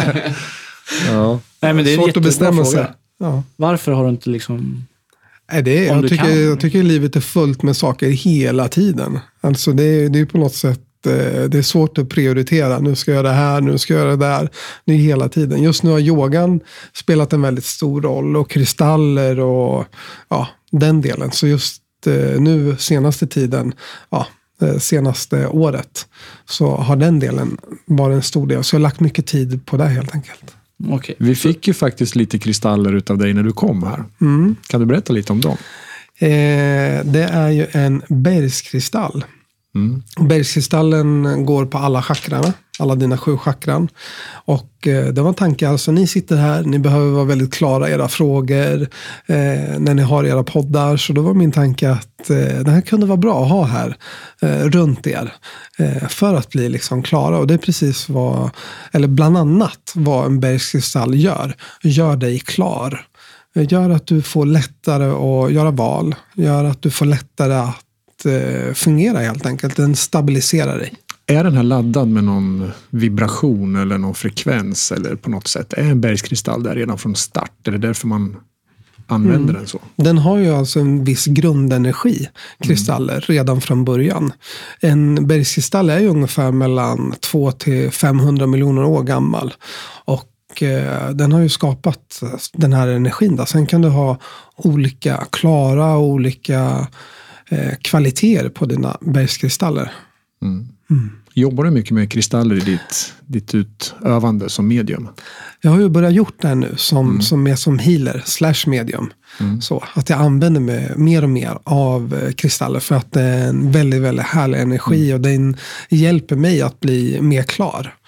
ja. Nej, men det är svårt att bestämma sig. Ja. Varför har du inte liksom... Nej, det är, jag, tycker, jag tycker livet är fullt med saker hela tiden. Alltså det är, det är på något sätt det är svårt att prioritera. Nu ska jag göra det här, nu ska jag göra det där. Det är hela tiden. Just nu har yogan spelat en väldigt stor roll och kristaller och ja, den delen. Så just nu senaste tiden, ja, senaste året så har den delen varit en stor del. Så jag har lagt mycket tid på det helt enkelt. Okay. Vi fick ju faktiskt lite kristaller utav dig när du kom här. Mm. Kan du berätta lite om dem? Eh, det är ju en bergskristall. Mm. Bergskristallen går på alla chakrarna, alla dina sju chakran. Och eh, det var en tanke, alltså ni sitter här, ni behöver vara väldigt klara i era frågor eh, när ni har era poddar. Så då var min tanke att eh, det här kunde vara bra att ha här eh, runt er. Eh, för att bli liksom klara. Och det är precis vad, eller bland annat vad en bergskristall gör. Gör dig klar. Gör att du får lättare att göra val. Gör att du får lättare att fungera helt enkelt. Den stabiliserar dig. Är den här laddad med någon vibration eller någon frekvens eller på något sätt? Är en bergskristall där redan från start? Är det därför man använder mm. den så? Den har ju alltså en viss grundenergi, kristaller, mm. redan från början. En bergskristall är ju ungefär mellan två till femhundra miljoner år gammal. Och eh, den har ju skapat den här energin. Då. Sen kan du ha olika klara och olika kvaliteter på dina bergskristaller. Mm. Mm. Jobbar du mycket med kristaller i ditt, ditt utövande som medium? Jag har ju börjat gjort det nu som, mm. som är som healer slash medium. Mm. Så att jag använder mig mer och mer av kristaller för att det är en väldigt, väldigt härlig energi mm. och den hjälper mig att bli mer klar.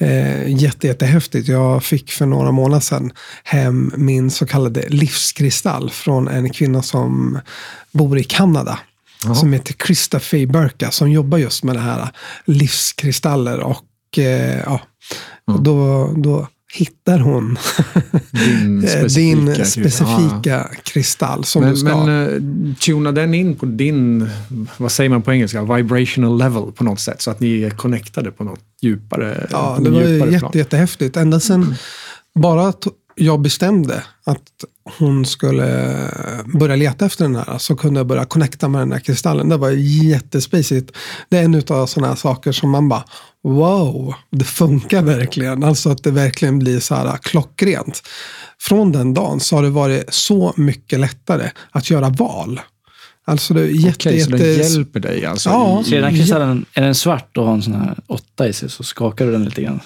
Eh, jätte, jättehäftigt. Jag fick för några månader sedan hem min så kallade livskristall från en kvinna som bor i Kanada. Jaha. Som heter Krista Faye Burka, som jobbar just med det här livskristaller. Och eh, ja, mm. då, då hittar hon din specifika, din specifika ah. kristall som men, du ska. Men uh, tuna den in på din, vad säger man på engelska, vibrational level på något sätt, så att ni är connectade på något djupare. Ja, det var ju jätte, jättehäftigt. Ända sedan mm. bara att jag bestämde att hon skulle börja leta efter den här, så kunde jag börja connecta med den här kristallen. Det var jättespacigt. Det är en av sådana här saker som man bara, wow, det funkar verkligen. Alltså att det verkligen blir så här klockrent. Från den dagen så har det varit så mycket lättare att göra val. Alltså det är jätte, Okej, jätte... så den hjälper dig alltså? Ja. Så den här kristallen, är den svart och har en sån här åtta i sig, så skakar du den lite grann.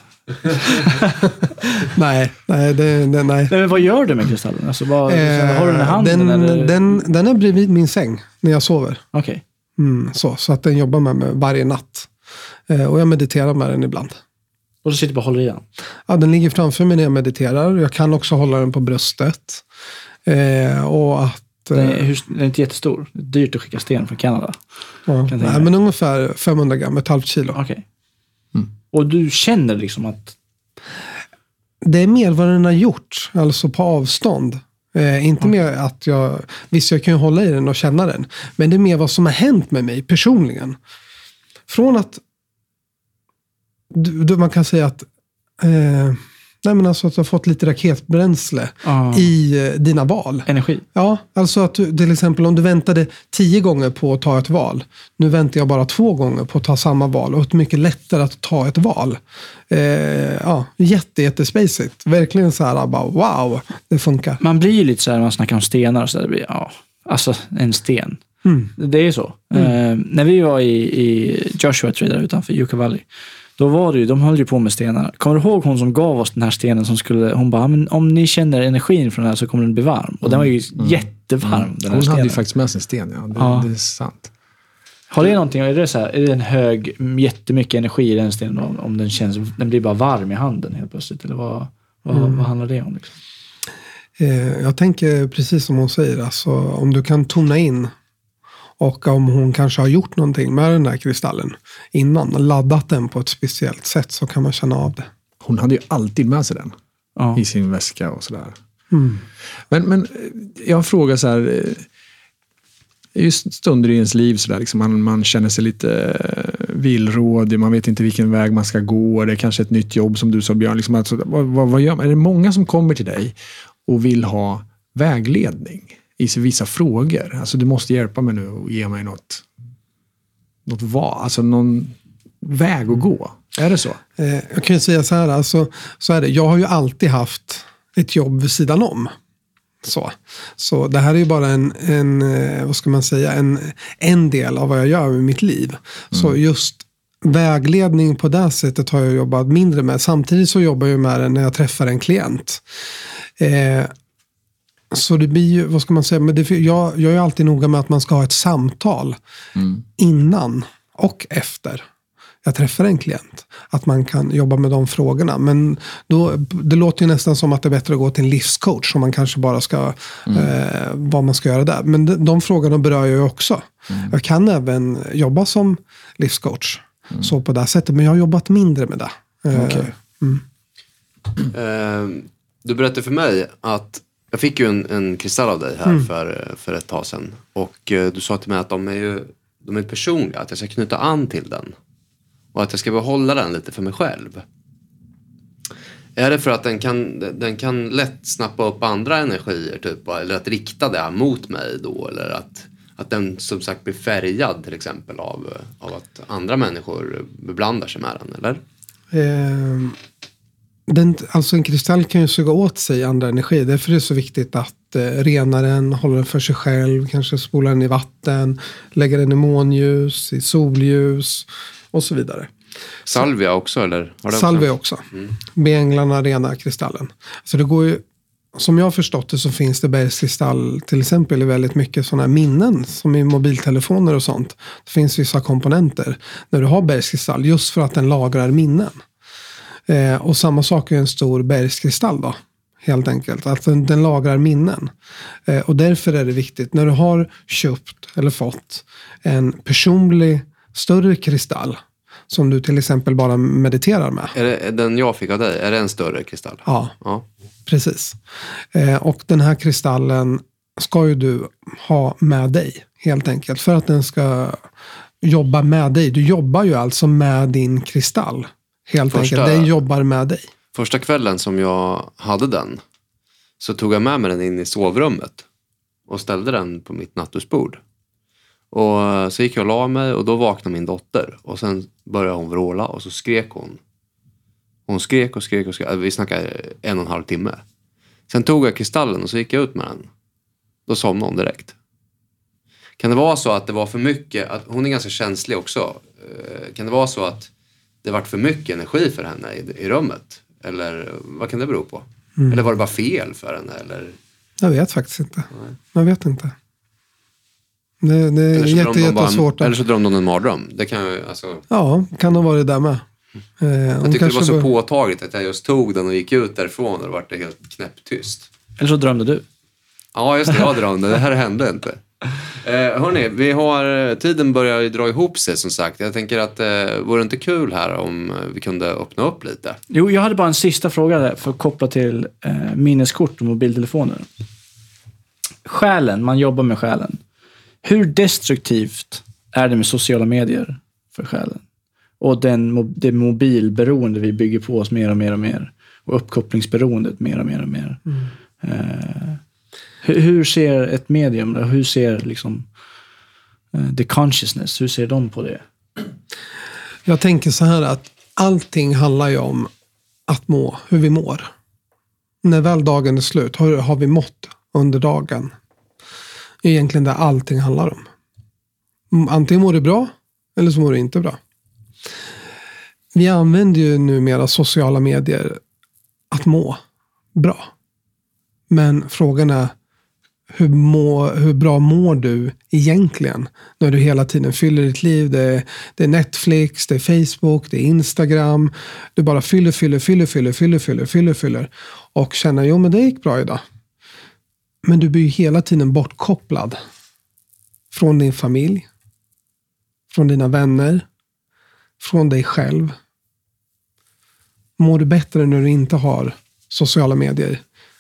nej, nej, det, det, nej. Men vad gör du med kristallen? Alltså, vad, eh, har du den i handen? Den, eller? Den, den är bredvid min säng när jag sover. Okej. Okay. Mm, så, så att den jobbar med mig varje natt. Eh, och jag mediterar med den ibland. Och så sitter du bara och håller i den? Ja, den ligger framför mig när jag mediterar. Jag kan också hålla den på bröstet. Eh, och att... Den är, hur, den är inte jättestor. Det är dyrt att skicka sten från Kanada. Ja, nej, men ungefär femhundra gram, ett halvt kilo. Okej. Okay. Mm. Och du känner liksom att... Det är mer vad den har gjort, alltså på avstånd. Eh, inte mm. mer att jag... Visst, jag kan ju hålla i den och känna den. Men det är mer vad som har hänt med mig personligen. Från att... Du, du, man kan säga att... Eh, nej men alltså att du har fått lite raketbränsle ah. i eh, dina val. Energi. Ja, alltså att du, till exempel om du väntade tio gånger på att ta ett val. Nu väntar jag bara två gånger på att ta samma val. Och det är mycket lättare att ta ett val. Eh, ja, jätte, jättespacigt. Verkligen så här, bara wow, det funkar. Man blir ju lite så här, man snackar om stenar och så där, det blir, ja, alltså en sten. Mm. Det är ju så. Mm. Eh, när vi var i, i Joshua Tree där utanför Yucca Valley, då var det ju, de höll ju på med stenar. Kommer du ihåg hon som gav oss den här stenen som skulle, hon bara, men om ni känner energin från den här så kommer den bli varm. Och den var ju mm. jättevarm, mm. den här hon stenen. Hade ju faktiskt med sig en sten, ja. Det, ja. Det är sant. Har det någonting, är det så här, är det en hög, jättemycket energi i den stenen om, om den känns, den blir bara varm i handen helt plötsligt? Eller vad, vad, mm. vad handlar det om? Liksom? Eh, jag tänker precis som hon säger, alltså om du kan tona in. Och om hon kanske har gjort någonting med den här kristallen innan, laddat den på ett speciellt sätt, så kan man känna av det. Hon hade ju alltid med sig den ja. i sin väska och sådär. Mm. Men, men jag frågar så här, just stunder i ens liv så där, liksom man, man känner sig lite villrådig, man vet inte vilken väg man ska gå, det är kanske ett nytt jobb som du sa, Björn. Liksom, alltså, vad, vad, vad gör man? Är det många som kommer till dig och vill ha vägledning i vissa frågor? Alltså du måste hjälpa mig nu och ge mig något något vad, alltså någon väg att gå. Är det så? Eh, jag kan ju säga så här, alltså, så är det. Jag har ju alltid haft ett jobb vid sidan om. Så, så det här är ju bara en, en vad ska man säga, en, en del av vad jag gör med mitt liv. Mm. Så just vägledning på det sättet har jag jobbat mindre med. Samtidigt så jobbar jag med det när jag träffar en klient. Eh, Så det blir ju, vad ska man säga, men det, jag, jag är alltid noga med att man ska ha ett samtal mm. innan och efter jag träffar en klient. Att man kan jobba med de frågorna. Men då, det låter ju nästan som att det är bättre att gå till en livscoach, om man kanske bara ska, mm. eh, vad man ska göra där. Men de, de frågorna berör jag ju också. Mm. Jag kan även jobba som livscoach. Mm. Så på det sättet, men jag har jobbat mindre med det. Eh, okay. mm. uh, du berättade för mig att jag fick ju en, en kristall av dig här mm. för, för ett tag sedan. Och eh, du sa till mig att de är ju de är personliga. Att jag ska knyta an till den. Och att jag ska behålla den lite för mig själv. Är det för att den kan, den kan lätt snappa upp andra energier? Typ, eller att rikta det mot mig då? Eller att, att den som sagt blir färgad till exempel av, av att andra människor beblandar sig med den? Eller? Eh... Den, alltså en kristall kan ju suga åt sig andra energi. Därför är det så viktigt att eh, rena den, hålla den för sig själv, kanske spola den i vatten, lägga den i månljus, i solljus och så vidare. Salvia också, eller? Har det salvia också. också. Mm. Be änglarna rena kristallen. Så det går ju, som jag har förstått det, så finns det bergskristall till exempel i väldigt mycket sådana här minnen som i mobiltelefoner och sånt. Det finns vissa komponenter när du har bergskristall just för att den lagrar minnen. Eh, och samma sak är en stor bergskristall då. Helt enkelt. Att den, den lagrar minnen. Eh, och därför är det viktigt. När du har köpt eller fått en personlig större kristall. Som du till exempel bara mediterar med. Är det den jag fick av dig? Är det en större kristall? Ja, Ja. precis. Eh, och den här kristallen ska ju du ha med dig. Helt enkelt. För att den ska jobba med dig. Du jobbar ju alltså med din kristall. Helt Första- enkelt. Den jobbar med dig. Första kvällen som jag hade den så tog jag med mig den in i sovrummet och ställde den på mitt nattduksbord. Och så gick jag och la mig och då vaknade min dotter och sen började hon vråla och så skrek hon. Hon skrek och skrek och skrek. Vi snackade en och en halv timme. Sen tog jag kristallen och så gick jag ut med den. Då somnade hon direkt. Kan det vara så att det var för mycket, att hon är ganska känslig också. Eh, Kan det vara så att det varit för mycket energi för henne i, i rummet? Eller vad kan det bero på? Mm. Eller var det bara fel för henne? Eller, Jag vet faktiskt inte. Nej. Jag vet inte. Det, det är eller, så jätte, drömde hon bara en, jättesvårt. eller Att, så drömde hon en mardröm. Det kan ju, alltså, ja, kan det vara det där med. Eh, jag tyckte det var så påtagligt att jag just tog den och gick ut därifrån och det var det helt knäpptyst. Eller så drömde du. Ja, just det. Jag drömde. Det här hände inte. Eh, hörni, vi har, tiden börjar ju dra ihop sig som sagt. Jag tänker att eh, vore det inte kul här om vi kunde öppna upp lite? Jo, jag hade bara en sista fråga där för att koppla till eh, minneskort och mobiltelefoner. Själen, man jobbar med själen. Hur destruktivt är det med sociala medier för själen? Och den, det mobilberoende vi bygger på oss mer och mer och mer. Och uppkopplingsberoendet mer och mer och mer. Mm. Eh, hur, hur ser ett medium, hur ser liksom uh, the consciousness, hur ser de på det? Jag tänker så här att allting handlar ju om att må, hur vi mår. När väl dagen är slut, har, har vi mått under dagen? Det är egentligen det allting handlar om. Antingen mår du bra, eller så mår du inte bra. Vi använder ju numera sociala medier att må bra. Men frågan är, hur, må, hur bra mår du egentligen när du hela tiden fyller ditt liv? Det är, det är Netflix, det är Facebook, det är Instagram. Du bara fyller, fyller, fyller, fyller, fyller, fyller, fyller, fyller. Och känner, jo men det gick bra idag. Men du blir ju hela tiden bortkopplad från din familj, från dina vänner, från dig själv. Mår du bättre när du inte har sociala medier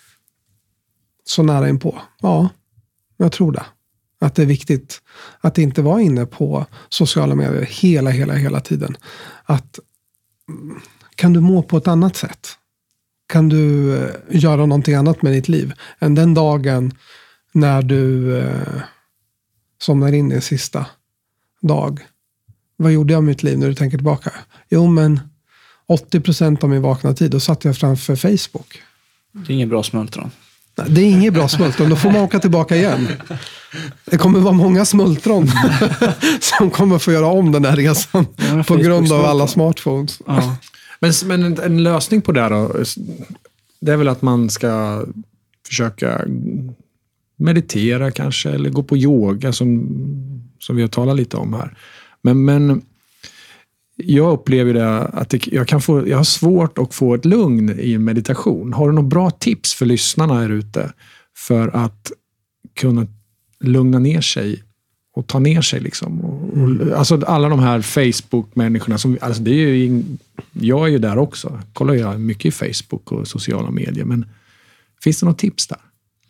så nära inpå? Ja, jag tror det. Att det är viktigt att inte vara inne på sociala medier hela, hela, hela tiden. Att kan du må på ett annat sätt? Kan du eh, göra någonting annat med ditt liv än den dagen när du eh, somnar in i sista dag? Vad gjorde jag med mitt liv när du tänker tillbaka? Jo, men åttio procent av min vakna tid, då satt jag framför Facebook. Det är ingen bra smultron. Nej, det är inget bra smultron, då får man åka tillbaka igen. Det kommer vara många smultron som kommer få göra om den här resan Ja, på grund av alla smartphones. Ja. Men, men en, en lösning på det då, det är väl att man ska försöka meditera kanske, eller gå på yoga som, som vi har talat lite om här. Men, men jag upplever det att det, jag, kan få, jag har svårt att få ett lugn i en meditation. Har du några bra tips för lyssnarna här ute för att kunna lugna ner sig och ta ner sig liksom? Och, och, alltså alla de här Facebook-människorna som, alltså det är ju, jag är ju där också. Kollar jag mycket i Facebook och sociala medier, men finns det några tips där?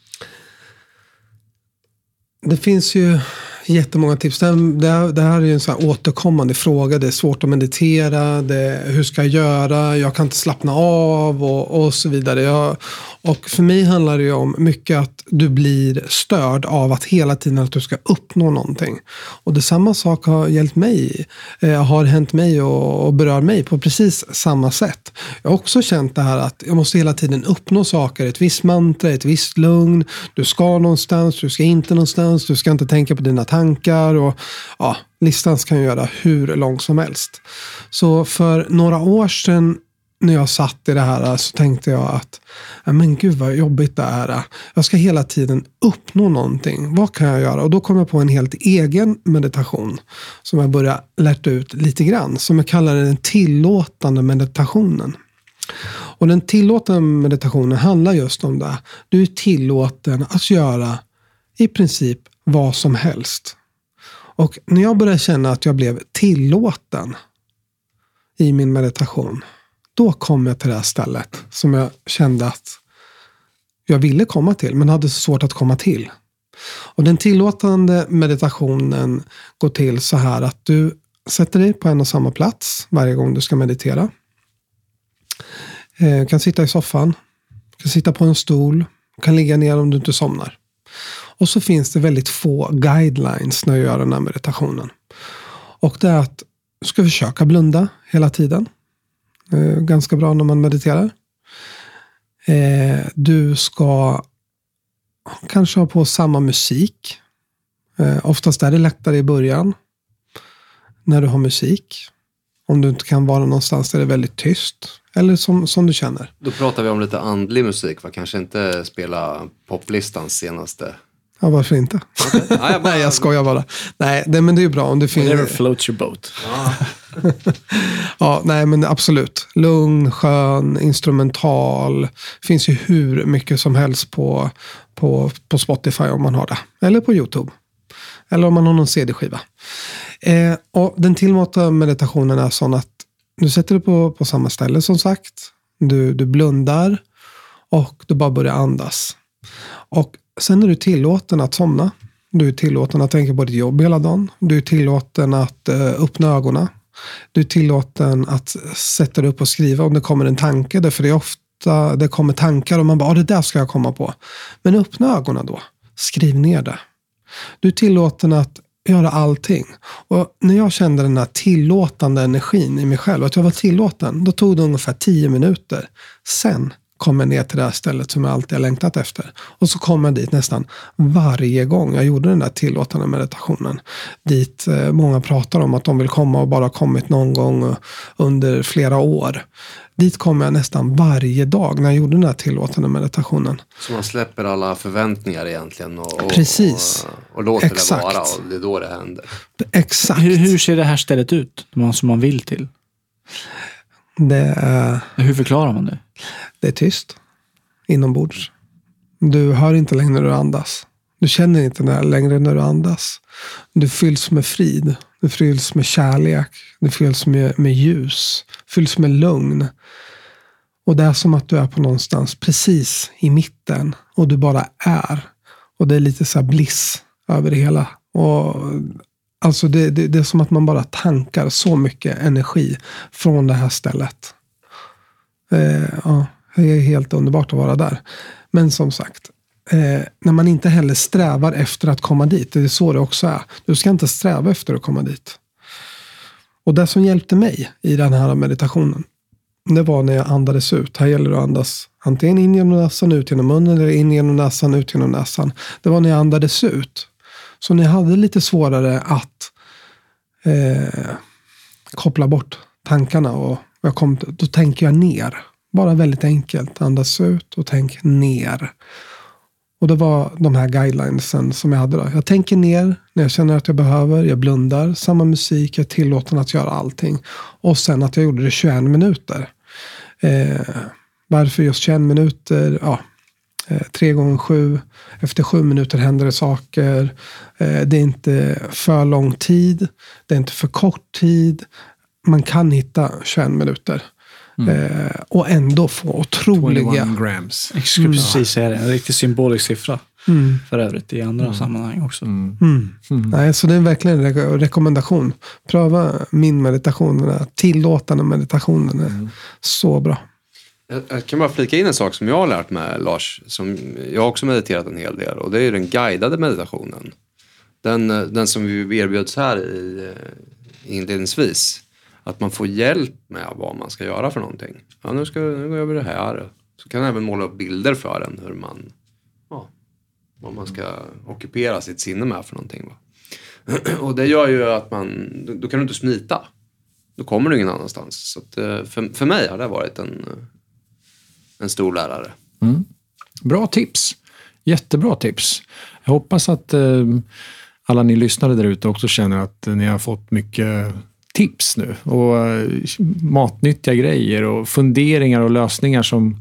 Det finns ju jättemånga tips. Det, det, det här är ju en så här återkommande fråga. Det är svårt att meditera. Det, hur ska jag göra? Jag kan inte slappna av och, och så vidare. Jag, och för mig handlar det ju om mycket att du blir störd av att hela tiden att du ska uppnå någonting. Och det samma sak har hjälpt mig. Eh, har hänt mig och, och berör mig på precis samma sätt. Jag har också känt det här att jag måste hela tiden uppnå saker. Ett visst mantra, ett visst lugn. Du ska någonstans, du ska inte någonstans. Du ska inte tänka på dina tankar. Och ja, listan kan göra hur lång som helst. Så för några år sedan när jag satt i det här så tänkte jag att men gud vad jobbigt det är. Jag ska hela tiden uppnå någonting. Vad kan jag göra? Och då kom jag på en helt egen meditation som jag började lärt ut lite grann. Som jag kallar den tillåtande meditationen. Och den tillåtande meditationen handlar just om det. Du är tillåten att göra i princip vad som helst. Och när jag började känna att jag blev tillåten i min meditation, då kom jag till det här stället som jag kände att jag ville komma till, men hade så svårt att komma till. Och den tillåtande meditationen går till så här att du sätter dig på en och samma plats varje gång du ska meditera. Du kan sitta i soffan, du kan sitta på en stol, du kan ligga ner om du inte somnar. Och så finns det väldigt få guidelines när jag gör den här meditationen. Och det är att du ska försöka blunda hela tiden. Ganska bra när man mediterar. Du ska kanske ha på samma musik. Oftast är det lättare i början när du har musik. Om du inte kan vara någonstans där det är väldigt tyst. Eller som, som du känner. Då pratar vi om lite andlig musik, va? Kanske inte spela poplistans senaste. Ja, varför inte? Okay. Ja, jag bara... Nej, jag skojar bara. Nej, det, men det är ju bra om det finns... Whatever floats your boat. Ja. Ja, nej, men absolut. Lugn, skön, instrumental. Det finns ju hur mycket som helst på, på, på Spotify om man har det. Eller på YouTube. Eller om man har någon C D-skiva. Eh, och den tillåtande meditationen är sån att du sätter dig på, på samma ställe som sagt. Du, du blundar och du bara börjar andas. Och sen är du tillåten att somna. Du är tillåten att tänka på ditt jobb hela dagen. Du är tillåten att uh, öppna ögonen. Du är tillåten att sätta dig upp och skriva om det kommer en tanke. Därför det är ofta det kommer tankar och man bara, ah, det där ska jag komma på. Men öppna ögonen då. Skriv ner det. Du är tillåten att göra allting. Och när jag kände den här tillåtande energin i mig själv, att jag var tillåten, då tog det ungefär tio minuter. Sen kom jag ner till det här stället som jag alltid har längtat efter. Och så kom jag dit nästan varje gång jag gjorde den där tillåtande meditationen. Dit eh, många pratar om att de vill komma och bara kommit någon gång under flera år. Dit kom jag nästan varje dag när jag gjorde den här tillåtande meditationen. Så man släpper alla förväntningar egentligen och, och, Precis. och, och låter Exakt. det vara, och det är då det händer. Exakt. Hur, hur ser det här stället ut som man vill till? Det är, Hur förklarar man det? det är tyst. Inombords. Du hör inte längre när du andas. Du känner inte när, längre när du andas. Du fylls med frid. Du fylls med kärlek. Du fylls med, med ljus. Fylls med lugn. Och det är som att du är på någonstans precis i mitten. Och du bara är. Och det är lite så här bliss över det hela. Och alltså det, det, det är som att man bara tankar så mycket energi från det här stället. Eh, ja, det är helt underbart att vara där. Men som sagt, eh, när man inte heller strävar efter att komma dit. Det är så det också är. Du ska inte sträva efter att komma dit. Och det som hjälpte mig i den här meditationen, det var när jag andades ut. Här gäller det att andas antingen in genom näsan, ut genom munnen, eller in genom näsan, ut genom näsan. Det var när jag andades ut. Så när jag hade lite svårare att eh, koppla bort tankarna och jag kom, då tänker jag ner. Bara väldigt enkelt. Andas ut och tänk ner. Och det var de här guidelinesen som jag hade då. Jag tänker ner när jag känner att jag behöver. Jag blundar. Samma musik. Jag tillåter att göra allting. Och sen att jag gjorde det tjugoen minuter. Eh, varför just tjugoen minuter? Ja. Eh, tre gånger sju. Efter sju minuter händer det saker. Eh, det är inte för lång tid. Det är inte för kort tid. Man kan hitta tjugoen minuter. Mm. Eh, och ändå få otroliga... tjugoett grams. Jag skulle precis säga det. En riktigt symbolisk siffra. Mm. För övrigt i andra mm. sammanhang också. Mm. Mm. Mm. Nej, så det är verkligen en re- rekommendation. Pröva min meditation. Den här tillåtande meditationen. är mm. så bra. Jag, jag kan bara flika in en sak som jag har lärt mig, Lars. Som jag har också mediterat en hel del. Och det är den guidade meditationen. Den, den som vi erbjöds här i, inledningsvis. Att man får hjälp med vad man ska göra för någonting. Ja, nu, ska, nu går jag över det här. Så kan jag även måla upp bilder för en. Hur man, ja, vad man ska ockupera sitt sinne med för någonting. Va? Och det gör ju att man, då, då kan du inte smita. Då kommer du ingen annanstans. Så att, för, för mig har det varit en, en stor lärare. Mm. Bra tips. Jättebra tips. Jag hoppas att eh, alla ni lyssnare där ute också känner att ni har fått mycket tips nu. Och uh, matnyttiga grejer och funderingar och lösningar som...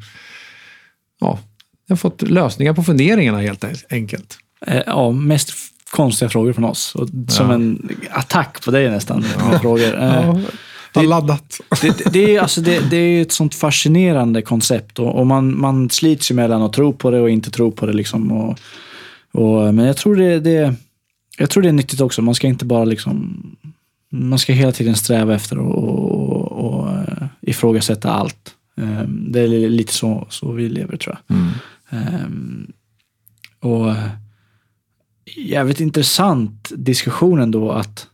Ja, jag har fått lösningar på funderingarna helt enkelt. Eh, ja, mest konstiga frågor från oss. Och som Ja. en attack på dig nästan. Ja. Frågor. Eh, Ja, det är laddat. Det, det, är, alltså det, det är ett sånt fascinerande koncept och, och man, man slits ju mellan att tro på det och inte tro på det liksom och, och, men jag tror det, det jag tror det är nyttigt också. Man ska inte bara liksom man ska hela tiden sträva efter och, och, och, och ifrågasätta allt. Det är lite så, så vi lever, tror jag. Mm. Och jävligt intressant diskussionen då att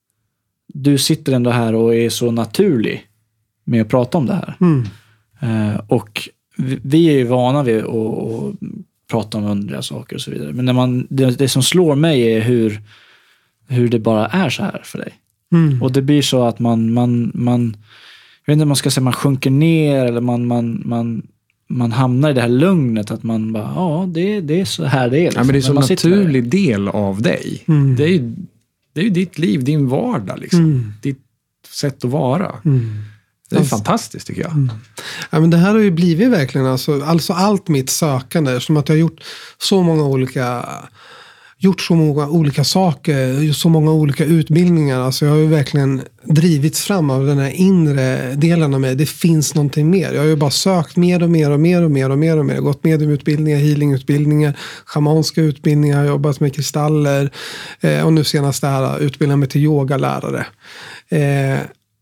du sitter ändå här och är så naturlig med att prata om det här. Mm. Uh, och vi, vi är ju vana vid att, att prata om underliga saker och så vidare. Men när man, det, det som slår mig är hur, hur det bara är så här för dig. Mm. Och det blir så att man, man, man jag vet inte om man ska säga man sjunker ner eller man, man, man, man hamnar i det här lugnet att man bara, ja, det, det är så här det är. Liksom. Ja, men det är så en naturlig där. del av dig. Mm. Det är ju Det är ju ditt liv, din vardag liksom. Mm. Ditt sätt att vara. Mm. Det är alltså fantastiskt tycker jag. Mm. Ja, men det här har ju blivit verkligen alltså, alltså allt mitt sökande, som att jag har gjort så många olika gjort så många olika saker, så många olika utbildningar. Alltså jag har ju verkligen drivits fram av den här inre delen av mig. Det finns någonting mer. Jag har ju bara sökt mer och mer och mer och mer och mer och mer. Gått mediumutbildningar, healingutbildningar, schamanska utbildningar, jobbat med kristaller eh, och nu senast det här utbildat mig till yogalärare. Eh,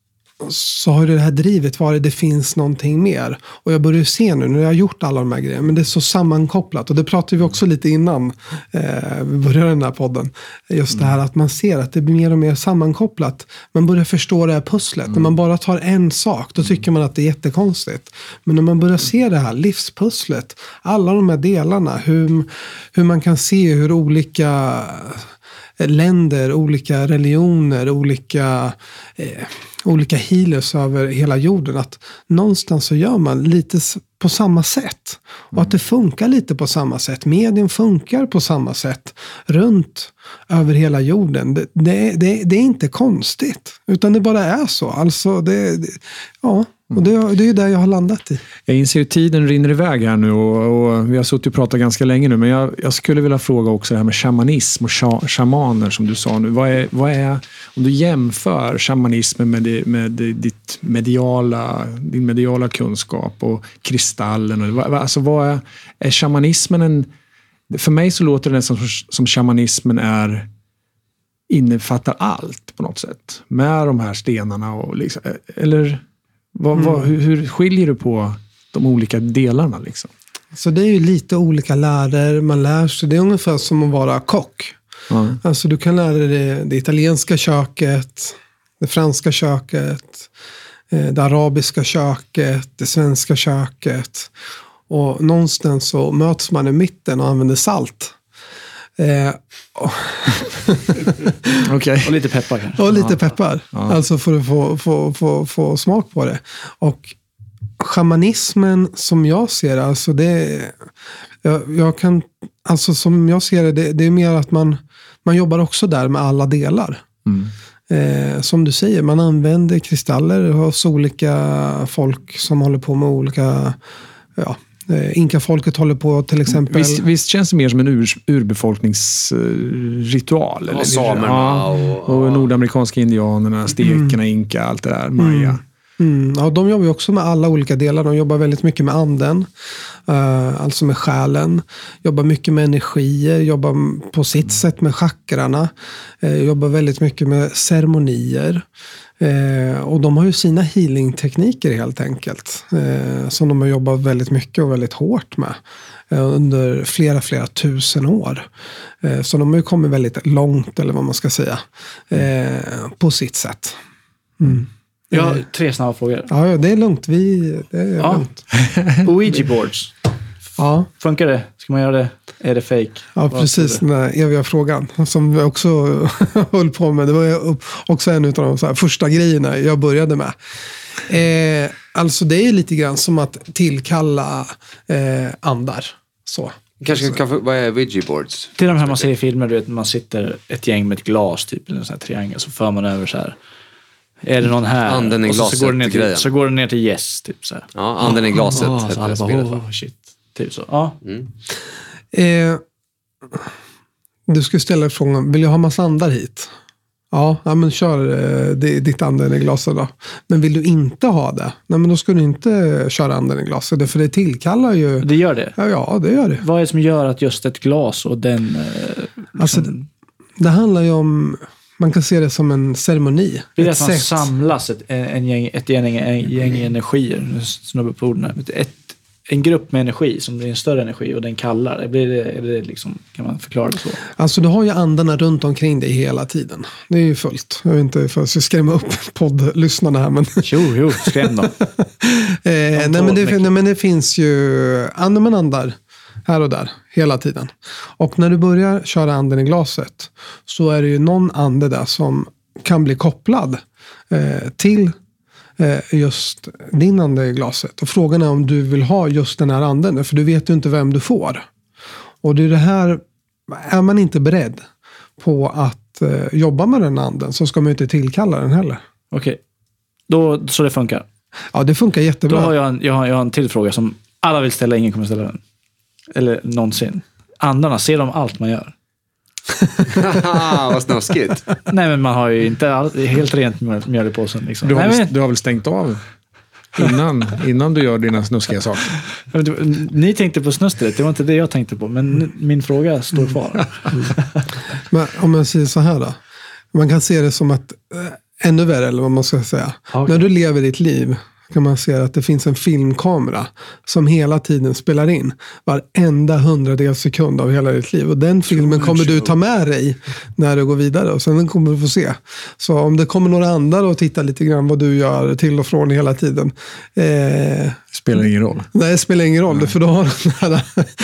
så har det här drivet varit, det finns någonting mer. Och jag börjar se nu, när jag har gjort alla de här grejerna, men det är så sammankopplat. Och det pratade vi också lite innan eh, vi började den här podden. Just mm. det här att man ser att det blir mer och mer sammankopplat. Man börjar förstå det här pusslet. Mm. När man bara tar en sak, då tycker man att det är jättekonstigt. Men när man börjar se det här livspusslet, alla de här delarna, hur, hur man kan se hur olika länder, olika religioner, olika... Eh, olika healers över hela jorden, att någonstans så gör man lite på samma sätt och att det funkar lite på samma sätt. Medien funkar på samma sätt runt över hela jorden. Det, det, det, det är inte konstigt, utan det bara är så. Alltså det, det ja, och det, det är ju där jag har landat i. Jag inser att tiden rinner iväg här nu och, och vi har suttit och pratat ganska länge nu, men jag, jag skulle vilja fråga också det här med shamanism och sha, shamaner som du sa nu. Vad är, vad är, om du jämför shamanismen med, det, med det, ditt mediala, din mediala kunskap och kristallen, och, vad, alltså vad är, är shamanismen en, för mig så låter det nästan som, som shamanismen är innefattar allt på något sätt med de här stenarna och liksom, eller vad, mm. vad, hur, hur skiljer du på de olika delarna liksom? Så det är ju lite olika lärare man lär sig. Det är ungefär som att vara kock. Mm. Alltså du kan lära dig det, det italienska köket, det franska köket, det arabiska köket, det svenska köket. Och någonstans så möts man i mitten och använder salt. Eh, och, okay. och lite peppar kanske. Och lite peppar. Ja. Alltså för att få, få, få, få smak på det. Och shamanismen som jag ser det, alltså det jag, jag kan, alltså som jag ser det, det, det är mer att man, man jobbar också där med alla delar. Mm. Eh, som du säger, man använder kristaller hos olika folk som håller på med olika, ja, Inka-folket håller på till exempel. Visst, visst känns det mer som en ur, urbefolkningsritual? Ja, samerna ja, och, och, och nordamerikanska indianerna, stekerna, mm. inka, allt det där, maya. Mm. Mm. Ja, de jobbar ju också med alla olika delar. De jobbar väldigt mycket med anden, uh, alltså med själen. Jobbar mycket med energier, jobbar på sitt sätt med chakrarna. Uh, jobbar väldigt mycket med ceremonier. Eh, och de har ju sina healing-tekniker helt enkelt. Eh, som de har jobbat väldigt mycket och väldigt hårt med. Eh, under flera, flera tusen år. Eh, så de har ju kommit väldigt långt, eller vad man ska säga. Eh, på sitt sätt. Mm. Jag har tre snabba frågor. Ja, det är lugnt. Vi, det är ja. lugnt. Ouija boards. Ja. Funkar det? Ska man göra det? Är det fake? Ja, vad precis. Den där eviga frågan som vi också höll på med. Det var också en av de så här första grejerna jag började med. Eh, alltså det är lite grann som att tillkalla eh, andar. Så. Kanske kan, vad är Ouija boards? Till de här man ser i filmer, du vet, man sitter ett gäng med ett glas typ, eller en sån här triangel, så för man över så här Är det någon här? Anden i Och så, så, går det ner till, glaset-grejen. så går det ner till yes, typ så här. Ja, anden i glaset. Ah, heter så alla det bara, spelet, oh, va? shit. Typ så. Ja. Mm. Eh, du skulle ställa frågan, vill jag ha massa andar hit? Ja, ja men kör eh, det, ditt anden i glaset då. Men vill du inte ha det? Nej, men då ska du inte köra anden i glaset. För det tillkallar ju... Det gör det. Ja, ja, det gör det. Vad är det som gör att just ett glas och den... Eh, liksom, Alltså, det, det handlar ju om... Man kan se det som en ceremoni. det är ett att man sätt. samlas ett, en gäng, ett gäng, en gäng energier. Nu snubbar på orden här. Ett, en grupp med energi som blir en större energi och den kallar. Blir det, är det liksom, kan man förklara det så? Alltså du har ju andarna runt omkring dig hela tiden. Det är ju fullt. Jag vet inte för att skrämma upp poddlyssnarna här. Men Jo, jo, skräm dem. eh, nej, men det, nej, men det finns ju andar med andar här och där hela tiden. Och när du börjar köra anden i glaset så är det ju någon ande där som kan bli kopplad eh, till eh, just din ande i glaset. Och frågan är om du vill ha just den här anden, för du vet ju inte vem du får. Och det är det här, är man inte beredd på att eh, jobba med den anden så ska man ju inte tillkalla den heller. Okej, då, så det funkar. Ja, det funkar jättebra. Då har jag en, jag har, jag har en till fråga som alla vill ställa, ingen kommer ställa den. Eller någonsin. Andarna, ser de allt man gör? Vad snuskigt. Nej, men man har ju inte all, helt rent mjöl, mjöl i påsen. Liksom. Du har, Nej, väl, men, du har väl stängt av innan, innan du gör dina snuskiga saker? men du, ni tänkte på snustret, det var inte det jag tänkte på. Men min fråga står kvar. Men om jag säger så här då. Man kan se det som att äh, ännu värre, eller vad man ska säga. Okay. När du lever ditt liv kan man se att det finns en filmkamera som hela tiden spelar in varenda hundradels sekund av hela ditt liv. Och den filmen kommer du ta med dig när du går vidare. Och sen kommer du få se. Så om det kommer några andra och tittar lite grann vad du gör till och från hela tiden. Eh, Spelar ingen roll. Nej, det spelar ingen roll. För du har den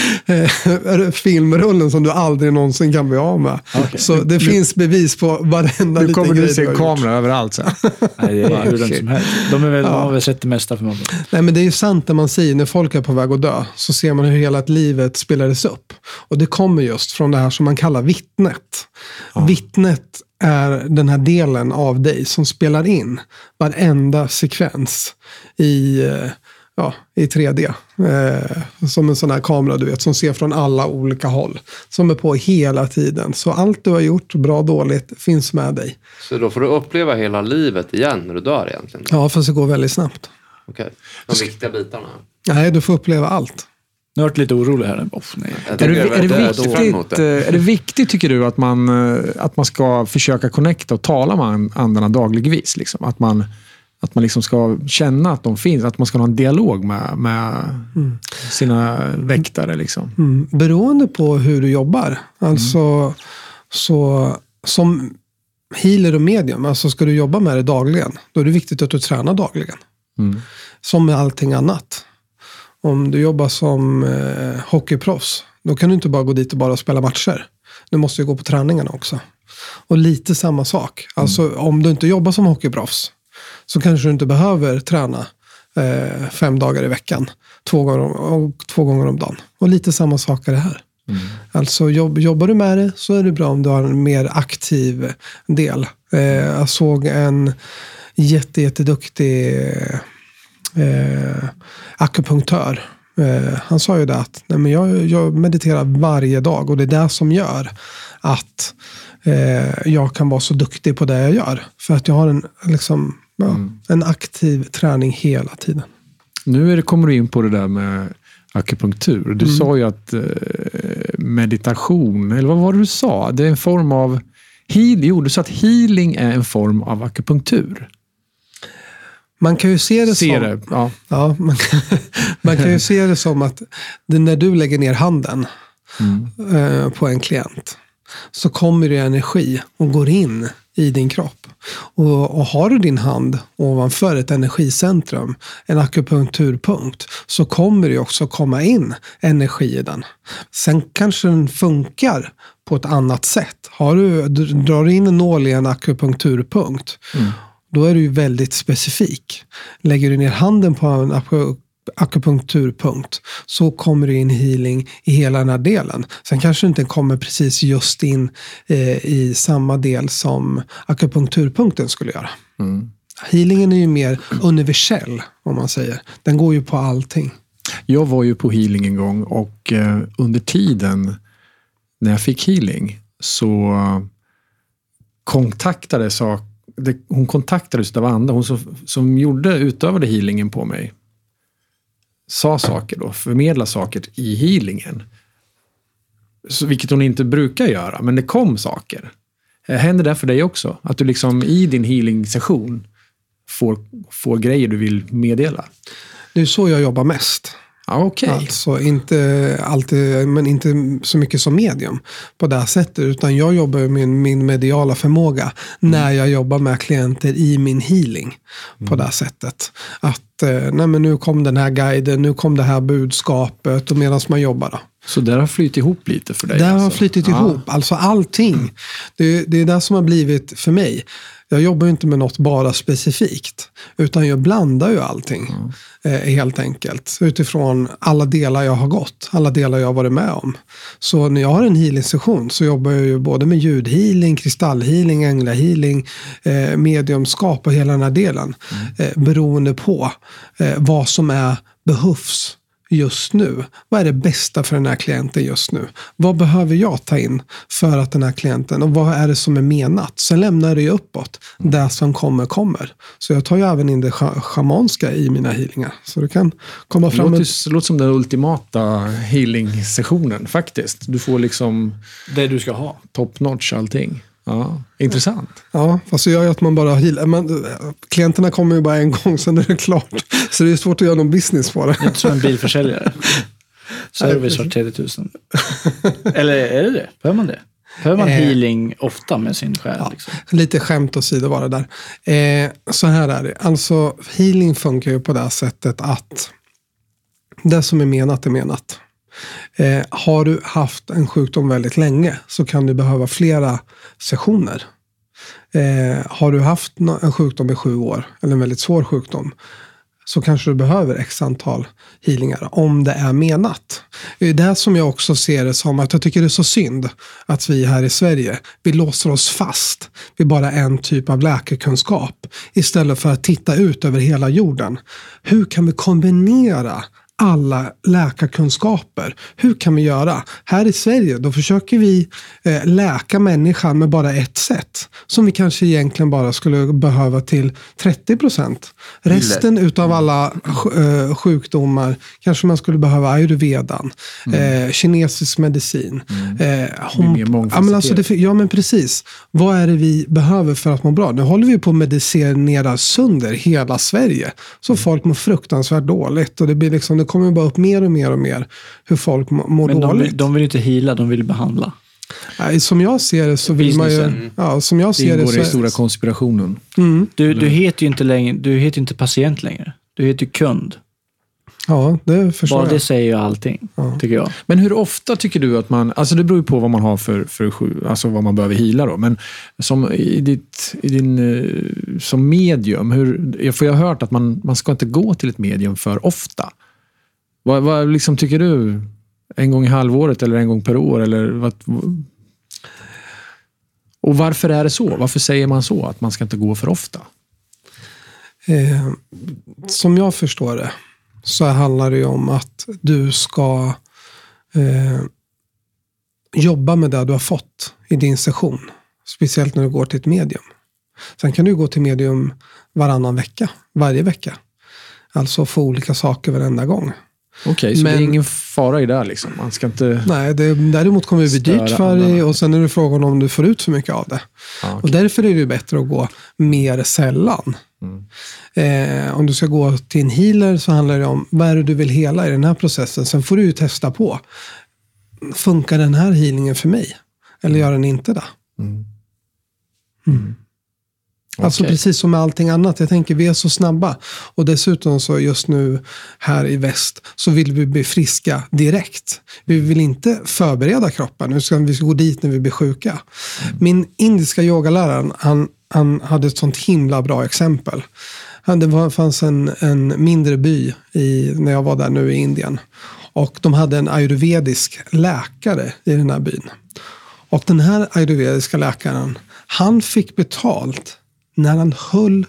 här äh, filmrullen som du aldrig någonsin kan bli av med. Okay. Så det Nu- finns bevis på varenda Nu liten kommer grej du se har en gjort. kamera överallt sen. Nej, det är hur den Shit. som helst. De, är väl, de har väl sett det mesta förmodligen. Nej, men det är ju sant när man säger när folk är på väg att dö så ser man hur hela livet spelades upp. Och det kommer just från det här som man kallar vittnet. Vittnet är den här delen av dig som spelar in varenda sekvens i, eh, ja, i tre D. Eh, som en sån här kamera du vet som ser från alla olika håll. Som är på hela tiden. Så allt du har gjort, bra dåligt, finns med dig. Så då får du uppleva hela livet igen när du dör egentligen? Ja, fast det går väldigt snabbt. Okej. De viktiga bitarna. Nej, du får uppleva allt. Nu har jag varit lite orolig här. Oh, nej. Jag Är det, tycker är, det jag är fram emot viktigt, det. eh, är det viktigt, tycker du, att man, eh, att man ska försöka connecta och tala med andarna dagligvis? Liksom? Att man, att man liksom ska känna att de finns, att man ska ha en dialog med, med mm. sina väktare. Liksom. Mm. Beroende på hur du jobbar. Alltså, mm. så som healer och medium, alltså ska du jobba med det dagligen, då är det viktigt att du tränar dagligen. Mm. Som med allting annat. Om du jobbar som eh, hockeyproffs, då kan du inte bara gå dit och bara spela matcher. Du måste ju gå på träningarna också. Och lite samma sak. Alltså mm. om du inte jobbar som hockeyproffs så kanske du inte behöver träna eh, fem dagar i veckan. Två gånger, om, två gånger om dagen. Och lite samma sak är det här. Mm. Alltså jobb, jobbar du med det så är det bra om du har en mer aktiv del. Eh, jag såg en jätte, jätteduktig eh, akupunktör. Eh, han sa ju det att nej, men jag, jag mediterar varje dag och det är det som gör att eh, jag kan vara så duktig på det jag gör. För att jag har en, liksom, ja, mm. en aktiv träning hela tiden. Nu är det, kommer du in på det där med akupunktur. Du mm. sa ju att eh, meditation, eller vad var det du sa? Det är en form av heal, jo, du sa att healing är en form av akupunktur. Man kan ju se det se som det, ja. Ja, man, kan, man kan ju se det som att det, när du lägger ner handen mm. eh, på en klient så kommer det energi och går in i din kropp. Och, och har du din hand ovanför ett energicentrum, en akupunkturpunkt, så kommer det också komma in energi i den. Sen kanske den funkar på ett annat sätt. Har du, du drar in en nål i en akupunkturpunkt, mm. då är du ju väldigt specifik. Lägger du ner handen på en akupunkturpunkt så kommer det in healing i hela den här delen. Sen kanske det inte kommer precis just in eh, i samma del som akupunkturpunkten skulle göra. Mm. Healingen är ju mer universell, om man säger. Den går ju på allting. Jag var ju på healing en gång och eh, under tiden när jag fick healing så kontaktades det, hon kontaktades av andra, hon som, som gjorde, utövade healingen på mig, sa saker då, förmedlade saker i healingen. Så, vilket hon inte brukar göra, men det kom saker. Händer det för dig också? Att du liksom i din healing-session får, får grejer du vill meddela? Det är så jag jobbar mest. Ja, okej. Okay. Alltså inte alltid, men inte så mycket som medium på det här sättet, utan jag jobbar med min, min mediala förmåga mm. när jag jobbar med klienter i min healing mm. på det här sättet. Att eh, nej, men nu kom den här guiden, nu kom det här budskapet, och medan man jobbar då. Så det har flyttit ihop lite för dig? Det alltså. har flyttit ja. ihop, alltså allting. Mm. Det, det är det som har blivit för mig. Jag jobbar ju inte med något bara specifikt, utan jag blandar ju allting mm. eh, helt enkelt. Utifrån alla delar jag har gått, alla delar jag har varit med om. Så när jag har en healing-session så jobbar jag ju både med ljudhealing, kristallhealing, änglahealing, eh, mediumskap och hela den här delen. Mm. Eh, beroende på eh, vad som är behövs just nu. Vad är det bästa för den här klienten just nu? Vad behöver jag ta in för att den här klienten, och vad är det som är menat? Sen lämnar det ju uppåt. Det som kommer, kommer. Så jag tar ju även in det schamanska i mina healingar. Så det kan komma fram. Det låter, en... låter som den ultimata healing-sessionen faktiskt. Du får liksom det du ska ha. Top notch allting. Ja, intressant. Ja, fast det gör ju att man bara healar. Man, klienterna kommer ju bara en gång, sen är det klart. Så det är svårt att göra någon business på det. Det är inte som en bilförsäljare. Service var trettio tusen. Eller är det det? Behöver man det? Behöver man healing ofta med sin själ? Ja, liksom? Lite skämt åsido var det där. Eh, så här är det. Alltså, healing funkar ju på det här sättet att det som är menat är menat. Eh, har du haft en sjukdom väldigt länge så kan du behöva flera sessioner. Eh, har du haft en sjukdom i sju år eller en väldigt svår sjukdom så kanske du behöver x antal healingar om det är menat. Det är det som jag också ser det som att jag tycker det är så synd att vi här i Sverige, vi låser oss fast vid bara en typ av läkekunskap istället för att titta ut över hela jorden. Hur kan vi kombinera alla läkarkunskaper? Hur kan vi göra? Här i Sverige då försöker vi eh, läka människan med bara ett sätt som vi kanske egentligen bara skulle behöva till trettio procent. Resten utav alla eh, sjukdomar kanske man skulle behöva ayurvedan, mm. eh, kinesisk medicin. Mm. Eh, hom- ja, men alltså det, ja men precis. Vad är det vi behöver för att må bra? Nu håller vi på att medicinera sönder hela Sverige. Så mm. folk mår fruktansvärt dåligt och det blir liksom, det kommer bara upp mer och mer och mer hur folk mår men dåligt. Men de, de vill inte heala, de vill behandla. Nej, som jag ser det så vill man ju... Ja, som jag ser det, det så är det stora konspirationen. Mm. Du, du heter ju inte längre, du heter ju inte patient längre. Du heter ju kund. Ja, det förstår Bara jag. det säger ju allting, ja. Tycker jag. Men hur ofta tycker du att man... Alltså det beror ju på vad man har för... för alltså vad man behöver heala då. Men som i, ditt, i din... Som medium, hur... För jag har hört att man, man ska inte gå till ett medium för ofta. Vad, vad liksom tycker du? En gång i halvåret eller en gång per år? Eller vad, och varför är det så? Varför säger man så? Att man ska inte gå för ofta? Eh, som jag förstår det så handlar det ju om att du ska eh, jobba med det du har fått i din session. Speciellt när du går till ett medium. Sen kan du gå till medium varannan vecka, varje vecka. Alltså få olika saker varenda gång. Okej, okay, så men, det är ingen fara i det liksom? Man ska inte... Nej, det, däremot kommer det bli dyrt för dig och sen är det frågan om du får ut för mycket av det. Ah, okay. Och därför är det bättre att gå mer sällan. Mm. Eh, om du ska gå till en healer så handlar det om vad är det du vill hela i den här processen. Sen får du ju testa på. Funkar den här healingen för mig? Eller gör den inte det? Mm. Mm. Alltså okay. Precis som med allting annat. Jag tänker vi är så snabba. Och dessutom så just nu här i väst så vill vi bli friska direkt. Vi vill inte förbereda kroppen. Nu ska vi gå dit när vi blir sjuka. Mm. Min indiska yogaläraren han, han hade ett sånt himla bra exempel. Det var, fanns en, en mindre by i, när jag var där nu i Indien. Och de hade en ayurvedisk läkare i den här byn. Och den här ayurvediska läkaren han fick betalt när han höll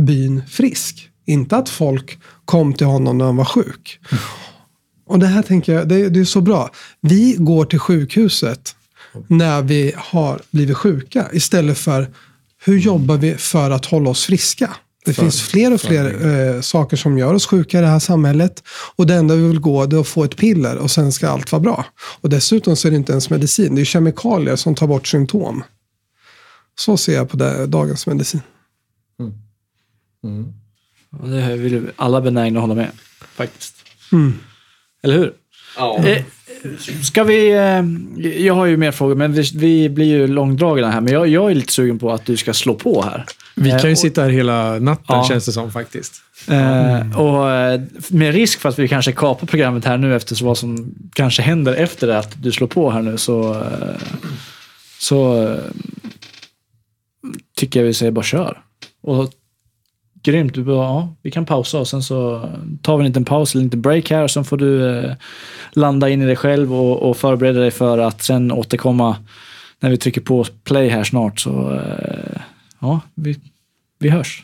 byn frisk. Inte att folk kom till honom när han var sjuk. Mm. Och det här tänker jag, det, det är så bra. Vi går till sjukhuset när vi har blivit sjuka istället för hur jobbar vi för att hålla oss friska. Det för, finns fler och fler eh, saker som gör oss sjuka i det här samhället. Och det enda vi vill gå är att få ett piller och sen ska allt vara bra. Och dessutom så är det inte ens medicin. Det är kemikalier som tar bort symptom. Så ser jag på det, dagens medicin. Mm. Mm. Och det vill alla benägna hålla med, faktiskt. Mm. Eller hur? Ja. Eh, ska vi... Eh, jag har ju mer frågor, men vi, vi blir ju långdragna här. Men jag, jag är lite sugen på att du ska slå på här. Vi kan ju eh, och, sitta här hela natten, ja. Känns det som faktiskt. Eh, och med risk för att vi kanske kapar programmet här nu efter så vad som kanske händer efter det att du slår på här nu, så... Eh, så eh, tycker jag vi säger bara kör. Och grymt, du bara, ja, vi kan pausa och sen så tar vi en liten paus eller en liten break här och sen får du eh, landa in i dig själv och, och förbereda dig för att sen återkomma när vi trycker på play här snart, så eh, ja, vi, vi hörs.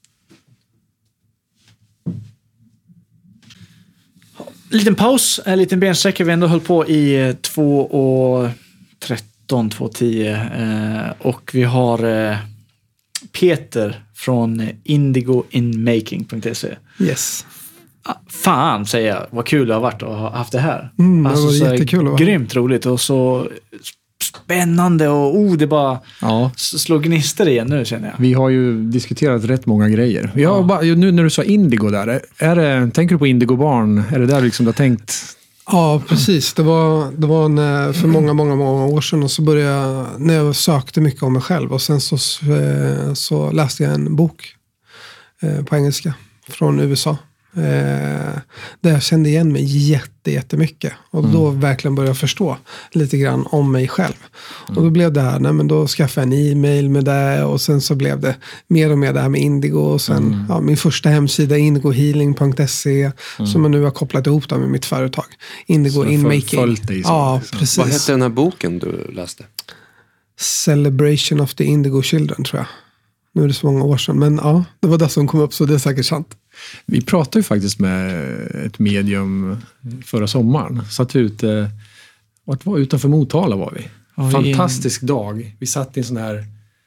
Liten paus, en liten bensträckare. Vi ändå höll på i två och tretton, två och tio eh, och vi har eh, Peter från indigo in making punkt se. Yes. Fan, säger jag. Vad kul det har varit att ha haft det här. Mm, det alltså, var så jättekul. Grymt roligt och så spännande och oh, det bara ja. slår gnister igen nu, känner jag. Vi har ju diskuterat rätt många grejer. Vi har ja. bara, nu när du sa indigo där, är det, tänker du på indigobarn? Är det där liksom du har tänkt? Ja, precis. Det var, det var när, för många, många, många år sedan, och så började jag, när jag sökte mycket om mig själv, och sen så, så läste jag en bok eh, på engelska från U S A. Eh, där jag kände igen mig jätte, jättemycket. Och mm. då verkligen började jag förstå lite grann om mig själv. Mm. Och då blev det här, nej, men då skaffade jag en e-mail med det, och sen så blev det mer och mer det här med indigo, och sen mm. ja, min första hemsida indigo healing punkt se mm. som jag nu har kopplat ihop med mitt företag. Indigo in making. Ja, precis. Vad hette den här boken du läste? Celebration of the Indigo Children, tror jag. Nu är det så många år sedan, men ja, det var det som kom upp, så det är säkert sant. Vi pratade ju faktiskt med ett medium förra sommaren. Satt vi ute, vart var utanför Motala var vi. Ja, fantastisk en... dag. Vi satt i en sån här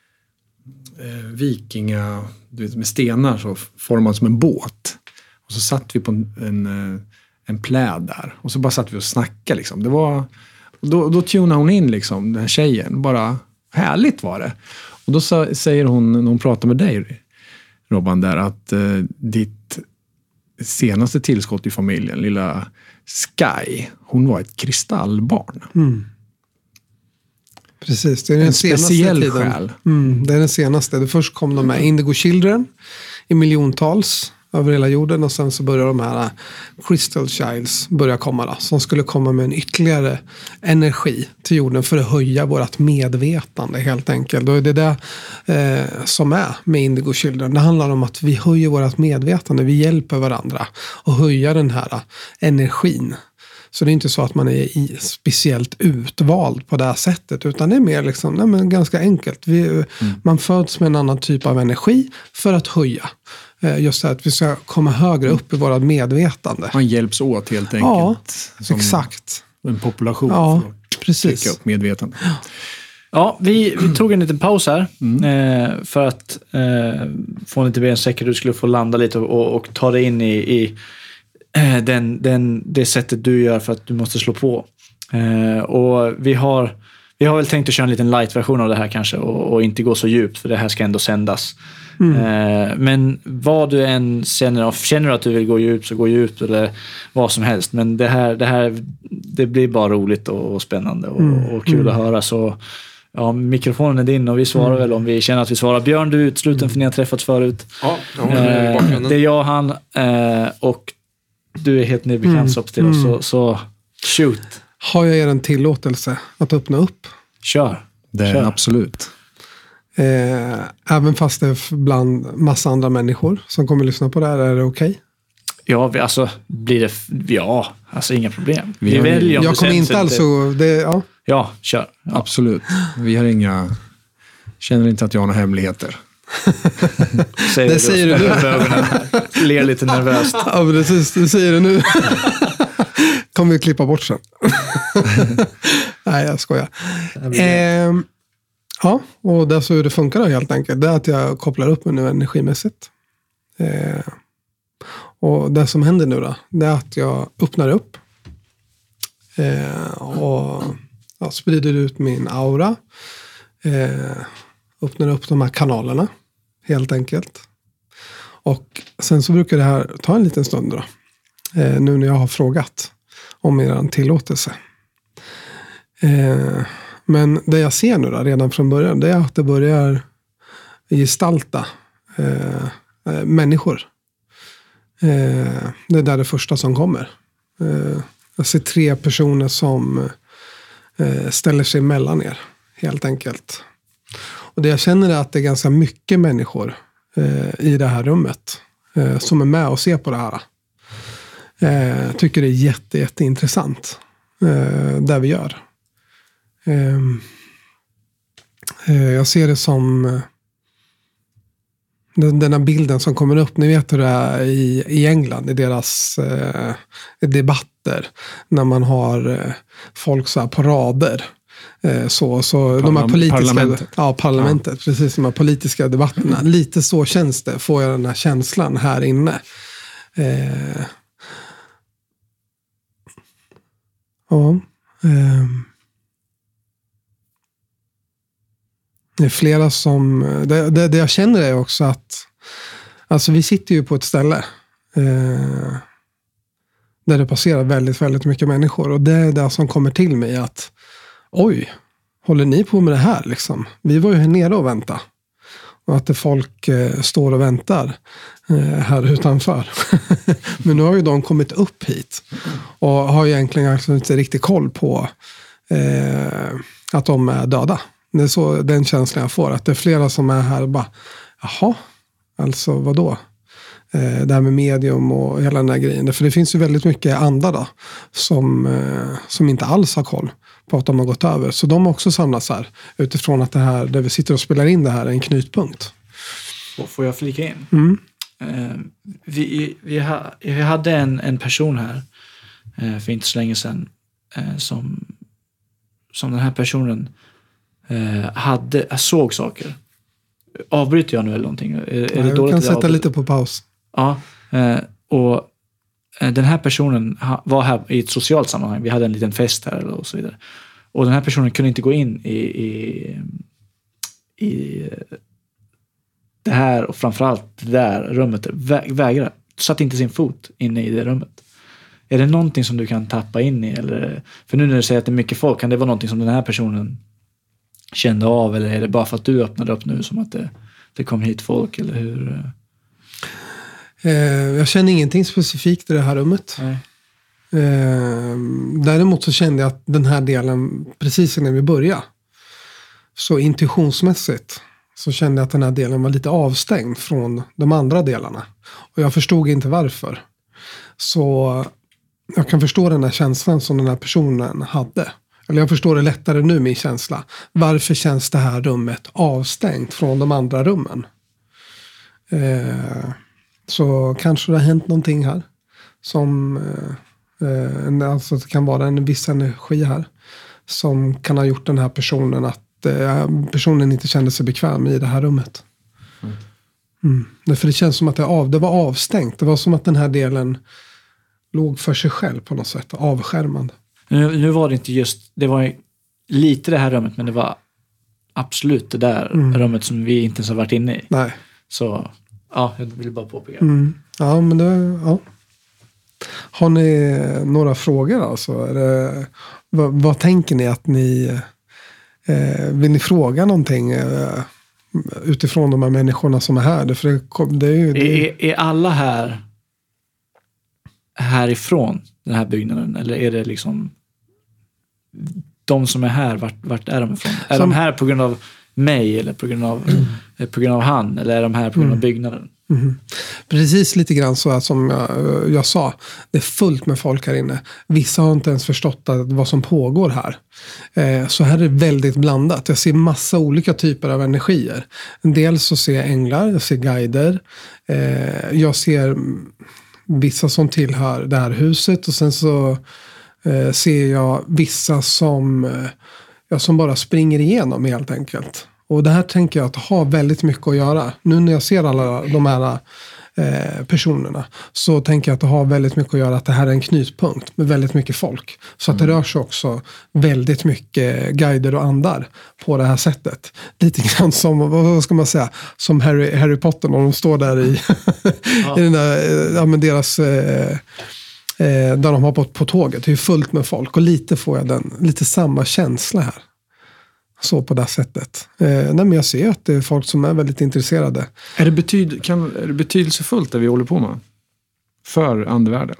eh, vikinga, du vet, med stenar så formad som en båt. Och så satt vi på en, en, en pläd där. Och så bara satt vi och snackade liksom. Det var, då, då tunade hon in liksom, den här tjejen. Bara härligt var det. Och då sa, säger hon, när hon pratar med dig, Robban, där att eh, ditt senaste tillskott i familjen, lilla Sky, hon var ett kristallbarn. Mm. Precis, det är den en senaste speciell tiden. själ. Mm, det är den senaste. Det först kom de med Indigo Children i miljontals över hela jorden, och sen så börjar de här Crystal Childs börja komma då, som skulle komma med en ytterligare energi till jorden för att höja vårt medvetande helt enkelt. Och det är det eh, som är med Indigo Children. Det handlar om att vi höjer vårt medvetande, vi hjälper varandra och höja den här energin. Så det är inte så att man är i speciellt utvald på det här sättet, utan det är mer liksom, nej, men ganska enkelt. Vi, mm. Man föds med en annan typ av energi för att höja. Just det, att vi ska komma högre upp i våra medvetande. Man hjälps åt helt enkelt. Ja, som exakt. En population ja, för att precis. trycka upp medvetande. Ja, ja vi, vi tog en liten paus här mm. eh, för att eh, få en lite bensäker. Du skulle få landa lite och, och, och ta dig in i, i eh, den, den, det sättet du gör för att du måste slå på. Eh, och vi har, vi har väl tänkt att köra en liten light-version av det här kanske och, och inte gå så djupt, för det här ska ändå sändas. Mm. Eh, men vad du än känner av, känner du att du vill gå djupt, så gå djupt, eller vad som helst. Men det här, det här det blir bara roligt och, och spännande och, mm. och kul mm. att höra. Så ja, mikrofonen är din och vi svarar mm. väl om vi känner att vi svarar. Björn, du är utsluten för ni har träffats förut. Ja, ja, eh, det är jag, han eh, och du är helt ny bekantskap till oss. Så, så shoot. Har jag er en tillåtelse att öppna upp? Kör. Det är Kör. absolut. Eh, även fast det är bland massa andra människor som kommer att lyssna på det här, är det okej? Okay? Ja, vi, alltså blir det, ja, alltså inga problem. Vi, vi väljer om jag det kommer inte alltså, det, ja. Ja, kör. Ja. Absolut. Vi har inga, känner inte att jag har några hemligheter. Säger Det säger du nu. Ler lite nervöst. Ja, precis. Du säger det nu. Kommer vi klippa bort sen. Nej, jag skojar. Eh, ja, och det är så hur det funkar då, helt enkelt. Det är att jag kopplar upp mig nu energimässigt. Eh, och det som händer nu då, det är att jag öppnar upp. Eh, och ja, sprider ut min aura. Eh, öppnar upp de här kanalerna, helt enkelt. Och sen så brukar det här ta en liten stund då. Eh, nu när jag har frågat om er tillåtelse. Eh, men det jag ser nu då, redan från början, det är att det börjar gestalta eh, eh, människor. Eh, det är där det första som kommer. Eh, jag ser tre personer som eh, ställer sig mellan er, helt enkelt. Och det jag känner är att det är ganska mycket människor eh, i det här rummet eh, som är med och ser på det här. Eh, tycker det är jätte, jätteintressant eh, det vi gör. Eh, eh, jag ser det som eh, den, den här bilden som kommer upp. Ni vet hur det är i, i England i deras eh, debatter när man har eh, folk så här på rader. Eh, så, så Parlam- de här politiska, parlamentet. Ja, parlamentet. Ja. Precis, de här politiska debatterna. Lite så känns det, får jag den här känslan här inne. Eh, Ja. Eh, det är flera som... Det, det, det jag känner är också att... Alltså vi sitter ju på ett ställe eh, där det passerar väldigt, väldigt mycket människor. Och det är det som kommer till mig att... Oj, håller ni på med det här liksom? Vi var ju här nere och väntade. Och att det folk eh, står och väntar eh, här utanför. Men nu har ju de kommit upp hit. Och har ju egentligen alltså inte riktigt koll på eh, att de är döda. Det är så den känslan jag får. Att det är flera som är här och bara, jaha, alltså vadå? Eh, det här med medium och hela den här grejen. För det finns ju väldigt mycket andra då, som, eh, som inte alls har koll på att de har gått över. Så de har också samlats här utifrån att det här, där vi sitter och spelar in det här, är en knutpunkt. Får jag flika in? Mm. Eh, vi, vi, ha, vi hade en, en person här eh, för inte så länge sedan eh, som, som den här personen eh, hade, såg saker. Avbryter jag nu eller någonting? Är, är Ja, det jag dåligt kan sätta avbryter? lite på paus. Ja, eh, och eh, den här personen ha, var här i ett socialt sammanhang. Vi hade en liten fest här och så vidare. Och den här personen kunde inte gå in i, i, i det här och framförallt det där rummet. Vä, vägra. Satt inte sin fot inne i det rummet. Är det någonting som du kan tappa in i? Eller, för nu när du säger att det är mycket folk, kan det vara någonting som den här personen kände av? Eller är det bara för att du öppnade upp nu som att det, det kom hit folk? Eller hur? Eh, jag känner ingenting specifikt i det här rummet. Nej. Eh, däremot så kände jag att den här delen, precis när vi började, så intuitionsmässigt så kände jag att den här delen var lite avstängd från de andra delarna. Och jag förstod inte varför. Så jag kan förstå den här känslan som den här personen hade. Eller jag förstår det lättare nu, min känsla. Varför känns det här rummet avstängt från de andra rummen? Eh, så kanske det har hänt någonting här. Som, eh, alltså det kan vara en viss energi här. Som kan ha gjort den här personen att eh, personen inte kände sig bekväm i det här rummet. Mm. Mm. Därför det känns som att det, av, det var avstängt. Det var som att den här delen låg för sig själv på något sätt. Avskärmande. Nu, nu var det inte just, det var lite det här rummet, men det var absolut det där mm. rummet som vi inte ens har varit inne i. Nej. Så, ja, jag vill bara påpeka. Mm. Ja, men det, ja. Har ni några frågor alltså? Är det, vad, vad tänker ni att ni, eh, vill ni fråga någonting eh, utifrån de här människorna som är här? För det, det är ju... Det... Är, är alla här härifrån den här byggnaden? Eller är det liksom de som är här, vart, vart är de ifrån? Är som... de här på grund av mig eller på grund av, mm. på grund av han? Eller är de här på grund av mm. byggnaden? Mm. Precis lite grann så här som jag, jag sa. Det är fullt med folk här inne. Vissa har inte ens förstått att, vad som pågår här. Eh, så här är det väldigt blandat. Jag ser massa olika typer av energier. En del så ser jag änglar, jag ser guider. Eh, jag ser vissa som tillhör det här huset. Och sen så eh, ser jag vissa som, eh, ja, som bara springer igenom helt enkelt. Och det här tänker jag att ha väldigt mycket att göra. Nu när jag ser alla de här eh, personerna så tänker jag att det har väldigt mycket att göra att det här är en knutpunkt med väldigt mycket folk. Så att det rör sig också väldigt mycket guider och andar på det här sättet. Lite grann som, vad ska man säga, som Harry, Harry Potter när de står där i, ja. i den där, ja, men deras... Eh, där de har gått på tåget. Det är fullt med folk och lite får jag den, lite samma känsla här. Så på det sättet. Eh, nej, men jag ser att det är folk som är väldigt intresserade. Är det, betyd, kan, är det betydelsefullt det vi håller på med? För andevärlden?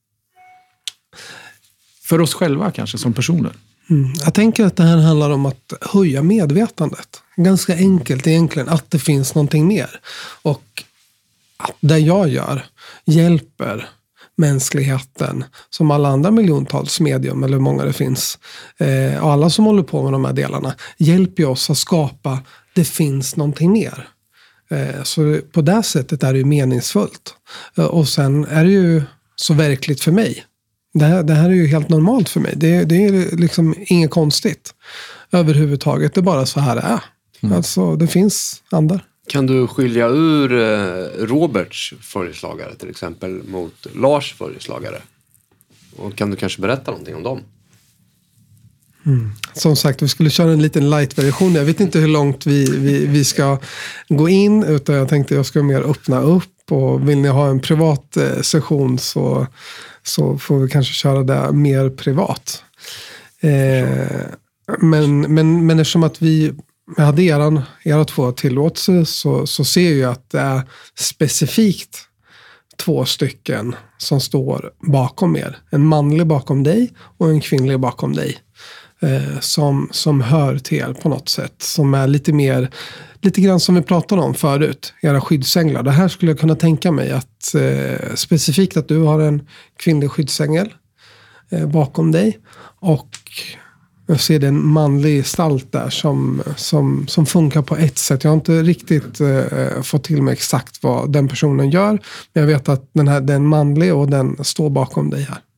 För oss själva kanske, som personer? Mm. Jag tänker att det här handlar om att höja medvetandet. Ganska enkelt egentligen, att det finns någonting mer. Och att det jag gör hjälper mänskligheten, som alla andra miljontals medium, eller hur många det finns, eh, och alla som håller på med de här delarna, hjälper oss att skapa, det finns någonting mer. Eh, så på det sättet är det ju meningsfullt. Eh, och sen är det ju så verkligt för mig. Det här, det här är ju helt normalt för mig. Det, det är liksom inget konstigt överhuvudtaget. Det är bara så här det är. Mm. Alltså, det finns andra. Kan du skilja ur Roberts följeslagare till exempel mot Lars följeslagare? Och kan du kanske berätta någonting om dem? Mm. Som sagt, vi skulle köra en liten light-version. Jag vet inte hur långt vi, vi, vi ska gå in, utan jag tänkte jag ska mer öppna upp. Och vill ni ha en privat eh, session så, så får vi kanske köra det mer privat. Eh, men, men, men eftersom att vi hade eran, era två tillåtelse så, så ser jag att det är specifikt två stycken som står bakom er. En manlig bakom dig och en kvinnlig bakom dig. Eh, som, som hör till er på något sätt. Som är lite mer, lite grann som vi pratade om förut. Era skyddsänglar. Det här skulle jag kunna tänka mig att eh, specifikt att du har en kvinnlig skyddsängel eh, bakom dig. Och jag ser det en manlig gestalt där som, som, som funkar på ett sätt. Jag har inte riktigt eh, fått till mig exakt vad den personen gör. Men jag vet att den här den manlig och den står bakom dig här.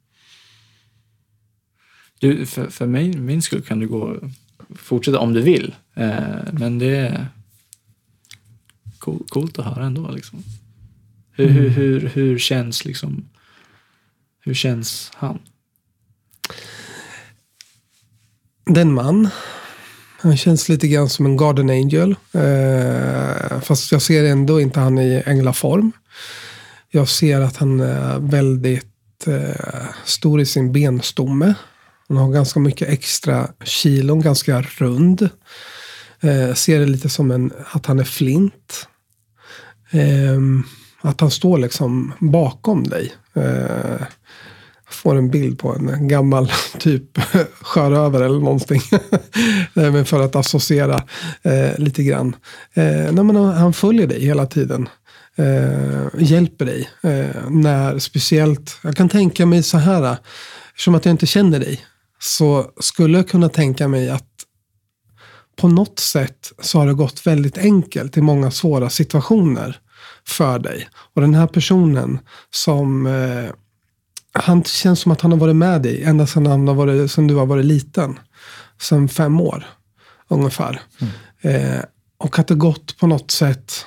Du, för, för mig, min skull kan du gå fortsätta om du vill. Eh, men det är cool, coolt att höra ändå. Liksom. Hur, mm. hur, hur, hur känns liksom, hur känns han? Den man, han känns lite grann som en Garden Angel. Eh, fast jag ser ändå inte han i änglaform. Jag ser att han är väldigt eh, stor i sin benstomme. Han har ganska mycket extra kilon, ganska rund. Eh, ser det lite som en, att han är flint. Eh, att han står liksom bakom dig. Eh, får en bild på en gammal typ sjörövare eller någonting. Men för att associera eh, lite grann. Eh, nej, men han följer dig hela tiden. Eh, hjälper dig. Eh, när speciellt, jag kan tänka mig så här. Eftersom att jag inte känner dig. Så skulle jag kunna tänka mig att på något sätt så har det gått väldigt enkelt i många svåra situationer för dig. Och den här personen som eh, han känns som att han har varit med dig ända sedan, han har varit, sedan du har varit liten. Sedan fem år ungefär. Mm. Eh, och att det gått på något sätt.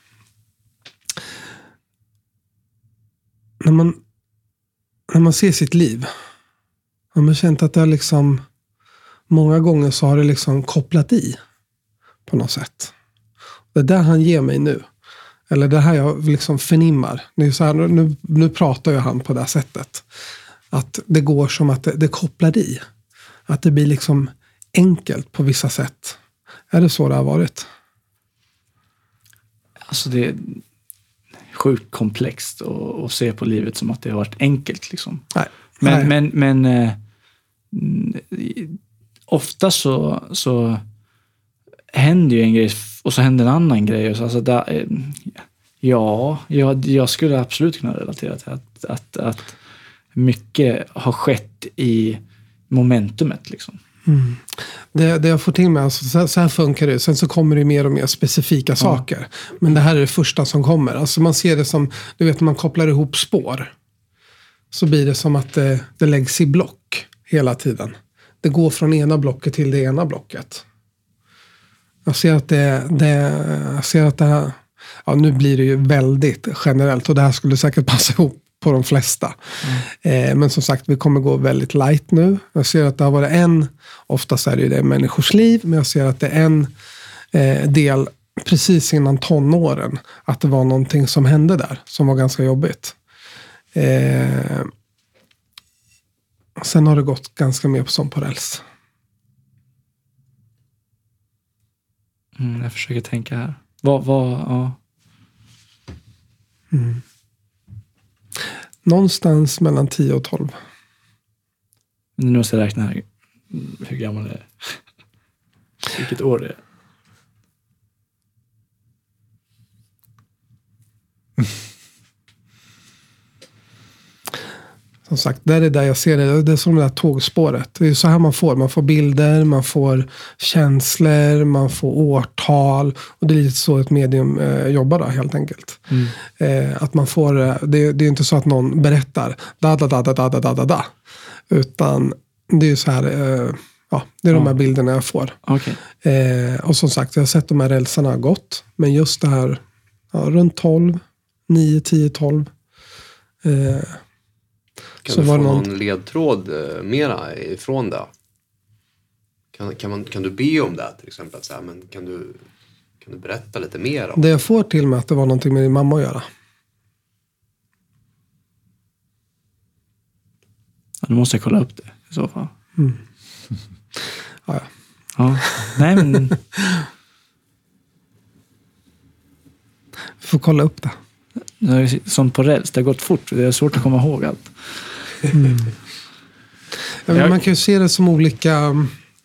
När man, när man ser sitt liv. Har man känt att det är liksom. Många gånger så har det liksom kopplat i. På något sätt. Det är där han ger mig nu. Eller det här jag liksom förnimmar. Det är så här, nu, nu pratar ju han på det här sättet. Att det går som att det, det kopplar i. Att det blir liksom enkelt på vissa sätt. Är det så det har varit? Alltså det är sjukt komplext att, att se på livet som att det har varit enkelt. Liksom. Nej. Men, Nej. men, men eh, ofta så, så händer ju en grej och så händer en annan grej. Alltså där, Ja, jag, jag skulle absolut kunna relatera till att, att, att mycket har skett i momentumet liksom. Mm. Det, det jag får till mig, alltså, så, så här funkar det. Sen så kommer det mer och mer specifika ja. saker. Men det här är det första som kommer. Alltså man ser det som, du vet när man kopplar ihop spår. Så blir det som att det, det läggs i block hela tiden. Det går från ena blocket till det ena blocket. Jag ser att det, det, jag ser att det här, ja nu blir det ju väldigt generellt. Och det här skulle säkert passa ihop på de flesta. Mm. Eh, men som sagt, vi kommer gå väldigt light nu. Jag ser att det har varit en, oftast är det ju det människors liv, men jag ser att det är en eh, del precis innan tonåren, att det var någonting som hände där, som var ganska jobbigt. Eh, sen har det gått ganska mer på som på räls. Mm, jag försöker tänka här. Vad, vad, ja. Mm. Någonstans mellan tio och tolv. Nu måste jag räkna här. Hur gammal är det? Vilket år det är. Som sagt, det är det där jag ser det. Det är som det där tågspåret. Det är så här man får. Man får bilder, man får känslor, man får årtal. Och det är lite så ett medium eh, jobbar då, helt enkelt. Mm. Eh, att man får, det, det är inte så att någon berättar da da da da da da da da. Utan det är ju så här, eh, ja, det är de här bilderna jag får. Okay. Eh, och som sagt, jag har sett de här rälsarna gått. Men just det här, ja, runt tolv, nio, tio, tolv. Eh, Kan så du få någon, någon ledtråd eh, mera ifrån det? Kan, kan, man, kan du be om det till exempel? Att säga, men kan, du, kan du berätta lite mer om det? Jag får till mig att det var någonting med din mamma att göra. Ja, då måste jag kolla upp det i så fall. Mm. Ja, ja. Ja. Nej, men... Vi får kolla upp det. Sånt på räls, det har gått fort. Det är svårt att komma ihåg allt. Mm. Ja, men man kan ju se det som olika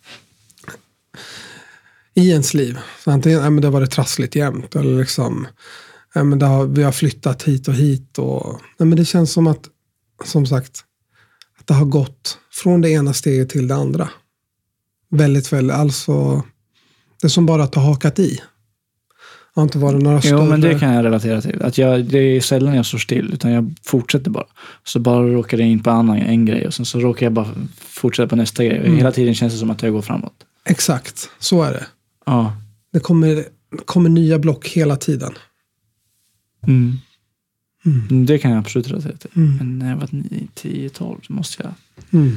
i ens liv. Så antingen ja, men det har varit trassligt jämt. Eller liksom, ja, men det har, vi har flyttat hit och hit. Och, ja, men det känns som att, som sagt, att det har gått från det ena steget till det andra. Väldigt, väldigt. Alltså, det är som bara att ha hakat i. Har inte varit några större... Jo, men det kan jag relatera till. Att jag, det är sällan jag står still, utan jag fortsätter bara. Så bara råkar jag in på annan, en grej och sen så råkar jag bara fortsätta på nästa grej. Mm. Hela tiden känns det som att jag går framåt. Exakt, så är det. Ja. Det kommer, kommer nya block hela tiden. Mm. Mm. Det kan jag absolut relatera till. Mm. Men när jag var nio, tio, tolv så måste jag... Mm.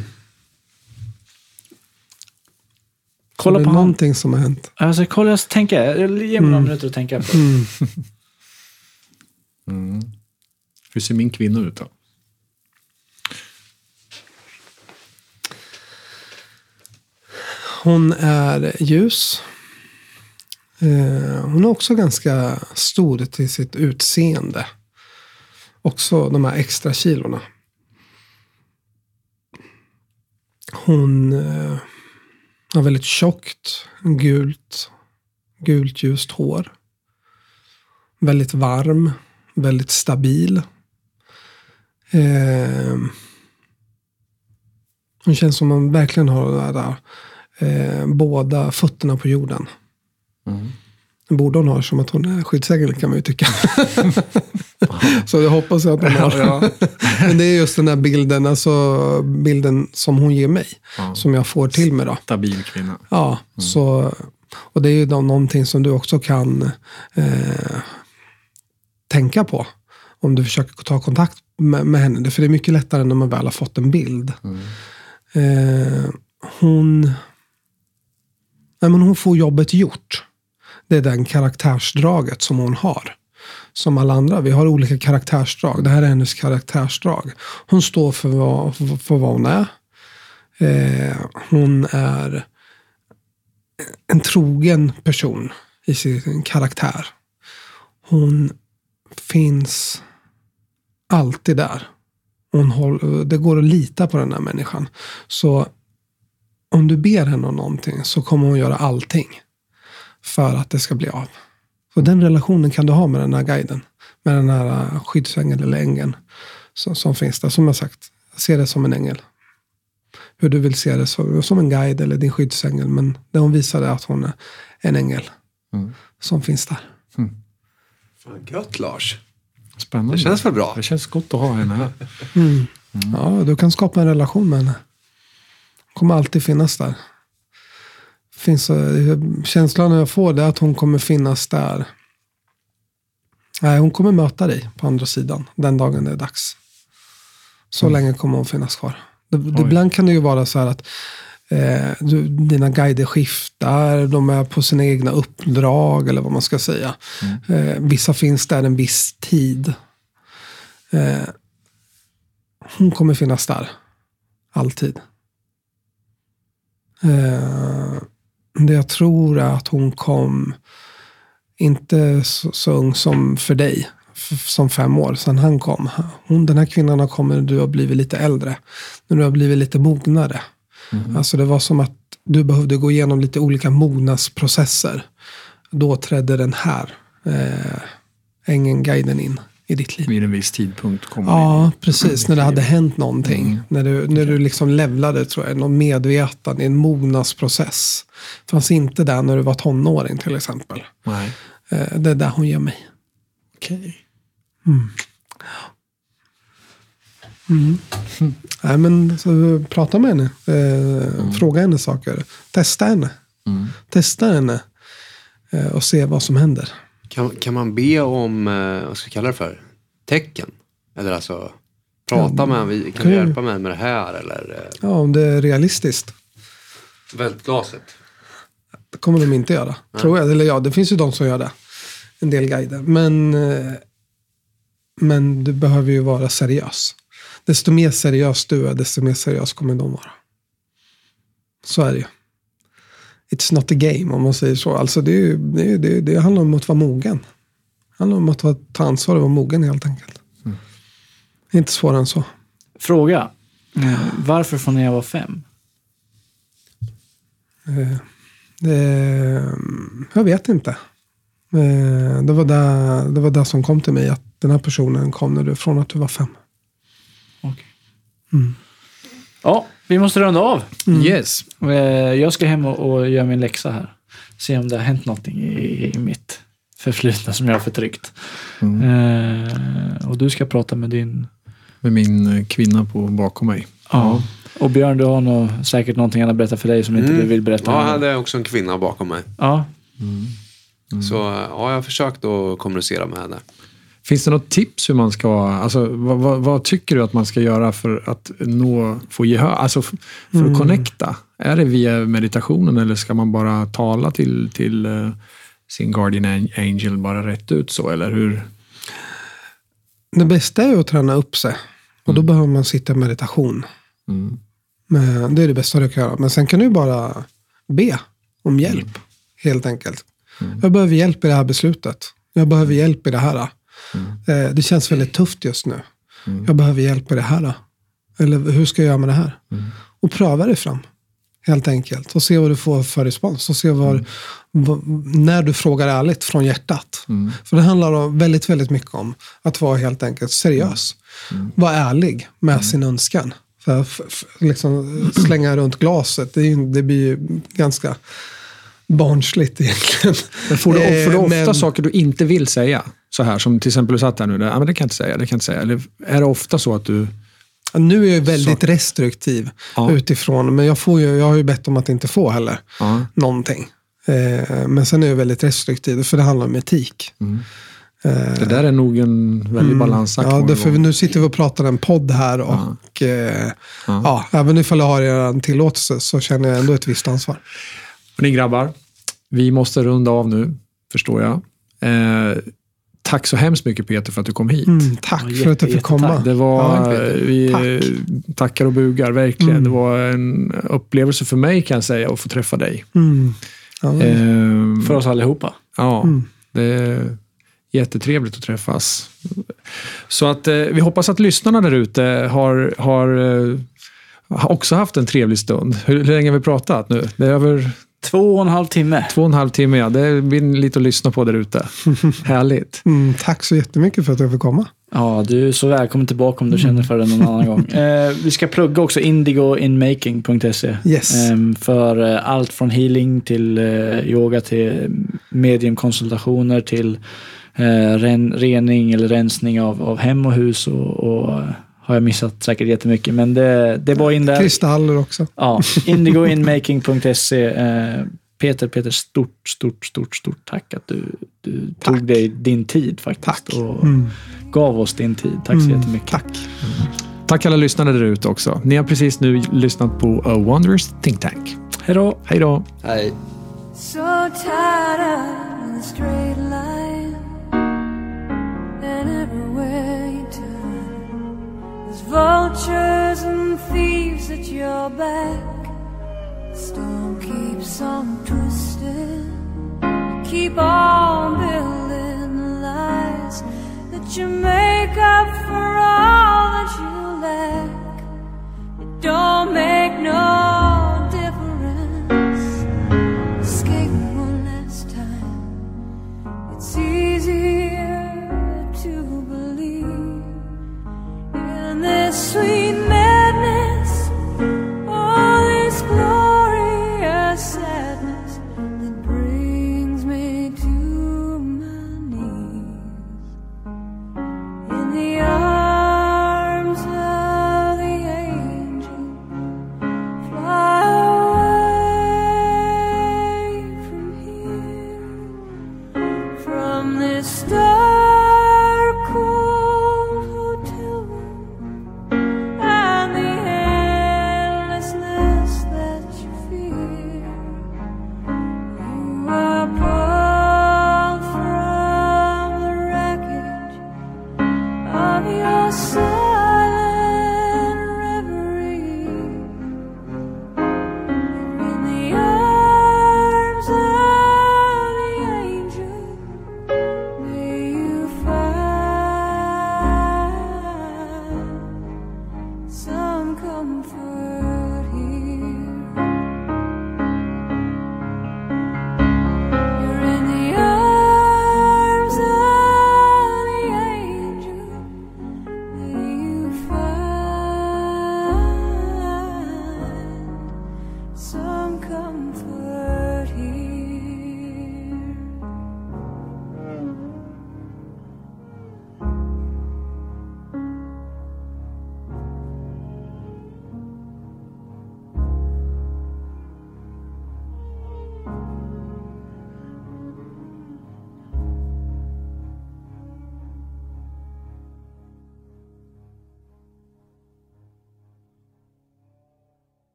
Kolla så på det är någonting som har hänt. Alltså, kolla, jag tänker. Jag ger mig några minuter att tänka på. Mm. Mm. Hur ser min kvinna ut då? Hon är ljus. Hon är också ganska stor till sitt utseende. Också de här extra kilorna. Hon har väldigt tjockt, gult, gult ljust hår. Väldigt varm, väldigt stabil. Eh, hon känns som hon verkligen har det där, eh, båda fötterna på jorden. Mm. Borde hon ha som att hon är skyddssäker, kan man ju tycka. Så jag hoppas att hon har. Ja. Men det är just den där bilden, alltså bilden som hon ger mig. Ja. Som jag får till mig då. Stabil kvinna. Ja, mm. så, och det är ju då någonting som du också kan eh, tänka på. Om du försöker ta kontakt med, med henne. För det är mycket lättare när man väl har fått en bild. Mm. Eh, hon, nej, men hon får jobbet gjort. Det är den karaktärsdraget som hon har. Som alla andra. Vi har olika karaktärsdrag. Det här är hennes karaktärsdrag. Hon står för vad, för, för vad hon är. Eh, hon är en trogen person i sin karaktär. Hon finns alltid där. Hon håller, det går att lita på den här människan. Så om du ber henne om någonting så kommer hon göra allting för att det ska bli av. Så den relationen kan du ha med den här guiden. med den här skyddsängeln eller ängeln som, som finns där. Som jag sagt, se det som en ängel. Hur du vill se det, som, som en guide eller din skyddsängel. Men det hon visade att hon är en ängel mm. som finns där. Mm. Fan, gött, Lars. Spännande. Det känns väl bra? Det känns gott att ha henne här. Mm. Mm. Ja, du kan skapa en relation med henne. Hon kommer alltid finnas där. Finns, känslan jag får det är att hon kommer finnas där. Nej, hon kommer möta dig på andra sidan den dagen det är dags. Så mm. länge kommer hon finnas kvar. Det, det, ibland kan det ju vara så här att eh, du, dina guider skiftar, de är på sina egna uppdrag eller vad man ska säga. Mm. Eh, vissa finns där en viss tid. Eh, hon kommer finnas där. Alltid. Eh, det jag tror är att hon kom inte så, så ung som för dig. F- som fem år sedan han kom. Hon, den här kvinnan har kommit när du har blivit lite äldre. När du har blivit lite mognare. Mm. Alltså det var som att du behövde gå igenom lite olika mognadsprocesser. Då trädde den här eh, ängelguiden in i ditt liv. Vid en viss tidpunkt kommer Ja, in. precis. När det hade hänt någonting. Mm. När du, när du liksom levlade, tror jag, någon medvetande i en mognadsprocess. Fanns inte där när du var tonåring till exempel. Nej. Eh, det är där hon ger mig. Okej. Okay. Mm. Mm. Mm. Nej, men så, prata med henne. Eh, mm. Fråga henne saker. Testa henne. Mm. Testa henne. Eh, och se vad som händer. Kan, kan man be om, eh, vad ska jag kalla det för? Tecken? Eller alltså, prata ja, med henne. Kan okay. du hjälpa mig med det här? Eller, eh, ja, om det är realistiskt. Vält glaset. Det kommer de inte göra. Nej. Tror jag. Eller ja, det finns ju de som gör det. En del guider. Men, eh, men du behöver ju vara seriös. Desto mer seriös du är, desto mer seriös kommer de vara. Så är det ju. It's not a game, om man säger så. Alltså det, är ju, det, är, det, det handlar om att vara mogen. Det handlar om att ta ansvar och vara mogen helt enkelt. Mm. Inte svårare än så. Fråga. Mm. Varför från när jag var fem? Eh, det, jag vet inte. Eh, det, var där, det var där som kom till mig. Att den här personen kom när du, från att du var fem. Okej. Mm. Ja, vi måste runda av. Mm. Yes. Jag ska hem och, och göra min läxa här. Se om det har hänt någonting i, i mitt förflutna som jag har förtryckt. Mm. Eh, och du ska prata med din... Med min kvinna på bakom mig. Ja. Och Björn, du har nog säkert någonting att berätta för dig som inte mm. du vill berätta. Ja, jag hade också en kvinna bakom mig. Ja. Mm. Mm. Så ja, jag har försökt att kommunicera med henne. Finns det något tips hur man ska, alltså vad, vad, vad tycker du att man ska göra för att nå, få gehör, alltså för mm. att connecta? Är det via meditationen eller ska man bara tala till, till uh, sin guardian angel bara rätt ut så, eller hur? Det bästa är att träna upp sig och då mm. behöver man sitta i meditation. Mm. Men det är det bästa du kan göra. Men sen kan du bara be om hjälp, mm. helt enkelt. Mm. Jag behöver hjälp i det här beslutet. Jag behöver hjälp i det här. Mm. Det känns väldigt tufft just nu. Mm. Jag behöver hjälp med det här. Eller hur ska jag göra med det här? Mm. Och pröva det fram. Helt enkelt. Och se vad du får för respons. Och se var, mm. v- när du frågar ärligt från hjärtat. Mm. För det handlar om väldigt, väldigt mycket om att vara helt enkelt seriös. Mm. Vara ärlig med mm. sin önskan. För att f- f- liksom slänga runt glaset. Det, är, det blir ju ganska barnsligt egentligen. Men får du, får du ofta men, saker du inte vill säga? Så här, som till exempel du satt där nu. Ja, men det kan jag inte säga, det kan jag inte säga. Eller är det ofta så att du... Nu är jag väldigt så... restriktiv ja. utifrån. Men jag, får ju, jag har ju bett om att inte få heller ja. någonting. Eh, men sen är jag väldigt restriktiv. För det handlar om etik. Mm. Eh, det där är nog en väldigt mm, balansakt. Ja, därför nu sitter vi och pratar en podd här. Och ja. Eh, ja. ja, även ifall jag har en tillåtelse så känner jag ändå ett visst ansvar. Och ni grabbar, vi måste runda av nu, förstår jag. Eh, tack så hemskt mycket Peter för att du kom hit. Mm, tack ja, för att du fick komma. Det var, ja, vi tack. tackar och bugar, verkligen. Mm. Det var en upplevelse för mig kan jag säga att få träffa dig. Mm. Ja. Eh, för oss allihopa. Ja, mm. det är jättetrevligt att träffas. Så att eh, vi hoppas att lyssnarna där ute har... har eh, har också haft en trevlig stund. Hur, hur länge har vi pratat nu? Det är över Två och en halv timme. Två och en halv timme, ja. Det blir lite att lyssna på där ute. Härligt. Mm, tack så jättemycket för att jag fick komma. Ja, du är så välkommen tillbaka om du känner för det någon annan gång. Eh, vi ska plugga också indigo in making punkt se. Yes. Eh, för eh, allt från healing till eh, yoga till mediumkonsultationer till eh, ren, rening eller rensning av, av hem och hus och, och har jag missat säkert jättemycket. Men det, det var in där. Kristaller också. Ja, indigo in making punkt se. Eh, Peter, Peter, stort, stort, stort, stort tack att du, du Tack. tog dig din tid faktiskt. Tack. Och Mm. gav oss din tid. Tack så Mm, jättemycket. Tack. Tack alla lyssnare där ute också. Ni har precis nu lyssnat på A Wanderers Think Tank. Hej då! Hej då! Hej. So tired of the straight line, and everywhere you turn, there's vultures and thieves at your back. The storm keeps on twisting. Keep on building lies that you make up for all that you lack. It don't make no difference. Escape one last time. It's easier to believe in this sweet madness, all this glorious sadness that brings me to my knees. In the arms of the angel, fly away from here, from this star.